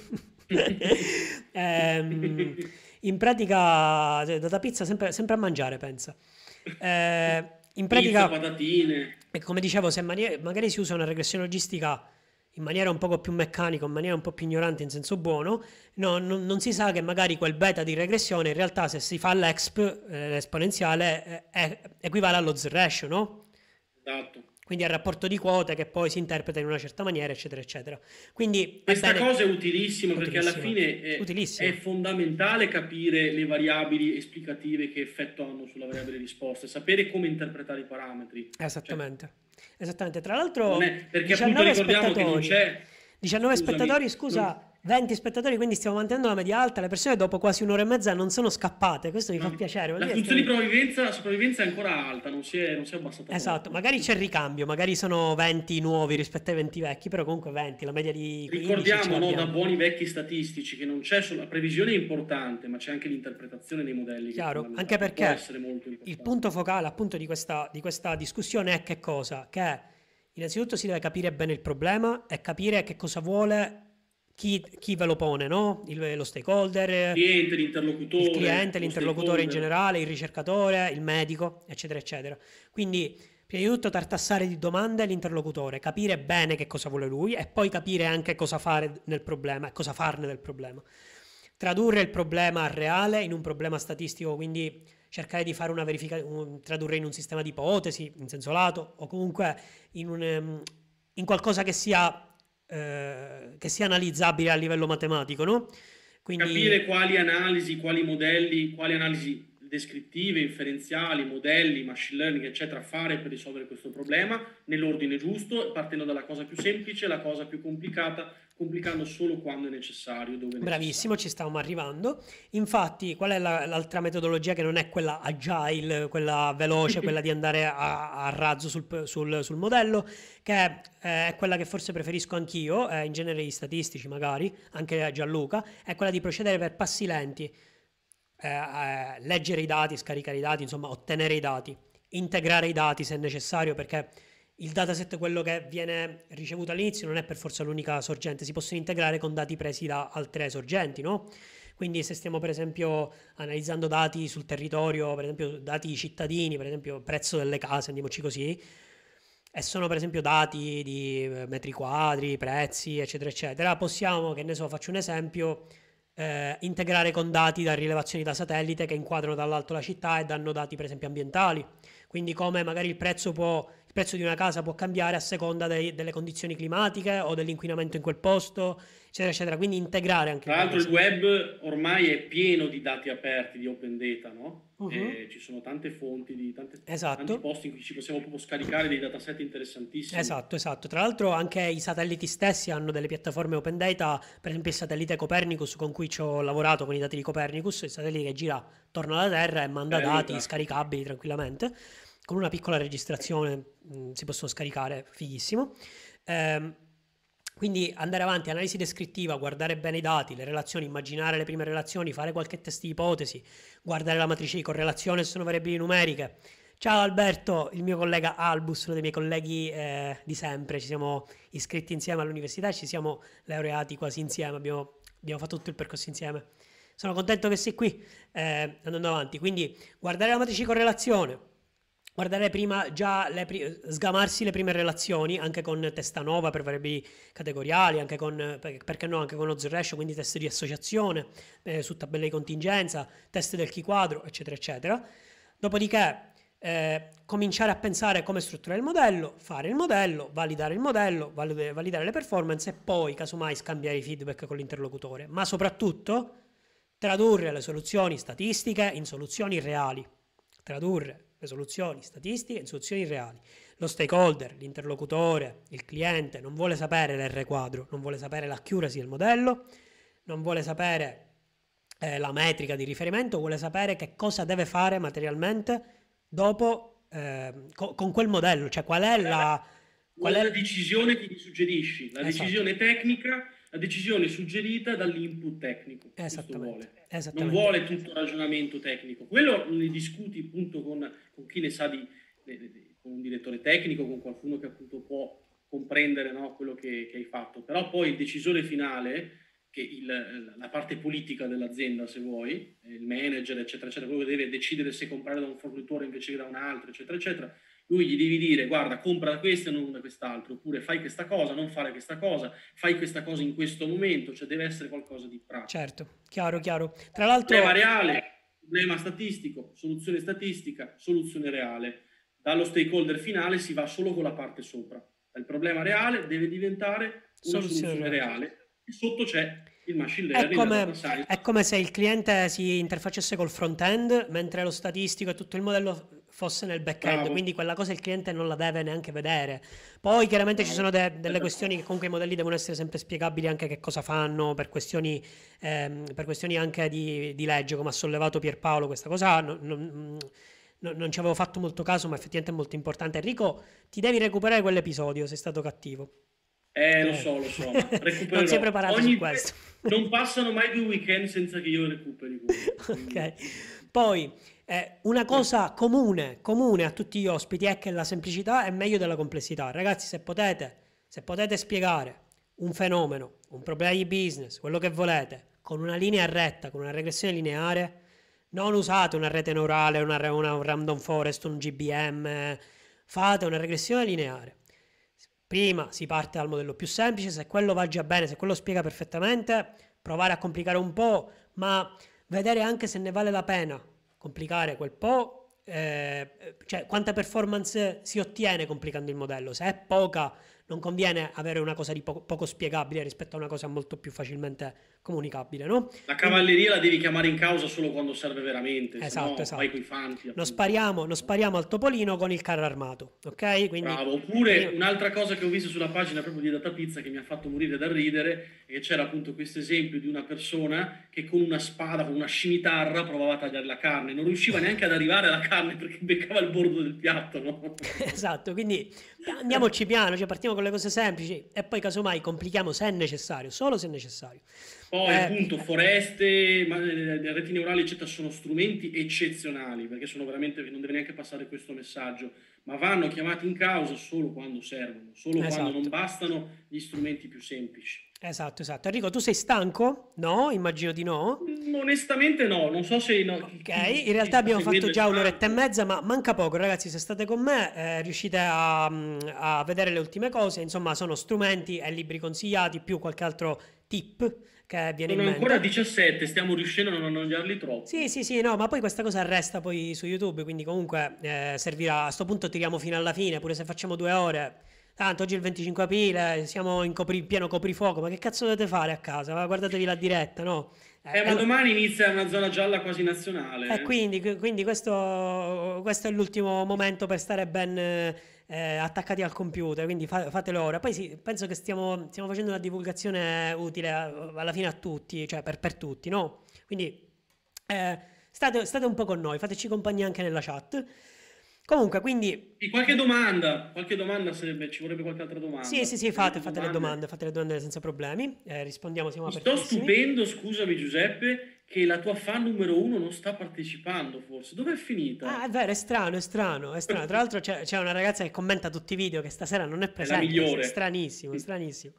Ehm, in pratica, cioè, Data Pizza sempre, sempre a mangiare, pensa. Eh, in Pizza, pratica, patatine. e come dicevo, se mani- magari si usa una regressione logistica in maniera un poco più meccanica, in maniera un po' più ignorante in senso buono, no- non, non si sa che magari quel beta di regressione in realtà se si fa l'exp, eh, l'esponenziale, eh, è- equivale allo z ratio, no? Esatto. Quindi al rapporto di quote che poi si interpreta in una certa maniera, eccetera, eccetera. Quindi è Questa bene, cosa è utilissima perché alla utilissima, fine è, è utilissima. fondamentale capire le variabili esplicative che effetto hanno sulla variabile risposta, sapere come interpretare i parametri. Cioè, Esattamente, esattamente. Tra non l'altro, è, perché appunto diciannove ricordiamo che non spettatori, c'è, diciannove scusami, spettatori, non, scusa, venti spettatori, quindi stiamo mantenendo una media alta. Le persone dopo quasi un'ora e mezza non sono scappate. Questo mi fa no. piacere. Vuol La dire funzione di che- sopravvivenza, la sopravvivenza è ancora alta, non si è, non si è abbassata Esatto, troppo. magari c'è il ricambio, magari sono venti nuovi rispetto ai venti vecchi, però comunque venti, la media di quindici ce Ricordiamo, no, da l'abbiamo. buoni vecchi statistici che non c'è solo la previsione è importante, ma c'è anche l'interpretazione dei modelli che è Chiaro, anche fondamentale, può perché essere molto il importante. punto focale appunto di questa, di questa discussione è che cosa? Che innanzitutto si deve capire bene il problema e capire che cosa vuole chi, chi ve lo pone, no? Il- lo stakeholder, Cliente, il l'interlocutore, cliente, lo l'interlocutore in stakeholder. generale, il ricercatore, il medico, eccetera, eccetera. Quindi, prima di tutto, tartassare di domande l'interlocutore, capire bene che cosa vuole lui e poi capire anche cosa fare nel problema e cosa farne del problema. Tradurre il problema reale in un problema statistico, quindi cercare di fare una verifica, un- tradurre in un sistema di ipotesi, in senso lato, o comunque in, un, ehm, in qualcosa che sia, eh, che sia analizzabile a livello matematico, no? Capire Quindi, quali analisi, quali modelli, quali analisi descrittive, inferenziali, modelli, machine learning, eccetera, fare per risolvere questo problema nell'ordine giusto, partendo dalla cosa più semplice alla cosa più complicata, complicando solo quando è necessario, dove è Bravissimo, necessario. ci stavamo arrivando. Infatti, qual è la- l'altra metodologia che non è quella agile, quella veloce, quella di andare a, a razzo sul, sul- sul modello, che eh, è quella che forse preferisco anch'io, eh, in genere gli statistici magari, anche Gianluca, è quella di procedere per passi lenti, eh, eh, leggere i dati, scaricare i dati, insomma, ottenere i dati, integrare i dati se è necessario, perché il dataset, quello che viene ricevuto all'inizio, non è per forza l'unica sorgente, si possono integrare con dati presi da altre sorgenti, no? Quindi se stiamo per esempio analizzando dati sul territorio, per esempio dati cittadini, per esempio prezzo delle case, andiamoci così, e sono per esempio dati di eh, metri quadri, prezzi, eccetera, eccetera, possiamo, che ne so, faccio un esempio, eh, integrare con dati da rilevazioni da satellite che inquadrano dall'alto la città e danno dati per esempio ambientali. Quindi come magari il prezzo può, il prezzo di una casa può cambiare a seconda dei- delle condizioni climatiche o dell'inquinamento in quel posto, eccetera, eccetera. Quindi integrare anche il Tra l'altro il dataset. web ormai è pieno di dati aperti, di open data, no? Mhm. E ci sono tante fonti, di tante- tanti Esatto. posti in cui ci possiamo proprio scaricare dei dataset interessantissimi. Esatto, esatto. Tra l'altro anche i satelliti stessi hanno delle piattaforme open data, per esempio il satellite Copernicus con cui ci ho lavorato con i dati di Copernicus, il satellite che gira attorno alla Terra e manda Bello, dati caspita. scaricabili tranquillamente, con una piccola registrazione mh, si possono scaricare, fighissimo. Ehm, quindi andare avanti, analisi descrittiva, guardare bene i dati, le relazioni, immaginare le prime relazioni, fare qualche test di ipotesi, guardare la matrice di correlazione se sono variabili numeriche. Ciao Alberto, il mio collega Albus, uno dei miei colleghi eh, di sempre, ci siamo iscritti insieme all'università, ci siamo laureati quasi insieme, abbiamo, abbiamo fatto tutto il percorso insieme. Sono contento che sei qui, eh, andando avanti. Quindi guardare la matrice di correlazione, guardare prima già, le pri- sgamarsi le prime relazioni, anche con Testanova per variabili categoriali, anche con, per- perché no, anche con odds ratio, quindi test di associazione, eh, su tabelle di contingenza, test del chi quadro, eccetera, eccetera. Dopodiché eh, cominciare a pensare come strutturare il modello, fare il modello, validare il modello, valide- validare le performance e poi casomai scambiare i feedback con l'interlocutore, ma soprattutto tradurre le soluzioni statistiche in soluzioni reali, tradurre le soluzioni statistiche in soluzioni reali. Lo stakeholder, l'interlocutore, il cliente non vuole sapere l'R quadro, non vuole sapere l'accuracy del modello, non vuole sapere eh, la metrica di riferimento, vuole sapere che cosa deve fare materialmente dopo eh, co- con quel modello, cioè qual è la... Qual Vuole la è... decisione che gli suggerisci, la Esatto, decisione tecnica, la decisione suggerita dall'input tecnico. Questo esattamente, vuole. Non esattamente. vuole tutto ragionamento tecnico. Quello ne discuti appunto con, con chi ne sa di, de- de- de- con un direttore tecnico, con qualcuno che appunto può comprendere, no, quello che, che hai fatto. Però poi il decisore finale, che il, la parte politica dell'azienda, se vuoi, il manager, eccetera, eccetera, quello che deve decidere se comprare da un fornitore invece che da un altro, eccetera, eccetera, lui gli devi dire guarda, compra da questo e non da quest'altro, oppure fai questa cosa, non fare questa cosa, fai questa cosa in questo momento, cioè deve essere qualcosa di pratico. Certo, chiaro, chiaro. Tra Problema l'altro, reale, problema statistico, soluzione statistica, soluzione reale. Dallo stakeholder finale si va solo con la parte sopra. Il problema reale deve diventare una soluzione soluzione reale. reale e sotto c'è il machine È learning, la data come, science. è come se il cliente si interfacciasse col front-end, mentre lo statistico e tutto il modello fosse nel back-end, Bravo, quindi quella cosa il cliente non la deve neanche vedere. Poi chiaramente ci bravo. sono de- delle questioni che comunque i modelli devono essere sempre spiegabili anche che cosa fanno, per questioni, ehm, per questioni anche di, di legge, come ha sollevato Pierpaolo questa cosa. Non, non- non- non ci avevo fatto molto caso, ma effettivamente è molto importante. Enrico, ti devi recuperare quell'episodio, sei stato cattivo. Eh, lo Eh. so, lo so, ma Non sei recupererò. preparato su Ogni questo. due... Non passano mai due weekend senza che io recuperi quello. Quindi... Ok. Poi, eh, una cosa comune, comune a tutti gli ospiti è che la semplicità è meglio della complessità. Ragazzi, se potete, se potete spiegare un fenomeno, un problema di business, quello che volete, con una linea retta, con una regressione lineare, non usate una rete neurale, una, una, un random forest, un G B M, fate una regressione lineare. Prima si parte dal modello più semplice, se quello va già bene, se quello spiega perfettamente, provare a complicare un po', ma vedere anche se ne vale la pena complicare quel po', eh, cioè quanta performance si ottiene complicando il modello. Se è poca, non conviene avere una cosa di poco, poco spiegabile rispetto a una cosa molto più facilmente comunicabile, no? La Quindi, cavalleria la devi chiamare in causa solo quando serve veramente, se esatto, no vai esatto. coi fanti, Non appunto. spariamo, non spariamo al topolino con il carro armato, ok? Quindi, Bravo. Oppure prima... un'altra cosa che ho visto sulla pagina proprio di Data Pizza che mi ha fatto morire dal ridere è che c'era appunto questo esempio di una persona che con una spada, con una scimitarra provava a tagliare la carne, non riusciva neanche ad arrivare alla carne perché beccava il bordo del piatto, no? Esatto, quindi andiamoci piano, cioè partiamo con le cose semplici e poi casomai complichiamo se è necessario, solo se è necessario. Poi Eh, appunto foreste, ma- eh, reti neurali eccetera sono strumenti eccezionali perché sono veramente, non deve neanche passare questo messaggio, ma vanno chiamati in causa solo quando servono, solo quando non esatto, bastano gli strumenti più semplici. esatto, esatto. Enrico, tu sei stanco? No? Immagino di no. Mm, Onestamente no, non so se no- chi, Ok, chi- in chi realtà sta abbiamo fatto seguendo è già un'oretta e stanco. mezza, ma manca poco, ragazzi. Se state con me, eh, riuscite a, mm, a vedere le ultime cose. Insomma, sono strumenti e libri consigliati, più qualche altro tip che viene in Sono ancora a mente. diciassette, stiamo riuscendo a non annoiarli Sì, troppo. sì, sì, no, ma poi questa cosa resta poi su YouTube, quindi comunque eh, servirà. A sto punto tiriamo fino alla fine, pure se facciamo due ore. Tanto oggi è il venticinque aprile, siamo in copri- pieno coprifuoco, ma che cazzo dovete fare a casa? Ma guardatevi la diretta, no? Eh, Eh, ma eh, domani inizia una zona gialla quasi nazionale. E eh. quindi, quindi questo, questo è l'ultimo momento per stare ben eh, attaccati al computer, quindi fa- fatelo ora. Poi sì, penso che stiamo, stiamo facendo una divulgazione utile a- alla fine a tutti, cioè per, per tutti, no? Quindi eh, state, state un po' con noi, fateci compagnia anche nella chat. Comunque, quindi Sì, qualche domanda, qualche domanda sarebbe, ci vorrebbe qualche altra sì, domanda. sì, sì, Se fate, avete fate le domande. domande, fate le domande senza problemi, eh, rispondiamo, siamo Mi sto apertissimi. stupendo, scusami Giuseppe, che la tua fan numero uno non sta partecipando forse. Dov'è Ah, finita? è vero, è strano, è strano, è strano. Tra l'altro c'è c'è una ragazza che commenta tutti i video che stasera non è È la presente, è migliore. stranissimo, stranissimo.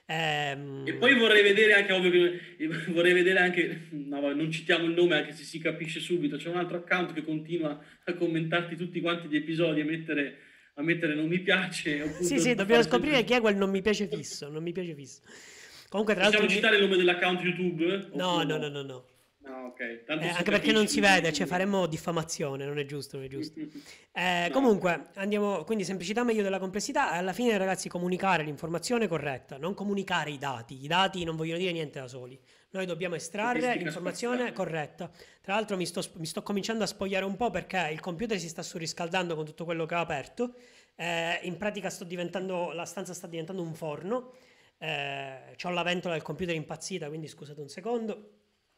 E Ehm, poi vorrei vedere anche, ovvio che vorrei vedere anche, no, vabbè, non citiamo il nome anche se si capisce subito, c'è un altro account che continua a commentarti tutti quanti gli episodi, a mettere, a mettere non mi piace, Sì, appunto sì, a dobbiamo fare sempre... scoprire chi è quel non mi piace fisso, non mi piace fisso. Comunque, tra l'altro, Possiamo il mio... citare il nome dell'account YouTube? No, Oppure no, no, no? no, no. No, ok, Eh, tanto si anche perché non capisce si di chi vede, cioè parliamo. faremmo diffamazione, non è giusto, non è giusto. Eh, No, ok. comunque, andiamo, quindi semplicità meglio della complessità, e alla fine ragazzi comunicare l'informazione corretta, non comunicare i dati, i dati non vogliono dire niente da soli, noi dobbiamo estrarre Statistica l'informazione spaziale. corretta. Tra l'altro mi sto, mi sto cominciando a spogliare un po' perché il computer si sta surriscaldando con tutto quello che ho aperto, eh, in pratica sto diventando, la stanza sta diventando un forno, eh, c'ho la ventola del computer impazzita, quindi scusate un secondo,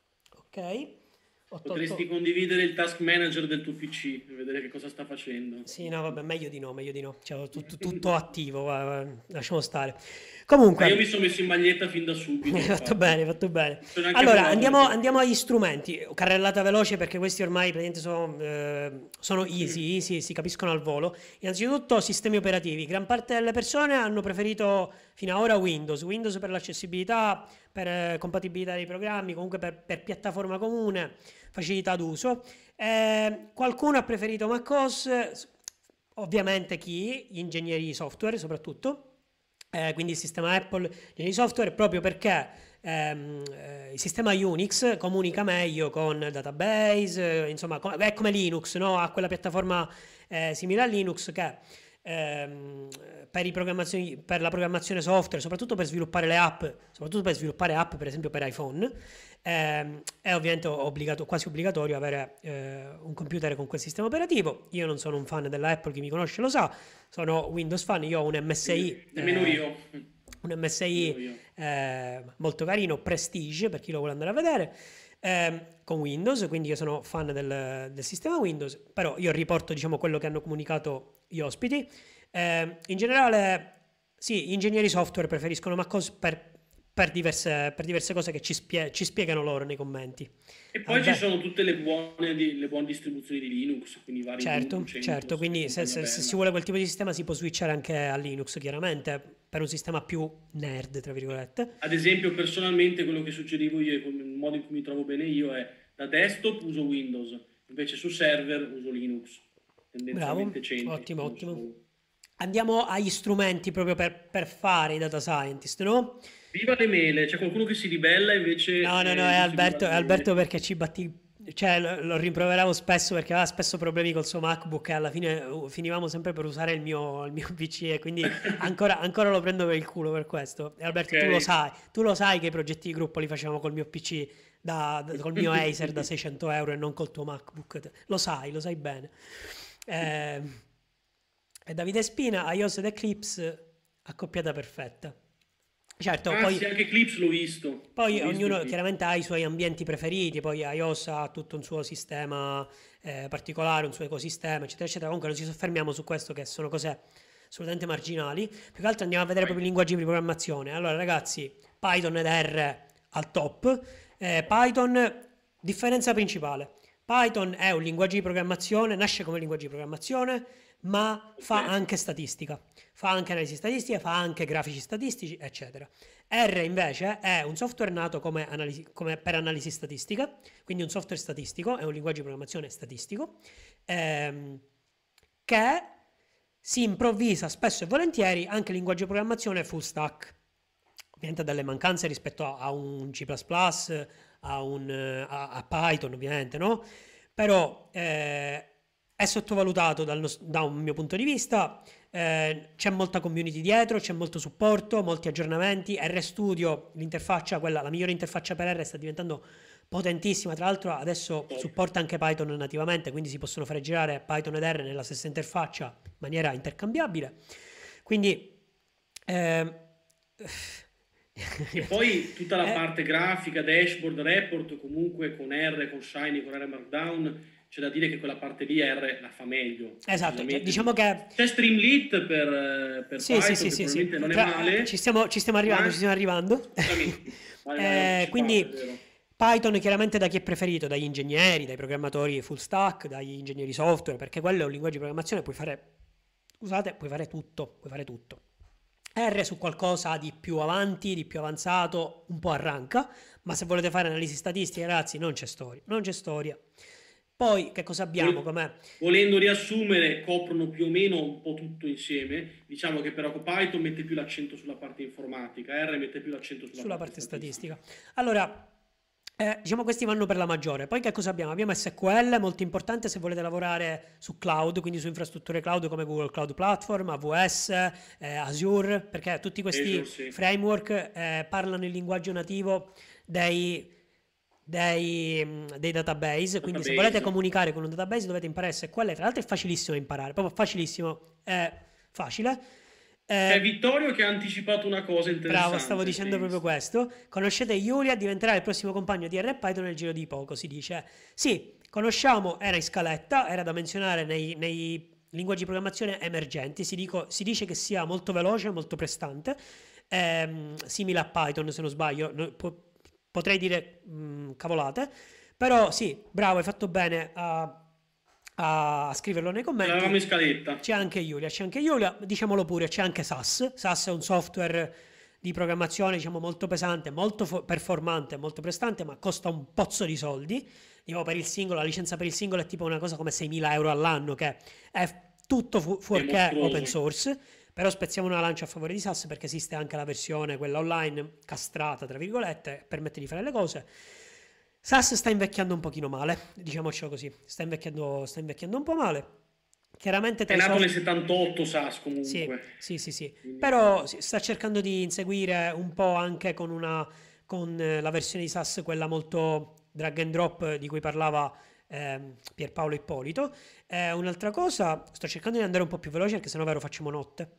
ok, ho Potresti tolto... condividere il task manager del tuo P C per vedere che cosa sta facendo. Sì, no, vabbè, meglio di no, meglio di no. Cioè, tutto, tutto attivo, guarda, guarda, lasciamo stare. Ma io mi Comunque, sono messo in maglietta fin da hai subito, fatto infatti. bene, hai fatto bene. Mi sono anche Allora, provato andiamo, perché... andiamo agli strumenti. Carrellata veloce perché questi ormai praticamente sono, eh, sono easy, easy, si capiscono al volo. Innanzitutto, sistemi operativi. Gran parte delle persone hanno preferito fino ad ora Windows. Windows per l'accessibilità, per eh, compatibilità dei programmi, comunque per, per piattaforma comune, facilità d'uso. Eh, qualcuno ha preferito macOS, ovviamente chi? Gli ingegneri software soprattutto, eh, quindi il sistema Apple, ingegneri software, proprio perché ehm, eh, il sistema Unix comunica meglio con database, eh, insomma com- è come Linux, no? Ha quella piattaforma eh, simile a Linux che ehm, per, i programmazioni- per la programmazione software, soprattutto per sviluppare le app, soprattutto per sviluppare app per esempio per iPhone, ehm, è ovviamente obbligato- quasi obbligatorio avere eh, un computer con quel sistema operativo. Io non sono un fan della Apple, chi mi conosce lo sa, sono Windows fan, io ho un Sì, M S I, nemmeno eh, io. un Nemmeno M S I io. eh, molto carino, Prestige per chi lo vuole andare a vedere, ehm, con Windows, quindi io sono fan del, del sistema Windows, però io riporto diciamo quello che hanno comunicato gli ospiti. Eh, in generale, sì, gli ingegneri software preferiscono MacOS per, per diverse, per diverse cose che ci, spie- ci spiegano loro nei commenti. E poi ci Vabbè, sono tutte le buone, di- le buone distribuzioni di Linux, quindi vari Ubuntu, certo, certo, CentOS e quindi se, compagnia se- se si bella. vuole quel tipo di sistema si può switchare anche a Linux, chiaramente, per un sistema più nerd, tra virgolette. Ad esempio, personalmente, quello che suggerivo io, e il modo in cui mi trovo bene io, è da desktop uso Windows, invece su server uso Linux, Bravo, tendenzialmente CentOS, ottimo, non ottimo. solo. Andiamo agli strumenti proprio per, per fare i data scientist, no? Viva le mele, c'è qualcuno che si ribella invece No, no, no, eh, è dice viva Alberto, le è Alberto mele. perché ci batti, cioè, lo, lo rimproveravo spesso perché aveva spesso problemi col suo MacBook e alla fine uh, finivamo sempre per usare il mio, il mio P C e quindi ancora, ancora lo prendo per il culo per questo. E Alberto, tu lo Ok. sai, tu lo sai che i progetti di gruppo li facevamo col mio P C, da, da- col mio Acer da seicento euro e non col tuo MacBook. Lo sai, lo sai bene. Eh, e Davide Spina, iOS ed Eclipse, accoppiata perfetta. Certo, Ah poi sì, anche Clips l'ho visto. poi L'ho visto ognuno Eclipse. chiaramente ha i suoi ambienti preferiti, poi iOS ha tutto un suo sistema eh, particolare, un suo ecosistema, eccetera, eccetera. Comunque non ci soffermiamo su questo, che sono cose assolutamente marginali. Più che altro andiamo a vedere Vai. proprio i linguaggi di programmazione. Allora, ragazzi, Python ed R al top. Eh, Python, differenza principale. Python è un linguaggio di programmazione, nasce come linguaggio di programmazione, ma fa Ok. anche statistica. Fa anche analisi statistica, fa anche grafici statistici, eccetera. R invece è un software nato come, analisi- come per analisi statistica, quindi un software statistico, è un linguaggio di programmazione statistico, ehm, che si improvvisa spesso e volentieri anche il linguaggio di programmazione full stack. Ovviamente ha delle mancanze rispetto a, a un C++, a, un, eh, a, a Python ovviamente, no? Però eh, è sottovalutato dal nos- da un mio punto di vista, eh, c'è molta community dietro, c'è molto supporto, molti aggiornamenti. RStudio, l'interfaccia, quella, la migliore interfaccia per R sta diventando potentissima. Tra l'altro adesso Top. supporta anche Python nativamente, quindi si possono fare girare Python ed R nella stessa interfaccia in maniera intercambiabile. Quindi eh, E poi tutta la eh, parte grafica, dashboard, report, comunque con R, con Shiny, con R Markdown, c'è da dire che quella parte lì R la fa meglio, esatto, cioè, decisamente. diciamo che C'è Streamlit per, eh, per sì, sì, Python, sì, che sì, sì. probabilmente non è Tra- eh, ci male, stiamo, ci stiamo arrivando, ci ma... stiamo arrivando. Scusami, vai, vai, ho Eh, anticipato, è quindi vero. Python chiaramente da chi è preferito? Dagli ingegneri, dai programmatori full stack, dagli ingegneri software, perché quello è un linguaggio di programmazione, puoi fare, scusate, puoi fare tutto, puoi fare tutto. R su qualcosa di più avanti, di più avanzato, un po' arranca, ma se volete fare analisi statistiche, ragazzi, non c'è storia, non c'è storia. Poi che cosa abbiamo? Vol- Com'è? Volendo riassumere, coprono più o meno un po' tutto insieme. Diciamo che però Python mette più l'accento sulla parte informatica, R mette più l'accento sulla Sulla parte parte statistica. statistica. Allora, eh, diciamo questi vanno per la maggiore. Poi che cosa abbiamo? Abbiamo S Q L, molto importante se volete lavorare su cloud, quindi su infrastrutture cloud come Google Cloud Platform, A W S, eh, Azure, perché tutti Azure, questi sì. framework eh, parlano il linguaggio nativo dei, dei, mh, dei database. Quindi se volete Database. comunicare con un database dovete imparare S Q L. Tra l'altro è facilissimo da imparare, proprio facilissimo, è facile. C'è Eh, Vittorio che ha anticipato una cosa Bravo, stavo interessante, dicendo proprio penso. questo. Conoscete Yulia, diventerà il prossimo compagno di R e Python nel giro di poco, si dice. Sì, conosciamo, era in scaletta, era da menzionare nei, nei linguaggi di programmazione emergenti. Si, dico- si dice che sia molto veloce, molto prestante, ehm, simile a Python se non sbaglio. No, po- potrei dire mh, cavolate, però sì, bravo, hai fatto bene a, a scriverlo nei Ce l'avevamo commenti. in scaletta. C'è anche Giulia, c'è anche Giulia, diciamolo pure, c'è anche SAS. SAS è un software di programmazione, diciamo, molto pesante, molto fo- performante, molto prestante, ma costa un pozzo di soldi. Diciamo, per il singolo, la licenza per il singolo è tipo una cosa come seimila euro all'anno, che è tutto fu- È fuorché open mostruoso. source. Però spezziamo una lancia a favore di SAS perché esiste anche la versione, quella online, castrata, tra virgolette, permette di fare le cose. SAS sta invecchiando un pochino male, diciamocelo così, sta invecchiando, sta invecchiando un po' male. Chiaramente È tra i nato nel software... settantotto SAS Sì, comunque. sì, sì, sì. Quindi, Però si- sta cercando di inseguire un po' anche con una, con eh, la versione di SAS, quella molto drag and drop eh, di cui parlava ehm, Pierpaolo Ippolito. Eh, un'altra cosa, sto cercando di andare un po' più veloce perché sennò vero facciamo notte.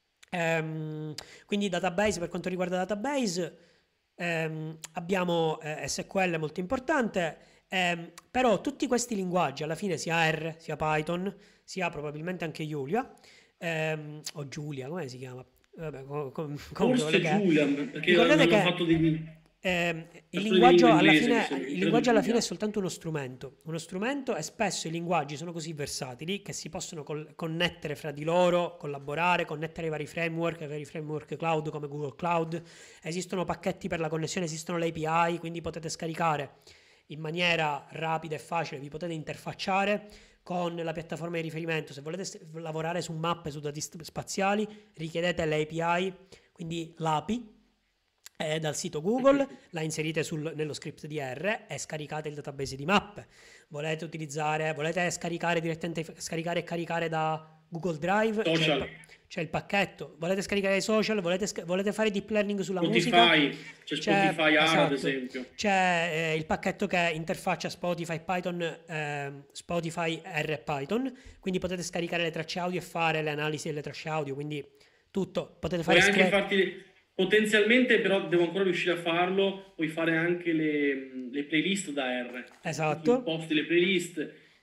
Ehm, quindi database, per quanto riguarda database, ehm, abbiamo eh, S Q L molto importante, ehm, però tutti questi linguaggi, alla fine sia R, sia Python, sia probabilmente anche Julia, ehm, o Giulia, come si chiama? Vabbè, com- com- comunque quello forse che è. Julian, perché mi Ricordate hanno che fatto dei... ehm, il Bastoni di lingua linguaggio alla inglese, mi fine, sembra, il credo linguaggio alla fine è Giulia. soltanto uno strumento, uno strumento e spesso i linguaggi sono così versatili che si possono col- connettere fra di loro, collaborare, connettere i vari framework, i vari framework cloud come Google Cloud. Esistono pacchetti per la connessione, esistono le A P I, quindi potete scaricare in maniera rapida e facile, vi potete interfacciare con la piattaforma di riferimento. Se volete s- lavorare su mappe, su dati st- spaziali, richiedete le A P I, quindi l'A P I, eh, dal sito Google, la inserite sul- nello script di R e scaricate il database di mappe. Volete utilizzare, volete scaricare direttamente, scaricare e caricare da Google Drive, c'è il, Social, pa- c'è il pacchetto. Volete scaricare i social, volete, sc- volete fare deep learning sulla musica, Spotify, c'è c'è, Spotify A R ad esatto, esempio. c'è eh, il pacchetto che interfaccia Spotify Python, ehm, Spotify R e Python, quindi potete scaricare le tracce audio e fare le analisi delle tracce audio, quindi tutto, potete Puoi fare anche scra- farti, potenzialmente, però devo ancora riuscire a farlo, puoi fare anche le, le playlist da R. Tu esatto, imposti le playlist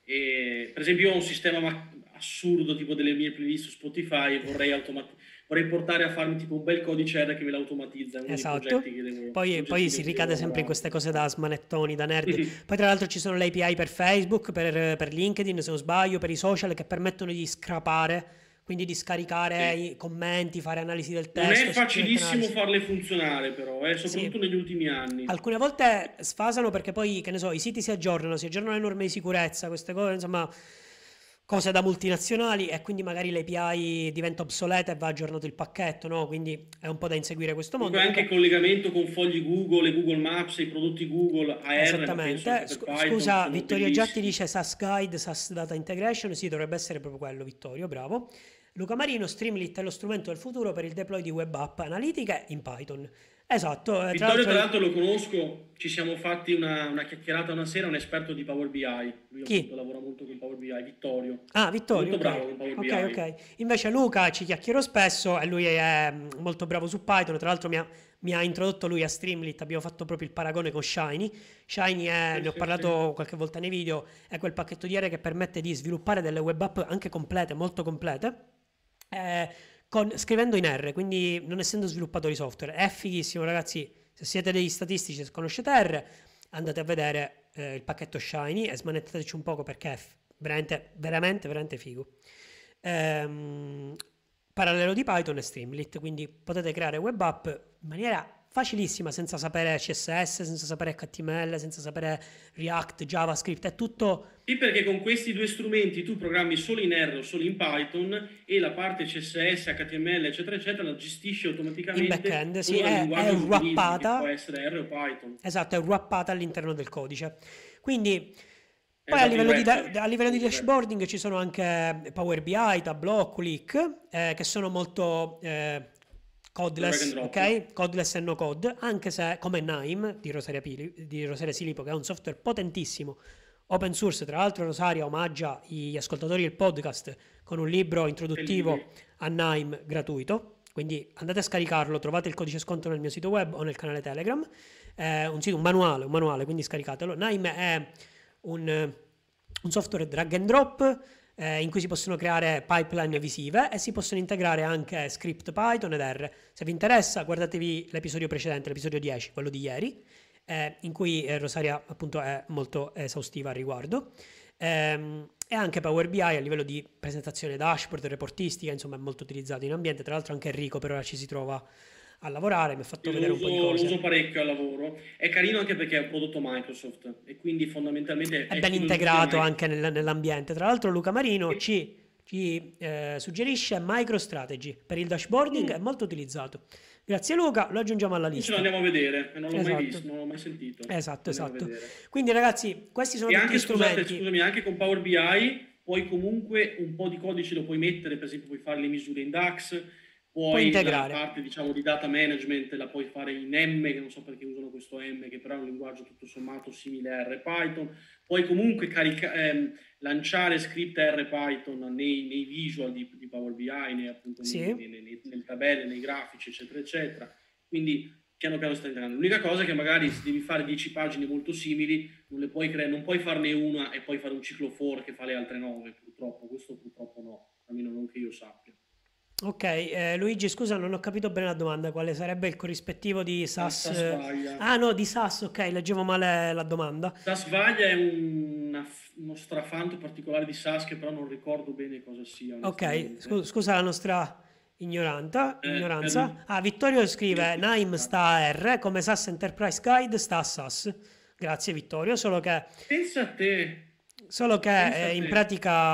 e, per esempio, io ho un sistema ma- assurdo tipo delle mie playlist su Spotify e vorrei, automati- vorrei portare a farmi tipo un bel codice R che me l'automatizza, è uno dei esatto. progetti che devo, Poi, poi progettino si che devo ricade sempre in lavorare. queste cose da smanettoni, da nerd. Poi tra l'altro ci sono le A P I per Facebook, per, per LinkedIn, se non sbaglio, per i social che permettono di scrapare, quindi di scaricare Sì. i commenti, fare analisi del Non testo, è scrivere facilissimo analisi. farle funzionare però, eh, soprattutto Sì. negli ultimi anni. Alcune volte sfasano perché poi, che ne so, i siti si aggiornano, si aggiornano le norme di sicurezza, queste cose, insomma, cose da multinazionali e quindi magari l'A P I diventa obsoleta e va aggiornato il pacchetto, no? Quindi è un po' da inseguire questo mondo. Comunque anche il Comunque, collegamento con fogli Google e Google Maps e i prodotti Google A R, ma penso esattamente. anche per Scu- Python, scusa, sono Vittorio Giatti bellissimi. dice SAS Guide, SAS Data Integration, sì, dovrebbe essere proprio quello, Vittorio, bravo. Luca Marino, Streamlit è lo strumento del futuro per il deploy di web app analitiche in Python. Esatto, eh, tra Vittorio, tra l'altro, l'altro, lo conosco, ci siamo fatti una, una chiacchierata una sera, un esperto di Power B I. Lui appunto chi? lavora molto con Power B I, Vittorio. Ah, È Vittorio, molto ok. bravo con Power Ok, B I. ok. Invece Luca ci chiacchiero spesso e lui è mm, molto bravo su Python. Tra l'altro mi ha, mi ha introdotto lui a Streamlit. Abbiamo fatto proprio il paragone con Shiny. Shiny è, Sì, ne ho sì, sì. parlato qualche volta nei video, è quel pacchetto di R che permette di sviluppare delle web app anche complete, molto complete, eh, con- scrivendo in R, quindi non essendo sviluppatori software. È fighissimo, ragazzi. Se siete degli statistici e conoscete R, andate a vedere eh, il pacchetto Shiny e smanettateci un poco perché è f- veramente, veramente, veramente figo. Ehm, parallelo di Python e Streamlit, quindi potete creare web app in maniera facilissima senza sapere C S S, senza sapere H T M L, senza sapere React, JavaScript, è tutto Sì, perché con questi due strumenti tu programmi solo in R o solo in Python e la parte C S S, H T M L, eccetera, eccetera, la gestisci in automaticamente backend, sì, solo dal è, è linguaggio che utilizzi, che può wrappata, essere R o Python. esatto, è wrappata all'interno del codice. Quindi poi a Esatto, il livello di, da- wrapper. a livello di Il wrapper. dashboarding ci sono anche Power B I, Tableau, Qlik, eh, che sono molto eh, Drag and codeless, drop. ok? Codeless e no code, anche se come Nime di Rosaria, Pili- di Rosaria Silipo, che è un software potentissimo, open source, tra l'altro Rosaria omaggia gli ascoltatori del podcast con un libro introduttivo Bellissimo. a Nime gratuito, quindi andate a scaricarlo, trovate il codice sconto nel mio sito web o nel canale Telegram, è un sito, un manuale, un manuale, quindi scaricatelo. Nime è un, un software drag and drop eh, in cui si possono creare pipeline visive e si possono integrare anche script Python ed R. Se vi interessa, guardatevi l'episodio precedente, l'episodio dieci, quello di ieri, eh, in cui eh, Rosaria appunto è molto esaustiva al riguardo. Ehm, e anche Power B I a livello di presentazione dashboard, reportistica, insomma è molto utilizzato in ambiente. Tra l'altro anche Enrico per ora ci si trova a lavorare, mi ha fatto Io lo vedere un po' di uso, lo cose. uso parecchio al lavoro. È carino anche perché è un prodotto Microsoft e quindi fondamentalmente È è ben filosofia integrato Microsoft. anche nel- nell'ambiente. Tra l'altro Luca Marino E- ci, ci, eh, suggerisce MicroStrategy per il dashboarding, è mm, molto utilizzato. Grazie Luca, lo aggiungiamo alla ce lo lista. andiamo a vedere, e non l'ho mai Esatto, visto, non l'ho mai sentito. esatto, Lo andiamo a esatto. vedere. Quindi ragazzi, questi sono E tutti gli anche, scusate, strumenti. scusami, anche con Power B I puoi comunque un po' di codice lo puoi mettere, per esempio puoi fare le misure in DAX, Puoi poi la integrare. parte diciamo di data management la puoi fare in M, che non so perché usano questo M, che però è un linguaggio tutto sommato simile a R Python, puoi comunque carica- ehm, lanciare script R Python nei, nei visual di, di Power B I, nei, appunto, nei, Sì, nei, nei, nei- nelle tabelle, nei grafici, eccetera, eccetera. Quindi piano piano sta integrando. L'unica cosa è che magari se devi fare dieci pagine molto simili, non le puoi creare, non puoi farne una e poi fare un ciclo for che fa le altre nove, purtroppo. Questo purtroppo no, almeno non che io sappia. ok. eh, Luigi, scusa, non ho capito bene la domanda. Quale sarebbe il corrispettivo di Tassa SAS? svaglia. Ah no, di SAS, ok, leggevo male la domanda. La svaglia è una- uno strafanto particolare di SAS che però non ricordo bene cosa sia, Ok, onestamente. scu- scusa la nostra ignoranta, Eh, per ignoranza. Ah, Vittorio scrive, Nime sta a R, come SAS Enterprise Guide sta a SAS. Grazie Vittorio, solo che Pensa a te. Solo Pensa che a eh, in te.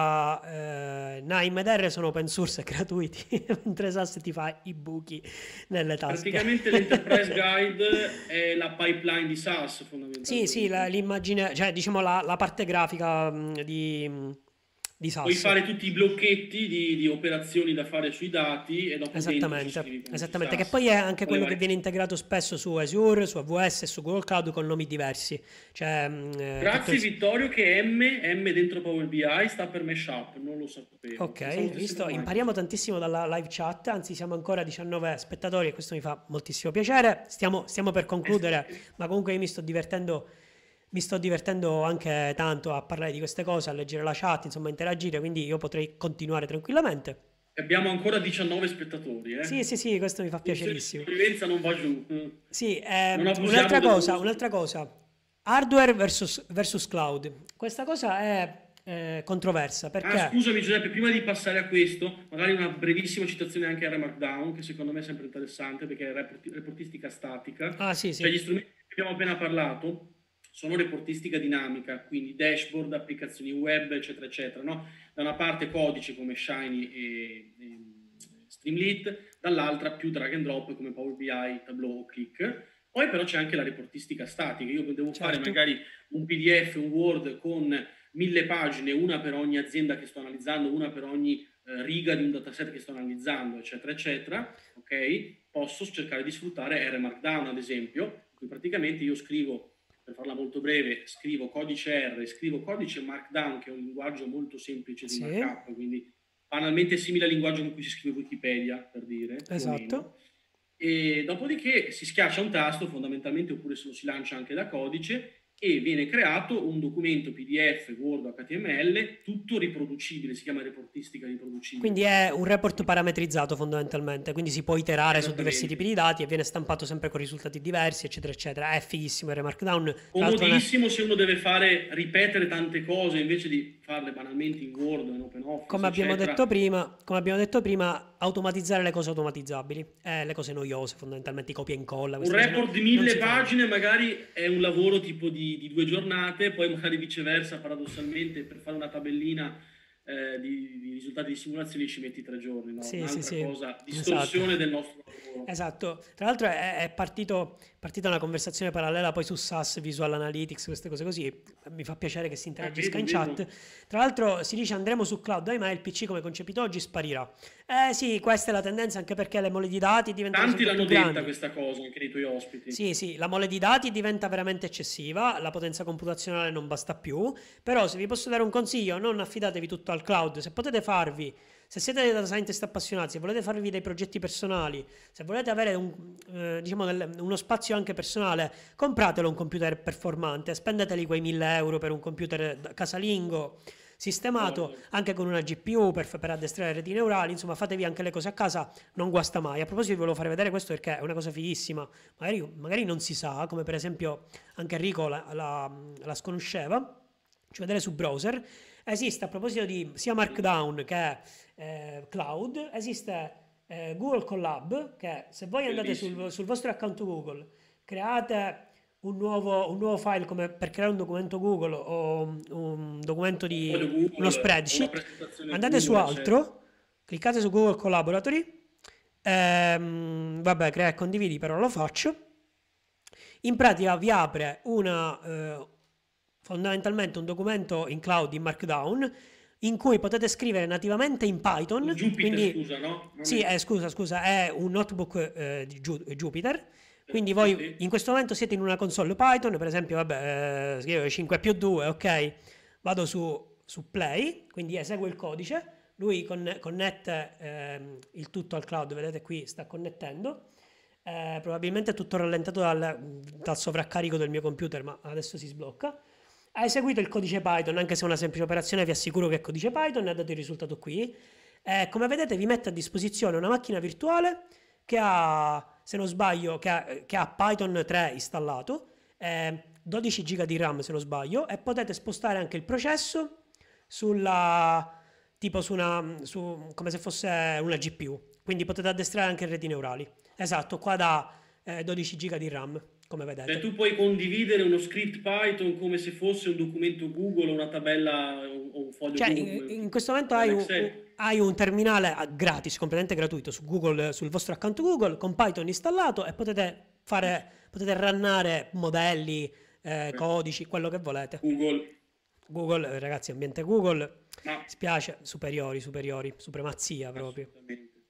pratica eh, Naim ed R sono open source e gratuiti, mentre SAS ti fa i buchi nelle tasche. Praticamente l'Enterprise Guide è la pipeline di SaaS Sì, sì, la- fondamentalmente. l'immagine, cioè diciamo la, la parte grafica mh, di, mh, di Puoi SAS. fare tutti i blocchetti di, di operazioni da fare sui dati e dopo dentro ci Esattamente, scrivi come su esattamente, che SaaS. poi è anche Con le quello che varie- viene integrato spesso su Azure, su A W S e su Google Cloud con nomi diversi. Cioè, mh, eh, tutto Grazie il... Vittorio che M, M dentro Power B I sta per Meshup, non lo sapevo. Ok, Pensavo hai stesse per visto? Impariamo Microsoft. tantissimo dalla live chat, anzi siamo ancora a diciannove spettatori e questo mi fa moltissimo piacere. Stiamo, stiamo per Eh sì. concludere, ma comunque io mi sto divertendo, mi sto divertendo anche tanto a parlare di queste cose, a leggere la chat, insomma a interagire, quindi io potrei continuare tranquillamente. Abbiamo ancora diciannove spettatori, Sì, eh. sì, sì, questo mi fa Funzione di piacerissimo. sopravvivenza non va giù. Mm. Sì, Non ehm, abusiamo un'altra del cosa, nostro. un'altra cosa, hardware versus, versus cloud. Questa cosa è eh, controversa Ah, perché... scusami Giuseppe, prima di passare a questo, magari una brevissima citazione anche a R Markdown, che secondo me è sempre interessante perché è report- reportistica statica, Ah, sì, cioè sì, gli strumenti che abbiamo appena parlato sono reportistica dinamica, quindi dashboard, applicazioni web, eccetera, eccetera, no? Da una parte codice come Shiny e, e Streamlit, dall'altra più drag and drop come Power B I, Tableau o Click. Poi però c'è anche la reportistica statica, io devo fare certo. magari un P D F, un Word con mille pagine, una per ogni azienda che sto analizzando, una per ogni eh, riga di un dataset che sto analizzando, eccetera, eccetera, ok? Posso cercare di sfruttare R Markdown, ad esempio, in cui praticamente io scrivo, per farla molto breve, scrivo codice R, scrivo codice Markdown, che è un linguaggio molto semplice di Sì, markup, quindi banalmente simile al linguaggio con cui si scrive Wikipedia, per dire, più o meno. esatto. E dopodiché si schiaccia un tasto fondamentalmente, oppure se lo si lancia anche da codice, e viene creato un documento P D F, Word, H T M L, tutto riproducibile, si chiama reportistica riproducibile Quindi questa è un cosa. report parametrizzato fondamentalmente, quindi si può iterare su diversi tipi Esattamente. di dati e viene stampato sempre con risultati diversi, eccetera, eccetera. È fighissimo il Markdown. Tra l'altro non è... Comodissimo se uno deve fare, ripetere tante cose invece di farle banalmente in Word, in OpenOffice, Come abbiamo eccetera. detto prima, come abbiamo detto prima, automatizzare le cose automatizzabili, eh, le cose noiose, fondamentalmente i copia e incolla, Un queste cose no- report di non mille si fanno. pagine magari è un lavoro tipo di, di due giornate, poi magari viceversa, paradossalmente, per fare una tabellina eh, di, di risultati di simulazione ci metti tre giorni, no? Sì, sì, Un'altra sì, cosa, esatto. distorsione del nostro lavoro. Esatto, tra l'altro è, è partito, partita una conversazione parallela poi su SAS, Visual Analytics, queste cose così, mi fa piacere che si Ah, interagisca vedo, in chat. vedo. Tra l'altro si dice andremo su cloud, ahimè il P C come concepito oggi sparirà. Eh sì, questa è la tendenza anche perché le mole di dati diventano Tanti sempre l'hanno più detta grandi. questa cosa anche nei tuoi ospiti. Sì, sì, la mole di dati diventa veramente eccessiva, la potenza computazionale non basta più, però se vi posso dare un consiglio, non affidatevi tutto al cloud, se potete farvi, se siete dei data scientist appassionati, se volete farvi dei progetti personali, se volete avere un, eh, diciamo del- uno spazio anche personale, compratelo un computer performante, spendeteli quei mille euro per un computer da- casalingo, sistemato D'accordo. anche con una G P U per, per addestrare reti neurali, insomma fatevi anche le cose a casa, non guasta mai. A proposito vi volevo fare vedere questo perché è una cosa fighissima, magari, magari non si sa, come per esempio anche Enrico la, la, la sconosceva, ci vedere su browser, esiste a proposito di sia Markdown che eh, Cloud, esiste eh, Google Colab che se voi andate sul, Bellissimo. sul vostro account Google, create un nuovo, un nuovo file come per creare un documento Google o un, un documento Un foglio di uno Google, o una spreadsheet, presentazione andate su Google, eccetera. altro, cliccate su Google Collaboratory, ehm, vabbè, crea e condividi, però lo faccio. In pratica vi apre una, eh, fondamentalmente un documento in cloud in Markdown in cui potete scrivere nativamente in In Python, Jupyter, quindi scusa, no? Non sì, è... eh, scusa, scusa, è un notebook eh, di Ju- Jupyter, quindi Sì, voi sì. in questo momento siete in una console Python, per esempio, vabbè, eh, scrivo cinque più due, ok, vado su, su Play, quindi eseguo il codice, lui conne- connette ehm, il tutto al cloud, vedete qui sta connettendo, eh, probabilmente è tutto rallentato dal, dal sovraccarico del mio computer, ma adesso si sblocca. Ha eseguito il codice Python, anche se è una semplice operazione, vi assicuro che è codice Python, e ha dato il risultato qui. Eh, come vedete vi mette a disposizione una macchina virtuale che ha, se non sbaglio, che ha, che ha Python tre installato, eh, dodici giga di RAM se non sbaglio, e potete spostare anche il processo sulla, tipo su una, su, come se fosse una G P U, quindi potete addestrare anche reti neurali. Esatto, qua da eh, dodici giga di RAM. come Cioè vedete. tu puoi condividere uno script Python come se fosse un documento Google o una tabella o o un foglio Cioè, Google in, come in questo momento hai tabella un, un- Excel. hai un terminale ah, gratis, completamente gratuito su Google, sul vostro account Google, con Python installato e potete fare, potete runnare modelli, eh, Eh, codici, quello che volete. Google, Google, eh, ragazzi, ambiente Google, ma spiace, superiori, superiori, supremazia proprio. assolutamente.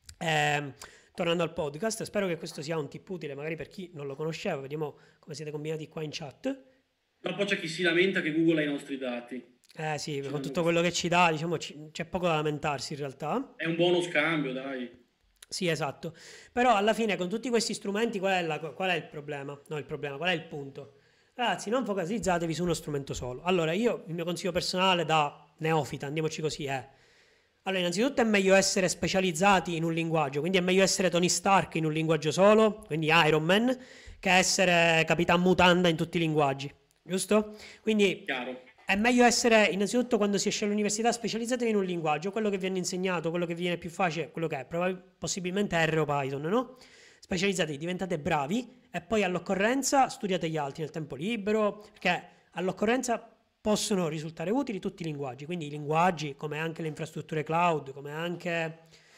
Ehm, tornando al podcast, spero che questo sia un tip utile magari per chi non lo conosceva, vediamo come siete combinati qua in chat. Dopo c'è chi si lamenta che Google ha i nostri dati. Eh sì, Ci con danno tutto quello questi- che ci dà, diciamo, ci- c'è poco da lamentarsi in realtà. È un buono scambio, dai. Sì, esatto. Però alla fine con tutti questi strumenti qual è, la- qual è il problema? No, il problema, qual è il punto? Ragazzi, non focalizzatevi su uno strumento solo. Allora, io il mio consiglio personale da neofita, andiamoci così, è... Allora, innanzitutto è meglio essere specializzati in un linguaggio, quindi è meglio essere Tony Stark in un linguaggio solo, quindi Iron Man, che essere Capitan Mutanda in tutti i linguaggi, giusto? Quindi Chiaro. è meglio essere, innanzitutto, quando si esce all'università, specializzatevi in un linguaggio, quello che vi hanno insegnato, quello che vi viene più facile, quello che è, probab- possibilmente R o Python, no? Specializzatevi, diventate bravi e poi all'occorrenza studiate gli altri nel tempo libero, perché all'occorrenza possono risultare utili tutti i linguaggi, quindi i linguaggi, come anche le infrastrutture cloud, come anche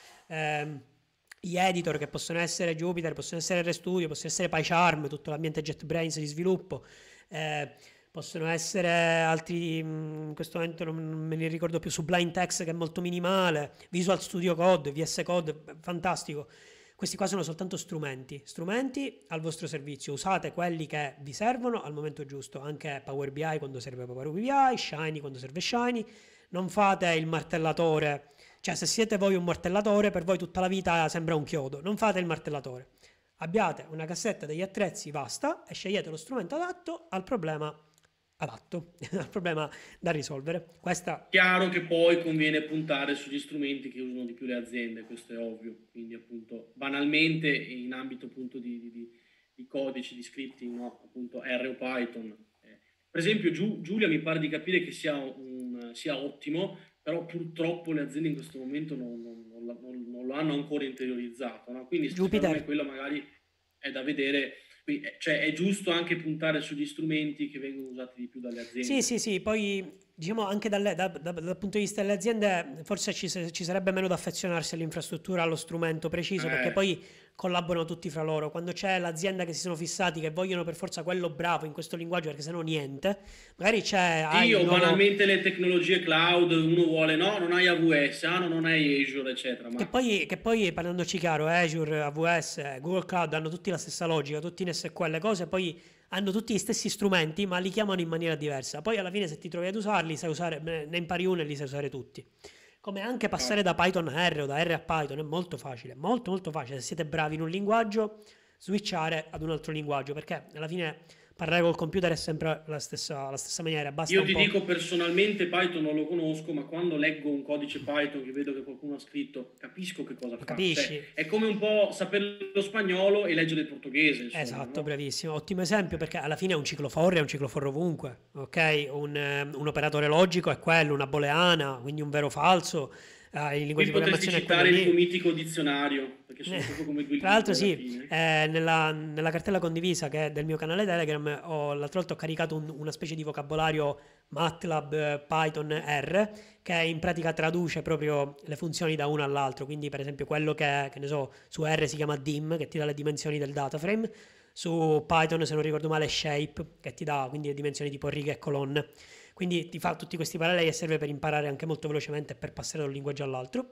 ehm, gli editor che possono essere Jupyter, possono essere RStudio, possono essere PyCharm, tutto l'ambiente JetBrains di sviluppo, eh, possono essere altri, mh, in questo momento non, non me ne ricordo più, Sublime Text che è molto minimale, Visual Studio Code, V S Code, fantastico. Questi qua sono soltanto strumenti, strumenti al vostro servizio, usate quelli che vi servono al momento giusto, anche Power B I quando serve Power B I, Shiny quando serve Shiny, non fate il martellatore, cioè se siete voi un martellatore per voi tutta la vita sembra un chiodo, non fate il martellatore, abbiate una cassetta degli attrezzi vasta e scegliete lo strumento adatto al problema adatto, al problema da risolvere. Questa Chiaro che poi conviene puntare sugli strumenti che usano di più le aziende, questo è ovvio. Quindi appunto banalmente in ambito appunto di, di- di- di codici, di scripting, no? Appunto R o Python. Eh, per esempio Giu- Giulia mi pare di capire che sia, un- sia ottimo, però purtroppo le aziende in questo momento non, non- non la- non- non lo hanno ancora interiorizzato, no? Quindi secondo me Jupyter. quello magari è da vedere. Qui- eh, Cioè è giusto anche puntare sugli strumenti che vengono usati di più dalle Sì, aziende. sì, sì, poi diciamo anche dalle- da- da- dal punto di vista delle aziende forse ci, se- ci sarebbe meno da affezionarsi all'infrastruttura, allo strumento preciso, perché Eh. poi collaborano tutti fra loro. Quando c'è l'azienda che si sono fissati, che vogliono per forza quello bravo in questo linguaggio, perché sennò niente, magari c'è, hai Sì, il o nuovo... banalmente le tecnologie cloud, uno vuole, no, non hai A W S, ah, no, non hai Azure, eccetera, Che ma poi, che poi, parlandoci chiaro, Azure, A W S, Google Cloud hanno tutti la stessa logica, tutti in S Q L cose, poi hanno tutti gli stessi strumenti, ma li chiamano in maniera diversa. Poi alla fine se ti trovi ad usarli, sai usare, ne impari uno e li sai usare tutti. Come anche passare da no. Python a R o da R a Python è molto facile, molto molto facile. Se siete bravi in un linguaggio, switchare ad un altro linguaggio, perché alla fine parlare col computer è sempre la stessa, la stessa maniera, basta Io un ti po'. dico personalmente Python non lo conosco, ma quando leggo un codice Python che vedo che qualcuno ha scritto, capisco che cosa Lo fa. capisci? Cioè, è come un po' sapere lo spagnolo e leggere il portoghese, insomma, Esatto, no? bravissimo. Ottimo esempio perché alla fine un ciclo for è un ciclo for ovunque, ok? Un, eh, un operatore logico è quello, una booleana, quindi un vero o falso. Eh, il linguaggio Qui di potresti programmazione è quello citare il tuo lì. mitico dizionario, perché sono proprio come due Tra l'altro libri alla sì, fine. eh, nella, nella cartella condivisa che è del mio canale Telegram ho, l'altra volta ho caricato un- una specie di vocabolario MATLAB, eh, Python, R, che in pratica traduce proprio le funzioni da uno all'altro, quindi per esempio quello che, che ne so, su R si chiama dim, che ti dà le dimensioni del dataframe, su Python se non ricordo male è shape, che ti dà quindi le dimensioni tipo righe e colonne, quindi ti fa tutti questi paralleli e serve per imparare anche molto velocemente e per passare da un linguaggio all'altro.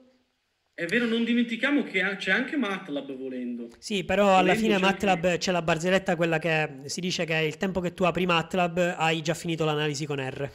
È vero, non dimentichiamo che ha- c'è anche MATLAB volendo. Sì, però alla Volendo fine c'è anche... MATLAB c'è la barzelletta, quella che si dice che il tempo che tu apri MATLAB hai già finito l'analisi con R.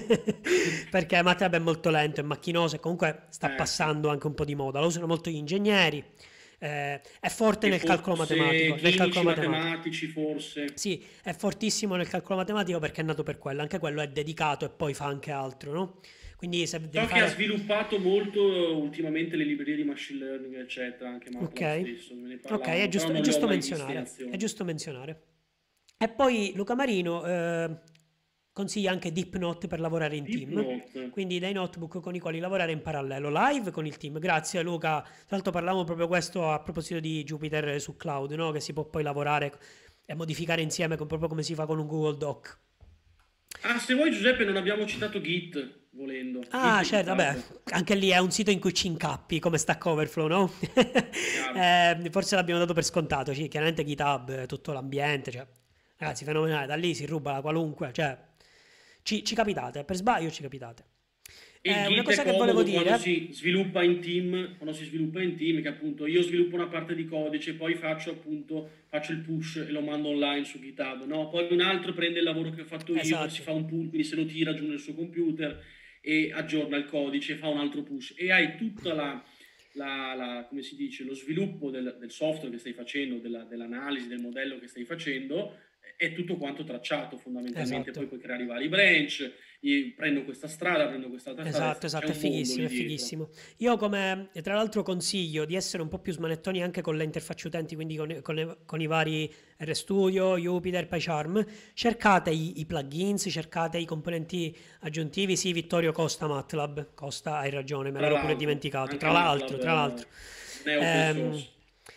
Perché MATLAB è molto lento, è macchinoso e comunque sta Eh sì. passando anche un po' di moda. Lo usano molto gli ingegneri, eh, è forte E nel calcolo forse matematico. Nel chimici, calcolo matematico. matematici, forse. Sì, è fortissimo nel calcolo matematico perché è nato per quello. Anche quello è dedicato e poi fa anche altro, no? Quindi se devi So che ha fare... sviluppato molto ultimamente le librerie di machine learning, eccetera, anche MATLAB Ok, stesso, me ne ok, è parlavano, però giusto, è non li ho giusto mai visti in menzionare, è azione. giusto menzionare. E poi Luca Marino eh, consiglia anche DeepNote per lavorare in team, Deepnote. quindi dei notebook con i quali lavorare in parallelo, live con il team. Grazie Luca, tra l'altro parlavamo proprio questo a proposito di Jupyter su cloud, no? Che si può poi lavorare e modificare insieme, com- proprio come si fa con un Google Doc. Ah, se vuoi Giuseppe non abbiamo citato Git, volendo. Git Ah, e certo, vabbè, GitHub, anche lì è un sito in cui ci incappi, come Stack Overflow, no? chiaro. Eh, forse l'abbiamo dato per scontato, sì, chiaramente GitHub, eh, tutto l'ambiente, cioè, ragazzi, fenomenale, da lì si ruba la qualunque, cioè, ci, ci capitate, per sbaglio ci capitate. E il Eh, una Git è cosa che volevo comodo quando dire, si sviluppa in team, quando si sviluppa in team, che appunto io sviluppo una parte di codice, poi faccio appunto, faccio il push e lo mando online su GitHub, no? Poi un altro prende il lavoro che ho fatto io, si esatto, fa un pull, quindi se lo tira giù nel suo computer e aggiorna il codice, fa un altro push e hai tutta la, la- la- come si dice, lo sviluppo del, del software che stai facendo, della- dell'analisi del modello che stai facendo, è tutto quanto tracciato fondamentalmente, esatto. poi puoi creare i vari branch, io prendo questa strada, prendo quest'altra strada, Esatto, c'è esatto, è un mondo fighissimo, lì è dietro. fighissimo. Io come, e tra l'altro consiglio di essere un po' più smanettoni anche con le interfacce utenti, quindi con, con le- con i vari RStudio, Jupyter, PyCharm, cercate i, i plugins, cercate i componenti aggiuntivi, sì, Vittorio costa MATLAB, costa, hai ragione, me Tra l'ero pure l'altro, dimenticato, anche tra l'altro, MATLAB tra l'altro. eh, non è open Ehm, source,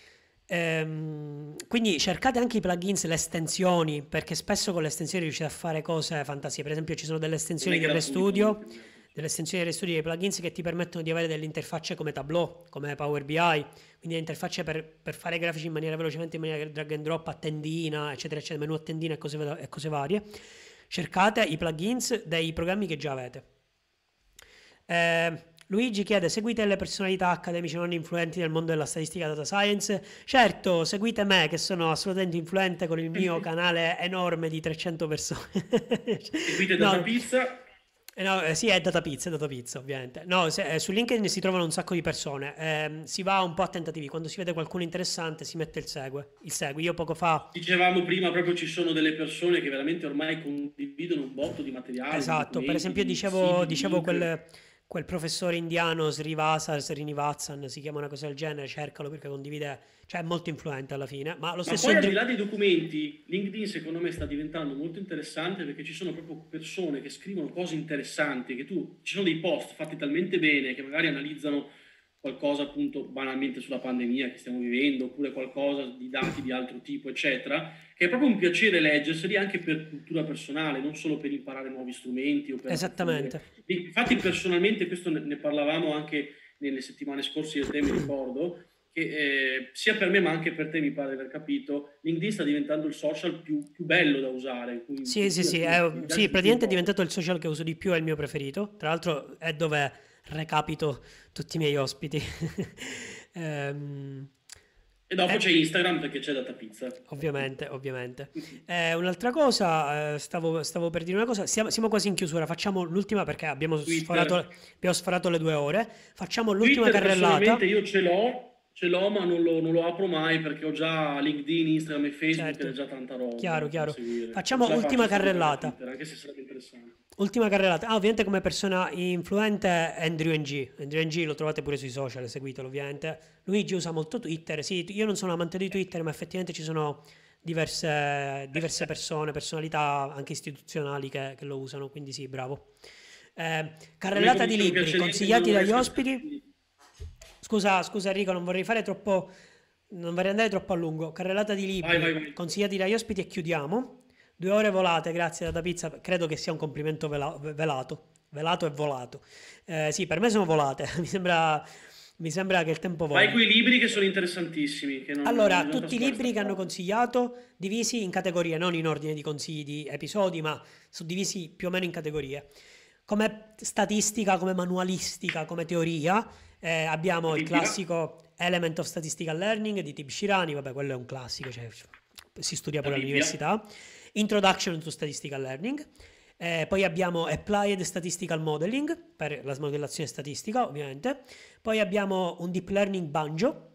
ehm, quindi cercate anche i plugins, le estensioni, perché spesso con le estensioni riuscite a fare cose fantasie. Per esempio ci sono delle non estensioni è di gratuito come RStudio, progetto. delle estensioni di RStudio dei plugins che ti permettono di avere delle interfacce come Tableau, come Power B I, quindi le interfacce per, per fare grafici in maniera velocemente, in maniera drag and drop a tendina, eccetera, eccetera, menu a tendina e cose, e cose varie. Cercate i plugins dei programmi che già avete. Eh, Luigi chiede: seguite le personalità accademiche non influenti nel mondo della statistica e data science? Certo, seguite me che sono assolutamente influente con il mio canale enorme di trecento persone. Seguite Data No, Pizza, eh no, eh, sì, è Data Pizza, è Data Pizza, ovviamente. No, se- eh, su LinkedIn si trovano un sacco di persone. Ehm, si va un po' a tentativi. Quando si vede qualcuno interessante, si mette il segue. Il segui. Io poco fa. dicevamo prima, proprio ci sono delle persone che veramente ormai condividono un botto di materiale, di Esatto, per documenti, esempio di dicevo, siti, di dicevo link. quel, quel professore indiano Srivasa Srinivasan, si chiama una cosa del genere, cercalo perché condivide, cioè è molto influente alla fine, ma lo Ma stesso poi al di Andrew. là dei documenti, LinkedIn secondo me sta diventando molto interessante perché ci sono proprio persone che scrivono cose interessanti, che tu, ci sono dei post fatti talmente bene che magari analizzano qualcosa appunto banalmente sulla pandemia che stiamo vivendo, oppure qualcosa di dati di altro tipo, eccetera, che è proprio un piacere leggerseli anche per cultura personale, non solo per imparare nuovi strumenti o per approfondire. Esattamente. Infatti personalmente, questo ne ne parlavamo anche nelle settimane scorse io e te, mi ricordo, che eh, sia per me ma anche per te mi pare di aver capito, LinkedIn sta diventando il social più, più bello da usare, in cui, Sì, in sì, cui sì, appunto è, mi sì, piace di più praticamente è proprio. diventato il social che uso di più, è il mio preferito. Tra l'altro è dove recapito tutti i miei ospiti. Ehm, E dopo eh, c'è Instagram perché c'è Data Pizza. Ovviamente, ovviamente. Eh, un'altra cosa, eh, stavo, stavo per dire una cosa, siamo, siamo quasi in chiusura, facciamo l'ultima perché abbiamo sforato, Twitter. abbiamo sforato le due ore, facciamo l'ultima Twitter personalmente carrellata, io ce l'ho, ce l'ho ma non lo, non lo apro mai perché ho già LinkedIn, Instagram e Facebook ed è certo, già tanta roba chiaro, eh, da chiaro. seguire. Non ce Facciamo la faccio ultima a staccare carrellata, Twitter, anche se sarebbe interessante. ultima carrellata. Ah, ovviamente come persona influente Andrew Ng, Andrew Ng lo trovate pure sui social, seguitelo ovviamente. Luigi usa molto Twitter, sì, io non sono amante di Twitter, ma effettivamente ci sono diverse, diverse persone, personalità anche istituzionali che, che lo usano, quindi sì, bravo. Eh, A me carrellata di comunque non libri piace niente, io consigliati non dagli riesco a ospiti. stare. Scusa, scusa Enrico, non vorrei fare troppo, non vorrei andare troppo a lungo. Carrellata di Vai, vai, libri vai. consigliati dagli ospiti e chiudiamo. Due ore volate, grazie da Pizza. Credo che sia un complimento vela- velato. Velato e volato. Eh, sì, per me sono volate. Mi sembra, mi sembra che il tempo Vai voli. con i libri che sono interessantissimi, che non Allora, bisogna tutti i trascurare libri sta che hanno cosa. consigliato, divisi in categorie, non in ordine di consigli di episodi, ma suddivisi più o meno in categorie. Come statistica, come manualistica, come teoria, eh, abbiamo il Mi piace. classico Element of Statistical Learning di Tib Shirani, vabbè, quello è un classico, cioè, si studia La pure Bibbia. all'università. Introduction to Statistical Learning. Eh, poi abbiamo Applied Statistical Modeling, per la modellazione statistica, ovviamente. Poi abbiamo un Deep Learning Banjo.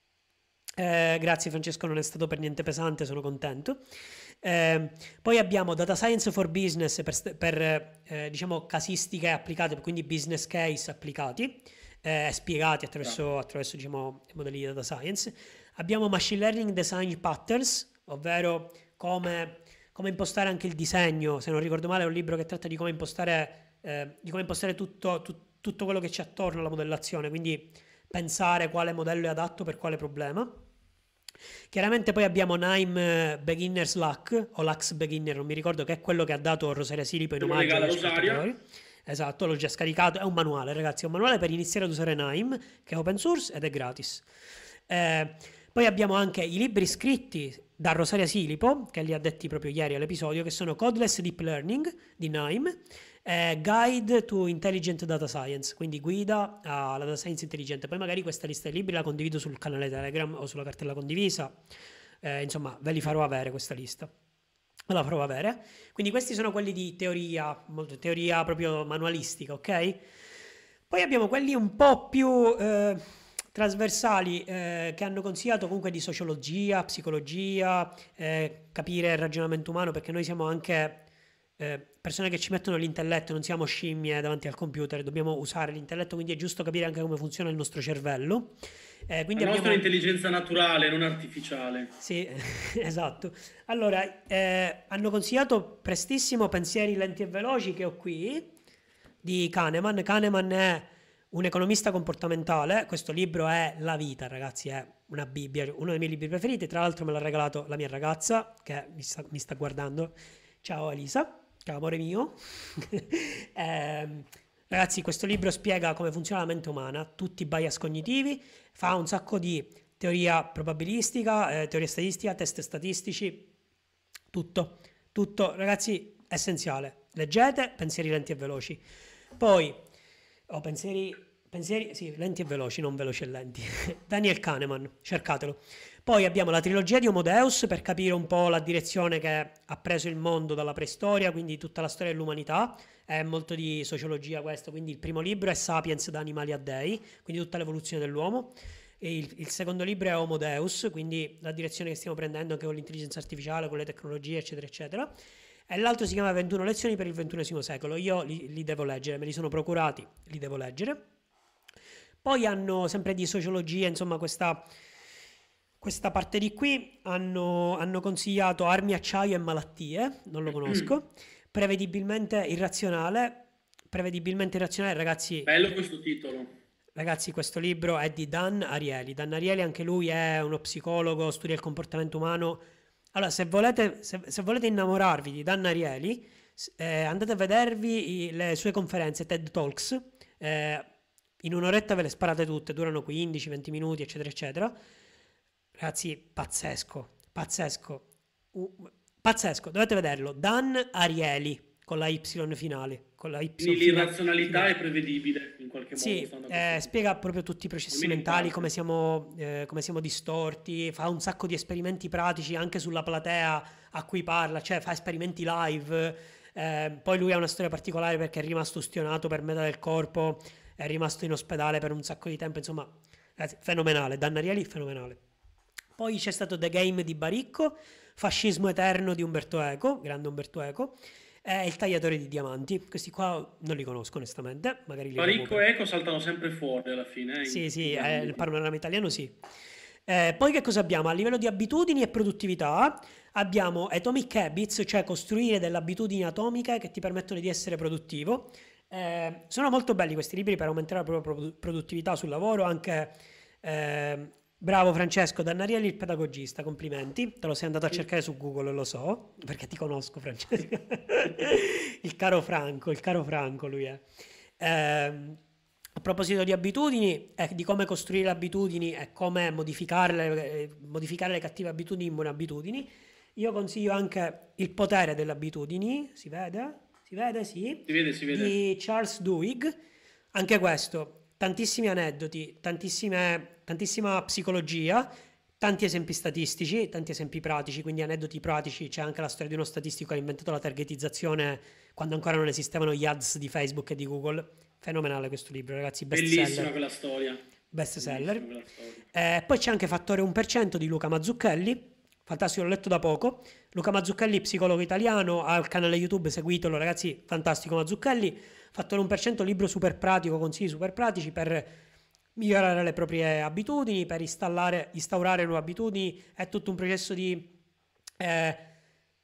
Eh, grazie Francesco, non è stato per niente pesante, sono contento. Eh, poi abbiamo Data Science for Business per, st- per, eh, diciamo casistiche applicate, quindi business case applicati, eh, spiegati Bravo. attraverso, attraverso diciamo, i modelli di Data Science. Abbiamo Machine Learning Design Patterns, ovvero come, come impostare anche il disegno. Se non ricordo male è un libro che tratta di come impostare, eh, di come impostare tutto, tut- tutto quello che c'è attorno alla modellazione, quindi pensare quale modello è adatto per quale problema. Chiaramente poi abbiamo Nime Beginner's Luck, o Lux Beginner, non mi ricordo, che è quello che ha dato Rosaria Silipo in Te lo omaggio regala agli Rosaria. ascoltatori. Esatto, l'ho già scaricato, è un manuale ragazzi, è un manuale per iniziare ad usare Nime, che è open source ed è gratis. Eh, poi abbiamo anche i libri scritti da Rosaria Silipo, che li ha detti proprio ieri all'episodio, che sono Codeless Deep Learning di Nime, eh, Guide to Intelligent Data Science, quindi guida alla data science intelligente. Poi magari questa lista di libri la condivido sul canale Telegram o sulla cartella condivisa, eh, insomma ve li farò avere questa lista. La farò avere. Quindi questi sono quelli di teoria, molto teoria proprio manualistica, ok? Poi abbiamo quelli un po' più eh, trasversali eh, che hanno consigliato comunque di sociologia, psicologia, eh, capire il ragionamento umano, perché noi siamo anche eh, persone che ci mettono l'intelletto, non siamo scimmie davanti al computer, dobbiamo usare l'intelletto, quindi è giusto capire anche come funziona il nostro cervello. Eh, quindi La nostra abbiamo... intelligenza naturale, non artificiale. Sì, esatto. Allora, eh, hanno consigliato prestissimo Pensieri lenti e veloci che ho qui, di Kahneman. Kahneman è un economista comportamentale, questo libro è la vita, ragazzi, è una Bibbia, uno dei miei libri preferiti, tra l'altro me l'ha regalato la mia ragazza che mi sta, mi sta guardando. Ciao Elisa, ciao amore mio. eh, ragazzi, questo libro spiega come funziona la mente umana, tutti i bias cognitivi, fa un sacco di teoria probabilistica, eh, teoria statistica, test statistici, tutto, tutto, ragazzi, essenziale. Leggete Pensieri lenti e veloci. Poi, ho oh, pensieri, pensieri, sì, lenti e veloci, non veloci e lenti. Daniel Kahneman, cercatelo. Poi abbiamo la trilogia di Homo Deus per capire un po' la direzione che ha preso il mondo dalla preistoria, quindi tutta la storia dell'umanità. È molto di sociologia questo, quindi il primo libro è Sapiens da animali a dei, quindi tutta l'evoluzione dell'uomo. E il, il secondo libro è Homo Deus, quindi la direzione che stiamo prendendo anche con l'intelligenza artificiale, con le tecnologie, eccetera, eccetera. E l'altro si chiama ventuno lezioni per il ventunesimo secolo. Io li, li devo leggere, me li sono procurati, li devo leggere. Poi hanno sempre di sociologia, insomma, questa, questa parte di qui. Hanno, hanno consigliato Armi, acciaio e malattie, non lo conosco. Prevedibilmente irrazionale. Prevedibilmente irrazionale, ragazzi. Bello questo titolo. Ragazzi, questo libro è di Dan Ariely. Dan Ariely, anche lui è uno psicologo, studia il comportamento umano. Allora, se volete, se, se volete innamorarvi di Dan Ariely, eh, andate a vedervi i, le sue conferenze TED Talks. Eh, in un'oretta ve le sparate tutte, durano quindici venti minuti, eccetera, eccetera. Ragazzi, pazzesco, pazzesco, uh, pazzesco, dovete vederlo. Dan Ariely, con la Y finale. Con la Y Quindi finale, l'irrazionalità finale. è prevedibile in qualche modo. Sì, eh, spiega proprio tutti i processi mentali, come siamo, eh, come siamo distorti, fa un sacco di esperimenti pratici anche sulla platea a cui parla, cioè fa esperimenti live. Eh, poi lui ha una storia particolare perché è rimasto ustionato per metà del corpo, è rimasto in ospedale per un sacco di tempo, insomma, ragazzi, fenomenale, Dan Ariely, fenomenale. Poi c'è stato The Game di Baricco, Fascismo eterno di Umberto Eco, grande Umberto Eco, e Il tagliatore di diamanti. Questi qua non li conosco onestamente, magari li Baricco e Eco saltano sempre fuori alla fine. Eh, sì, sì, eh, nel panorama italiano sì. Eh, poi che cosa abbiamo? A livello di abitudini e produttività abbiamo Atomic Habits, cioè costruire delle abitudini atomiche che ti permettono di essere produttivo. Eh, sono molto belli questi libri per aumentare la propria produttività sul lavoro, anche eh, bravo Francesco Dan Ariely, il pedagogista, complimenti, te lo sei andato a cercare su Google, lo so, perché ti conosco Francesco, il caro Franco, il caro Franco lui è. Eh, a proposito di abitudini, eh, di come costruire le abitudini e come modificarle, eh, modificare le cattive abitudini in buone abitudini, io consiglio anche Il potere delle abitudini, si vede? Si vede, sì, si vede, si vede. Di Charles Duhigg, anche questo, tantissimi aneddoti, tantissime, tantissima psicologia, tanti esempi statistici, tanti esempi pratici, quindi aneddoti pratici. C'è anche la storia di uno statistico che ha inventato la targetizzazione quando ancora non esistevano gli ads di Facebook e di Google. Fenomenale questo libro, ragazzi, best bellissima seller. quella storia. Best seller. Eh, poi c'è anche Fattore uno per cento di Luca Mazzucchelli. Fantastico, l'ho letto da poco. Luca Mazzucchelli, psicologo italiano, ha il canale YouTube, seguitelo ragazzi, fantastico Mazzucchelli. Fattore uno per cento, libro super pratico, consigli super pratici per migliorare le proprie abitudini, per installare, instaurare nuove abitudini. È tutto un processo di eh,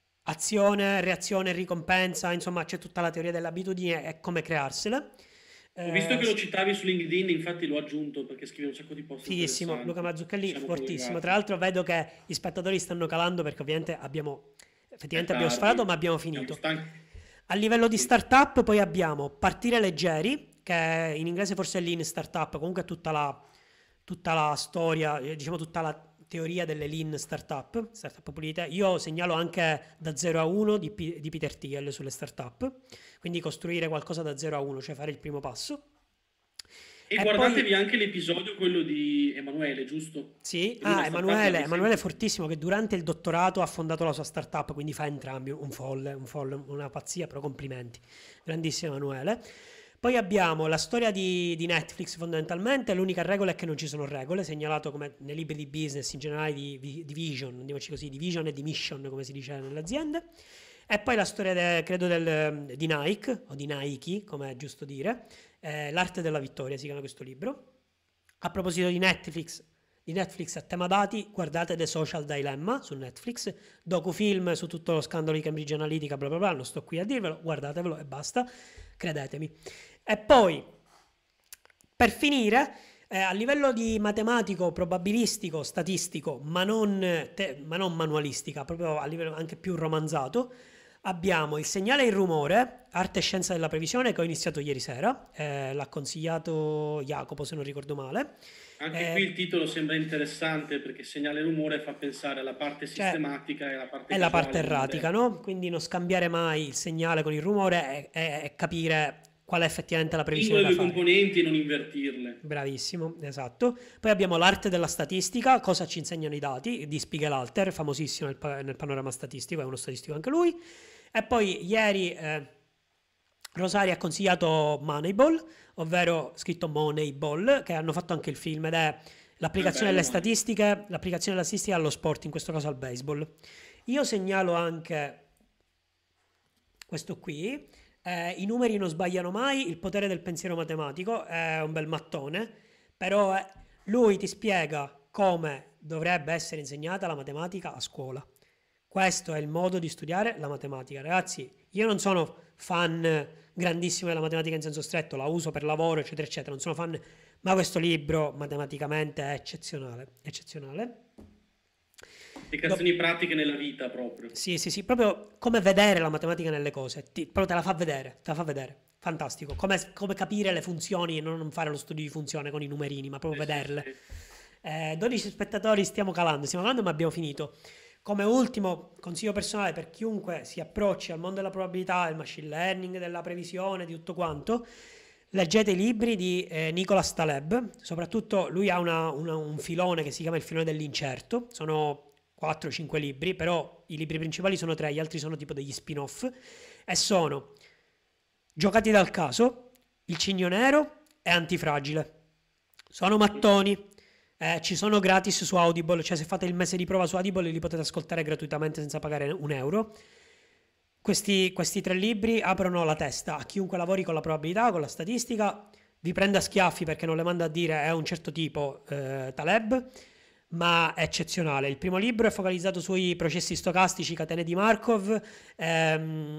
azione, reazione, ricompensa, insomma c'è tutta la teoria delle abitudini e come crearsele. Ho visto Eh, che lo citavi su LinkedIn, infatti l'ho aggiunto perché scrive un sacco di post Fighissimo, Luca interessanti. Ci Mazzucchelli, siamo fortissimo. Tra collegati. l'altro vedo che gli spettatori stanno calando perché ovviamente abbiamo, È effettivamente abbiamo sferato, ma tardi, abbiamo siamo finito. stanchi. A livello di Sì. startup poi abbiamo Partire Leggeri, che in inglese forse è Lean Startup, comunque è tutta la, tutta la storia, eh, diciamo tutta la teoria delle Lean Startup, startup pulite. Io segnalo anche Da zero a uno di, P- di Peter Thiel sulle startup, quindi costruire qualcosa da zero a uno, cioè fare il primo passo. E E poi guardatevi anche l'episodio, quello di Emanuele, giusto? sì, Che lui ah, una startup l'ha Emanuele, messa Emanuele è in... fortissimo che durante il dottorato ha fondato la sua startup, quindi fa entrambi, un folle, un folle, una pazzia, però complimenti. Grandissimo Emanuele. Poi abbiamo la storia di, di Netflix fondamentalmente, l'unica regola è che non ci sono regole, segnalato come nei libri di business in generale di, di, di vision, andiamoci così, di vision e di mission come si dice nelle aziende. E poi la storia, de- credo, del, di Nike, o di Nike, come è giusto dire, eh, L'arte della vittoria si chiama questo libro. A proposito di Netflix, di Netflix a tema dati, guardate The Social Dilemma su Netflix, docufilm su tutto lo scandalo di Cambridge Analytica, bla bla bla, non sto qui a dirvelo, guardatevelo e basta, credetemi. E poi, per finire, eh, a livello di matematico, probabilistico, statistico, ma non, te- ma non manualistica, proprio a livello anche più romanzato, abbiamo Il segnale e il rumore, arte e scienza della previsione, che ho iniziato ieri sera, eh, l'ha consigliato Jacopo se non ricordo male. Anche qui Eh, il titolo sembra interessante perché segnale rumore fa pensare alla parte cioè, sistematica e alla parte è la parte casuale del erratica, modello. no? Quindi non scambiare mai il segnale con il rumore e, e- e capire qual è effettivamente la previsione Singole da due fare. componenti e non invertirle. Bravissimo, esatto. Poi abbiamo l'arte della statistica, cosa ci insegnano i dati, di Spiegelalter, famosissimo nel, pa- nel panorama statistico, è uno statistico anche lui. E poi ieri eh, Rosaria ha consigliato Moneyball, ovvero scritto Moneyball, che hanno fatto anche il film ed è È l'applicazione bello delle Moneyball. statistiche, l'applicazione della statistica allo sport, in questo caso al baseball. Io segnalo anche questo qui. Eh, I numeri non sbagliano mai, il potere del pensiero matematico è un bel mattone, però eh, lui ti spiega come dovrebbe essere insegnata la matematica a scuola. Questo è il modo di studiare la matematica. Ragazzi, io non sono fan grandissimo della matematica in senso stretto, la uso per lavoro, eccetera, eccetera, non sono fan, ma questo libro matematicamente è eccezionale, eccezionale. Do- Applicazioni pratiche nella vita proprio. sì, sì, sì, proprio come vedere la matematica nelle cose, ti- proprio te la fa vedere, te la fa vedere. Fantastico, come, come capire le funzioni e non non fare lo studio di funzione con i numerini, ma proprio Sì, sì, vederle. sì. Eh, dodici spettatori, stiamo calando, stiamo calando, ma abbiamo finito. Come ultimo consiglio personale per chiunque si approcci al mondo della probabilità, del machine learning, della previsione, di tutto quanto, leggete i libri di eh, Nicolas Taleb, soprattutto lui ha una- una- un filone che si chiama il filone dell'incerto, sono quattro cinque libri, però i libri principali sono tre, gli altri sono tipo degli spin-off, e sono Giocati dal caso, Il cigno nero e Antifragile. Sono mattoni, eh, ci sono gratis su Audible, cioè se fate il mese di prova su Audible li potete ascoltare gratuitamente senza pagare un euro. Questi, questi tre libri aprono la testa a chiunque lavori con la probabilità, con la statistica, vi prende a schiaffi perché non le manda a dire è un certo tipo eh, Taleb, ma è eccezionale. Il primo libro è focalizzato sui processi stocastici, catene di Markov, ehm,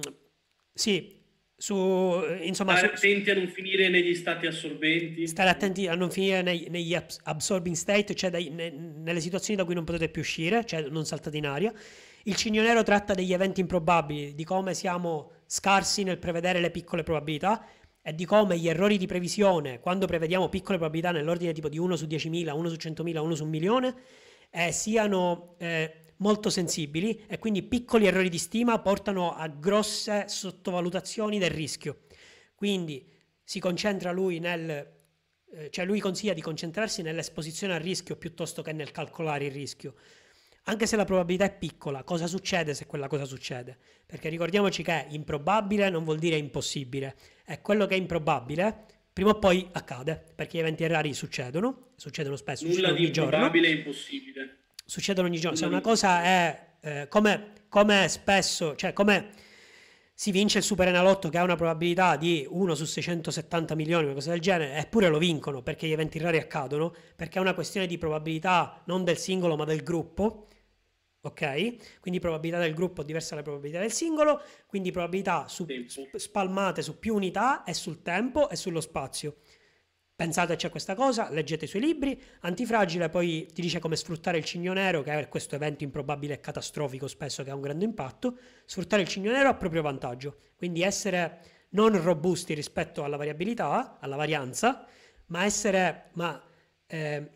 sì, su, insomma, Stare su, attenti a non finire negli stati stare assorbenti. attenti a non finire nei- negli abs- absorbing state, cioè dai- ne- nelle situazioni da cui non potete più uscire, cioè non saltate in aria. Il Cigno Nero tratta degli eventi improbabili, di come siamo scarsi nel prevedere le piccole probabilità e di come gli errori di previsione, quando prevediamo piccole probabilità nell'ordine tipo di uno su diecimila, uno su centomila, uno su un milione, eh, siano eh, molto sensibili e quindi piccoli errori di stima portano a grosse sottovalutazioni del rischio. Quindi si concentra lui nel, eh, cioè lui consiglia di concentrarsi nell'esposizione al rischio piuttosto che nel calcolare il rischio. Anche se la probabilità è piccola, cosa succede se quella cosa succede? Perché ricordiamoci che improbabile non vuol dire impossibile, è quello che è improbabile, prima o poi accade, perché gli eventi rari succedono, succedono spesso, Nulla succedono di ogni giorno, improbabile e impossibile. succedono ogni giorno. Se Nulla di una cosa impossibile. è eh, come, come spesso, cioè come si vince il Superenalotto che ha una probabilità di uno su seicentosettanta milioni, una cosa del genere, eppure lo vincono perché gli eventi rari accadono, perché è una questione di probabilità non del singolo ma del gruppo. ok? Quindi probabilità del gruppo diversa dalla probabilità del singolo, quindi probabilità su, Tempo. spalmate su più unità e sul tempo e sullo spazio. Pensate c'è questa cosa, leggete i suoi libri. Antifragile poi ti dice come sfruttare il cigno nero, che è questo evento improbabile e catastrofico spesso che ha un grande impatto. Sfruttare il cigno nero a proprio vantaggio, quindi essere non robusti rispetto alla variabilità, alla varianza, ma essere, ma eh,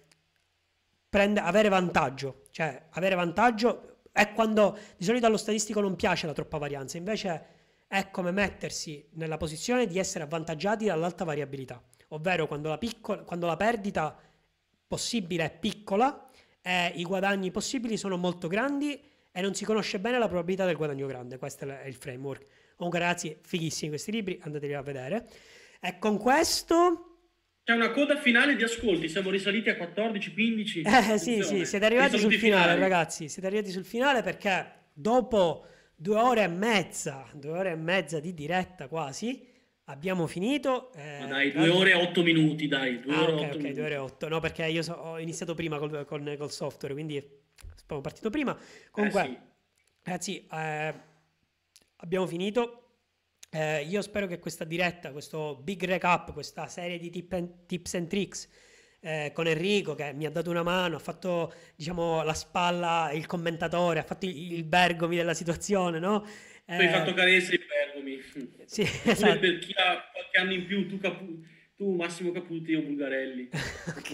prende, avere vantaggio, cioè avere vantaggio è quando di solito allo statistico non piace la troppa varianza, invece è come mettersi nella posizione di essere avvantaggiati dall'alta variabilità, ovvero quando la, piccola, quando la perdita possibile è piccola e i guadagni possibili sono molto grandi e non si conosce bene la probabilità del guadagno grande. Questo è il framework. Comunque ragazzi, fighissimi questi libri, andateli a vedere. E con questo... C'è una coda finale di ascolti, siamo risaliti a quattordici quindici. Eh sì, sì, siete arrivati sul finale, finali. Ragazzi, siete arrivati sul finale perché dopo due ore e mezza, due ore e mezza di diretta quasi, abbiamo finito. Eh, Ma dai, due ore e otto minuti, dai, due ah, ore ok, otto ok, minuti. due ore e otto, no, perché io so, ho iniziato prima col, col, col software, quindi sono partito prima. Comunque, eh sì. Ragazzi, eh, abbiamo finito. Eh, io spero che questa diretta, questo big recap, questa serie di tip and, tips and tricks eh, con Enrico che mi ha dato una mano, ha fatto diciamo la spalla, il commentatore, ha fatto il, il Bergomi della situazione, no? Eh, tu hai fatto carezze di Bergomi. Sì, esatto. Per chi ha qualche anno in più, tu, Capu, tu Massimo Caputi, io Bulgarelli. Ok,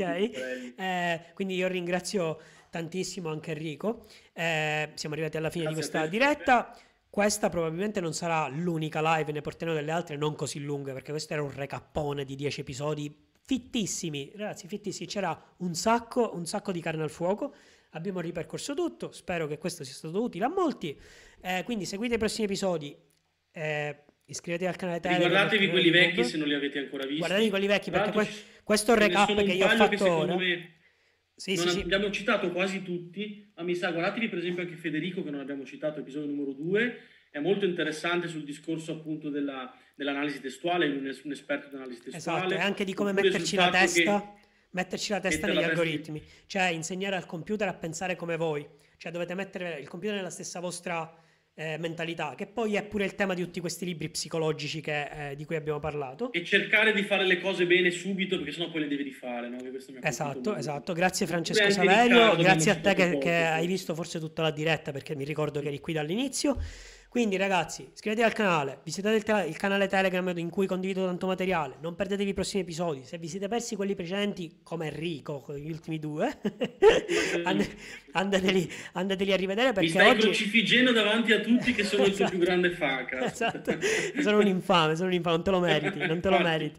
eh, quindi io ringrazio tantissimo anche Enrico. Eh, siamo arrivati alla fine Grazie di questa diretta. Questa probabilmente non sarà l'unica live, ne porteremo delle altre non così lunghe, perché questo era un recappone di dieci episodi fittissimi, ragazzi, fittissimi. C'era un sacco, un sacco di carne al fuoco. Abbiamo ripercorso tutto, spero che questo sia stato utile a molti. Eh, quindi seguite i prossimi episodi, eh, iscrivetevi al canale Telegram. Guardatevi quelli vecchi se non li avete ancora visti. Guardatevi quelli vecchi perché que- questo è il recap che io ho fatto che ora. Me... Sì, non sì, abbiamo sì. citato quasi tutti, ma mi sa, guardatevi per esempio anche Federico che non abbiamo citato, episodio numero due, è molto interessante sul discorso appunto della, dell'analisi testuale, un, un esperto di analisi testuale. Esatto, e anche di come metterci la testa, che... metterci la testa negli la algoritmi, testa... cioè insegnare al computer a pensare come voi, cioè dovete mettere il computer nella stessa vostra eh, mentalità, che poi è pure il tema di tutti questi libri psicologici che, eh, di cui abbiamo parlato. E cercare di fare le cose bene subito, perché sennò poi le devi rifare, no? Esatto, esatto. Grazie Francesco Saverio, grazie a te che, che hai visto forse tutta la diretta, perché mi ricordo che eri qui dall'inizio. Quindi ragazzi, iscrivetevi al canale, visitate il, te- il canale Telegram in cui condivido tanto materiale, non perdetevi i prossimi episodi. Se vi siete persi quelli precedenti, come Enrico, con gli ultimi due, and- andateli, andateli a rivedere perché mi stai oggi... crocifiggendo davanti a tutti che sono esatto. il tuo più grande faca. Esatto, sono un infame, sono un infame, non te lo meriti, non te lo meriti.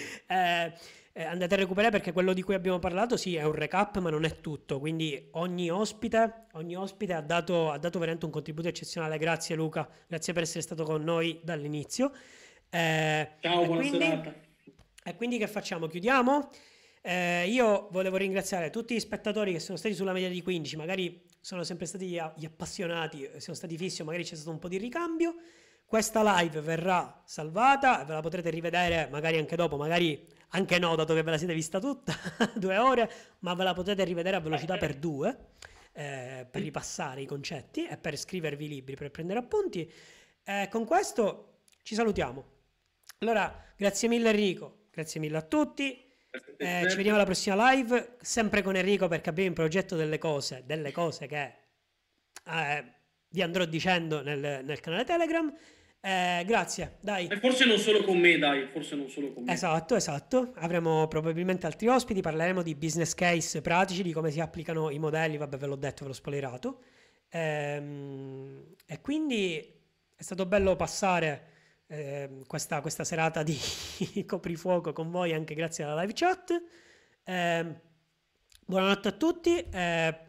Eh, Eh, andate a recuperare perché quello di cui abbiamo parlato sì è un recap ma non è tutto, quindi ogni ospite ogni ospite ha dato, ha dato veramente un contributo eccezionale. Grazie Luca, grazie per essere stato con noi dall'inizio. Eh, ciao, buona quindi, serata. E quindi che facciamo? Chiudiamo? Eh, io volevo ringraziare tutti gli spettatori che sono stati sulla media di quindici, magari sono sempre stati gli appassionati, sono stati fissi o magari c'è stato un po' di ricambio. Questa live verrà salvata e ve la potrete rivedere magari anche dopo, magari anche no, dato che ve la siete vista tutta, due ore, ma ve la potete rivedere a velocità per due, eh, per ripassare i concetti e per scrivervi libri, per prendere appunti. Eh, con questo ci salutiamo. Allora, grazie mille Enrico, grazie mille a tutti, eh, ci vediamo alla prossima live, sempre con Enrico perché abbiamo in progetto delle cose, delle cose che eh, vi andrò dicendo nel, nel canale Telegram. Eh, grazie, dai. E forse non solo con me, dai, forse non solo con me. Esatto, esatto. Avremo probabilmente altri ospiti, parleremo di business case pratici, di come si applicano i modelli, vabbè ve l'ho detto, ve l'ho spoilerato. Ehm, e quindi è stato bello passare eh, questa, questa serata di coprifuoco con voi, anche grazie alla live chat. Eh, buonanotte a tutti, eh,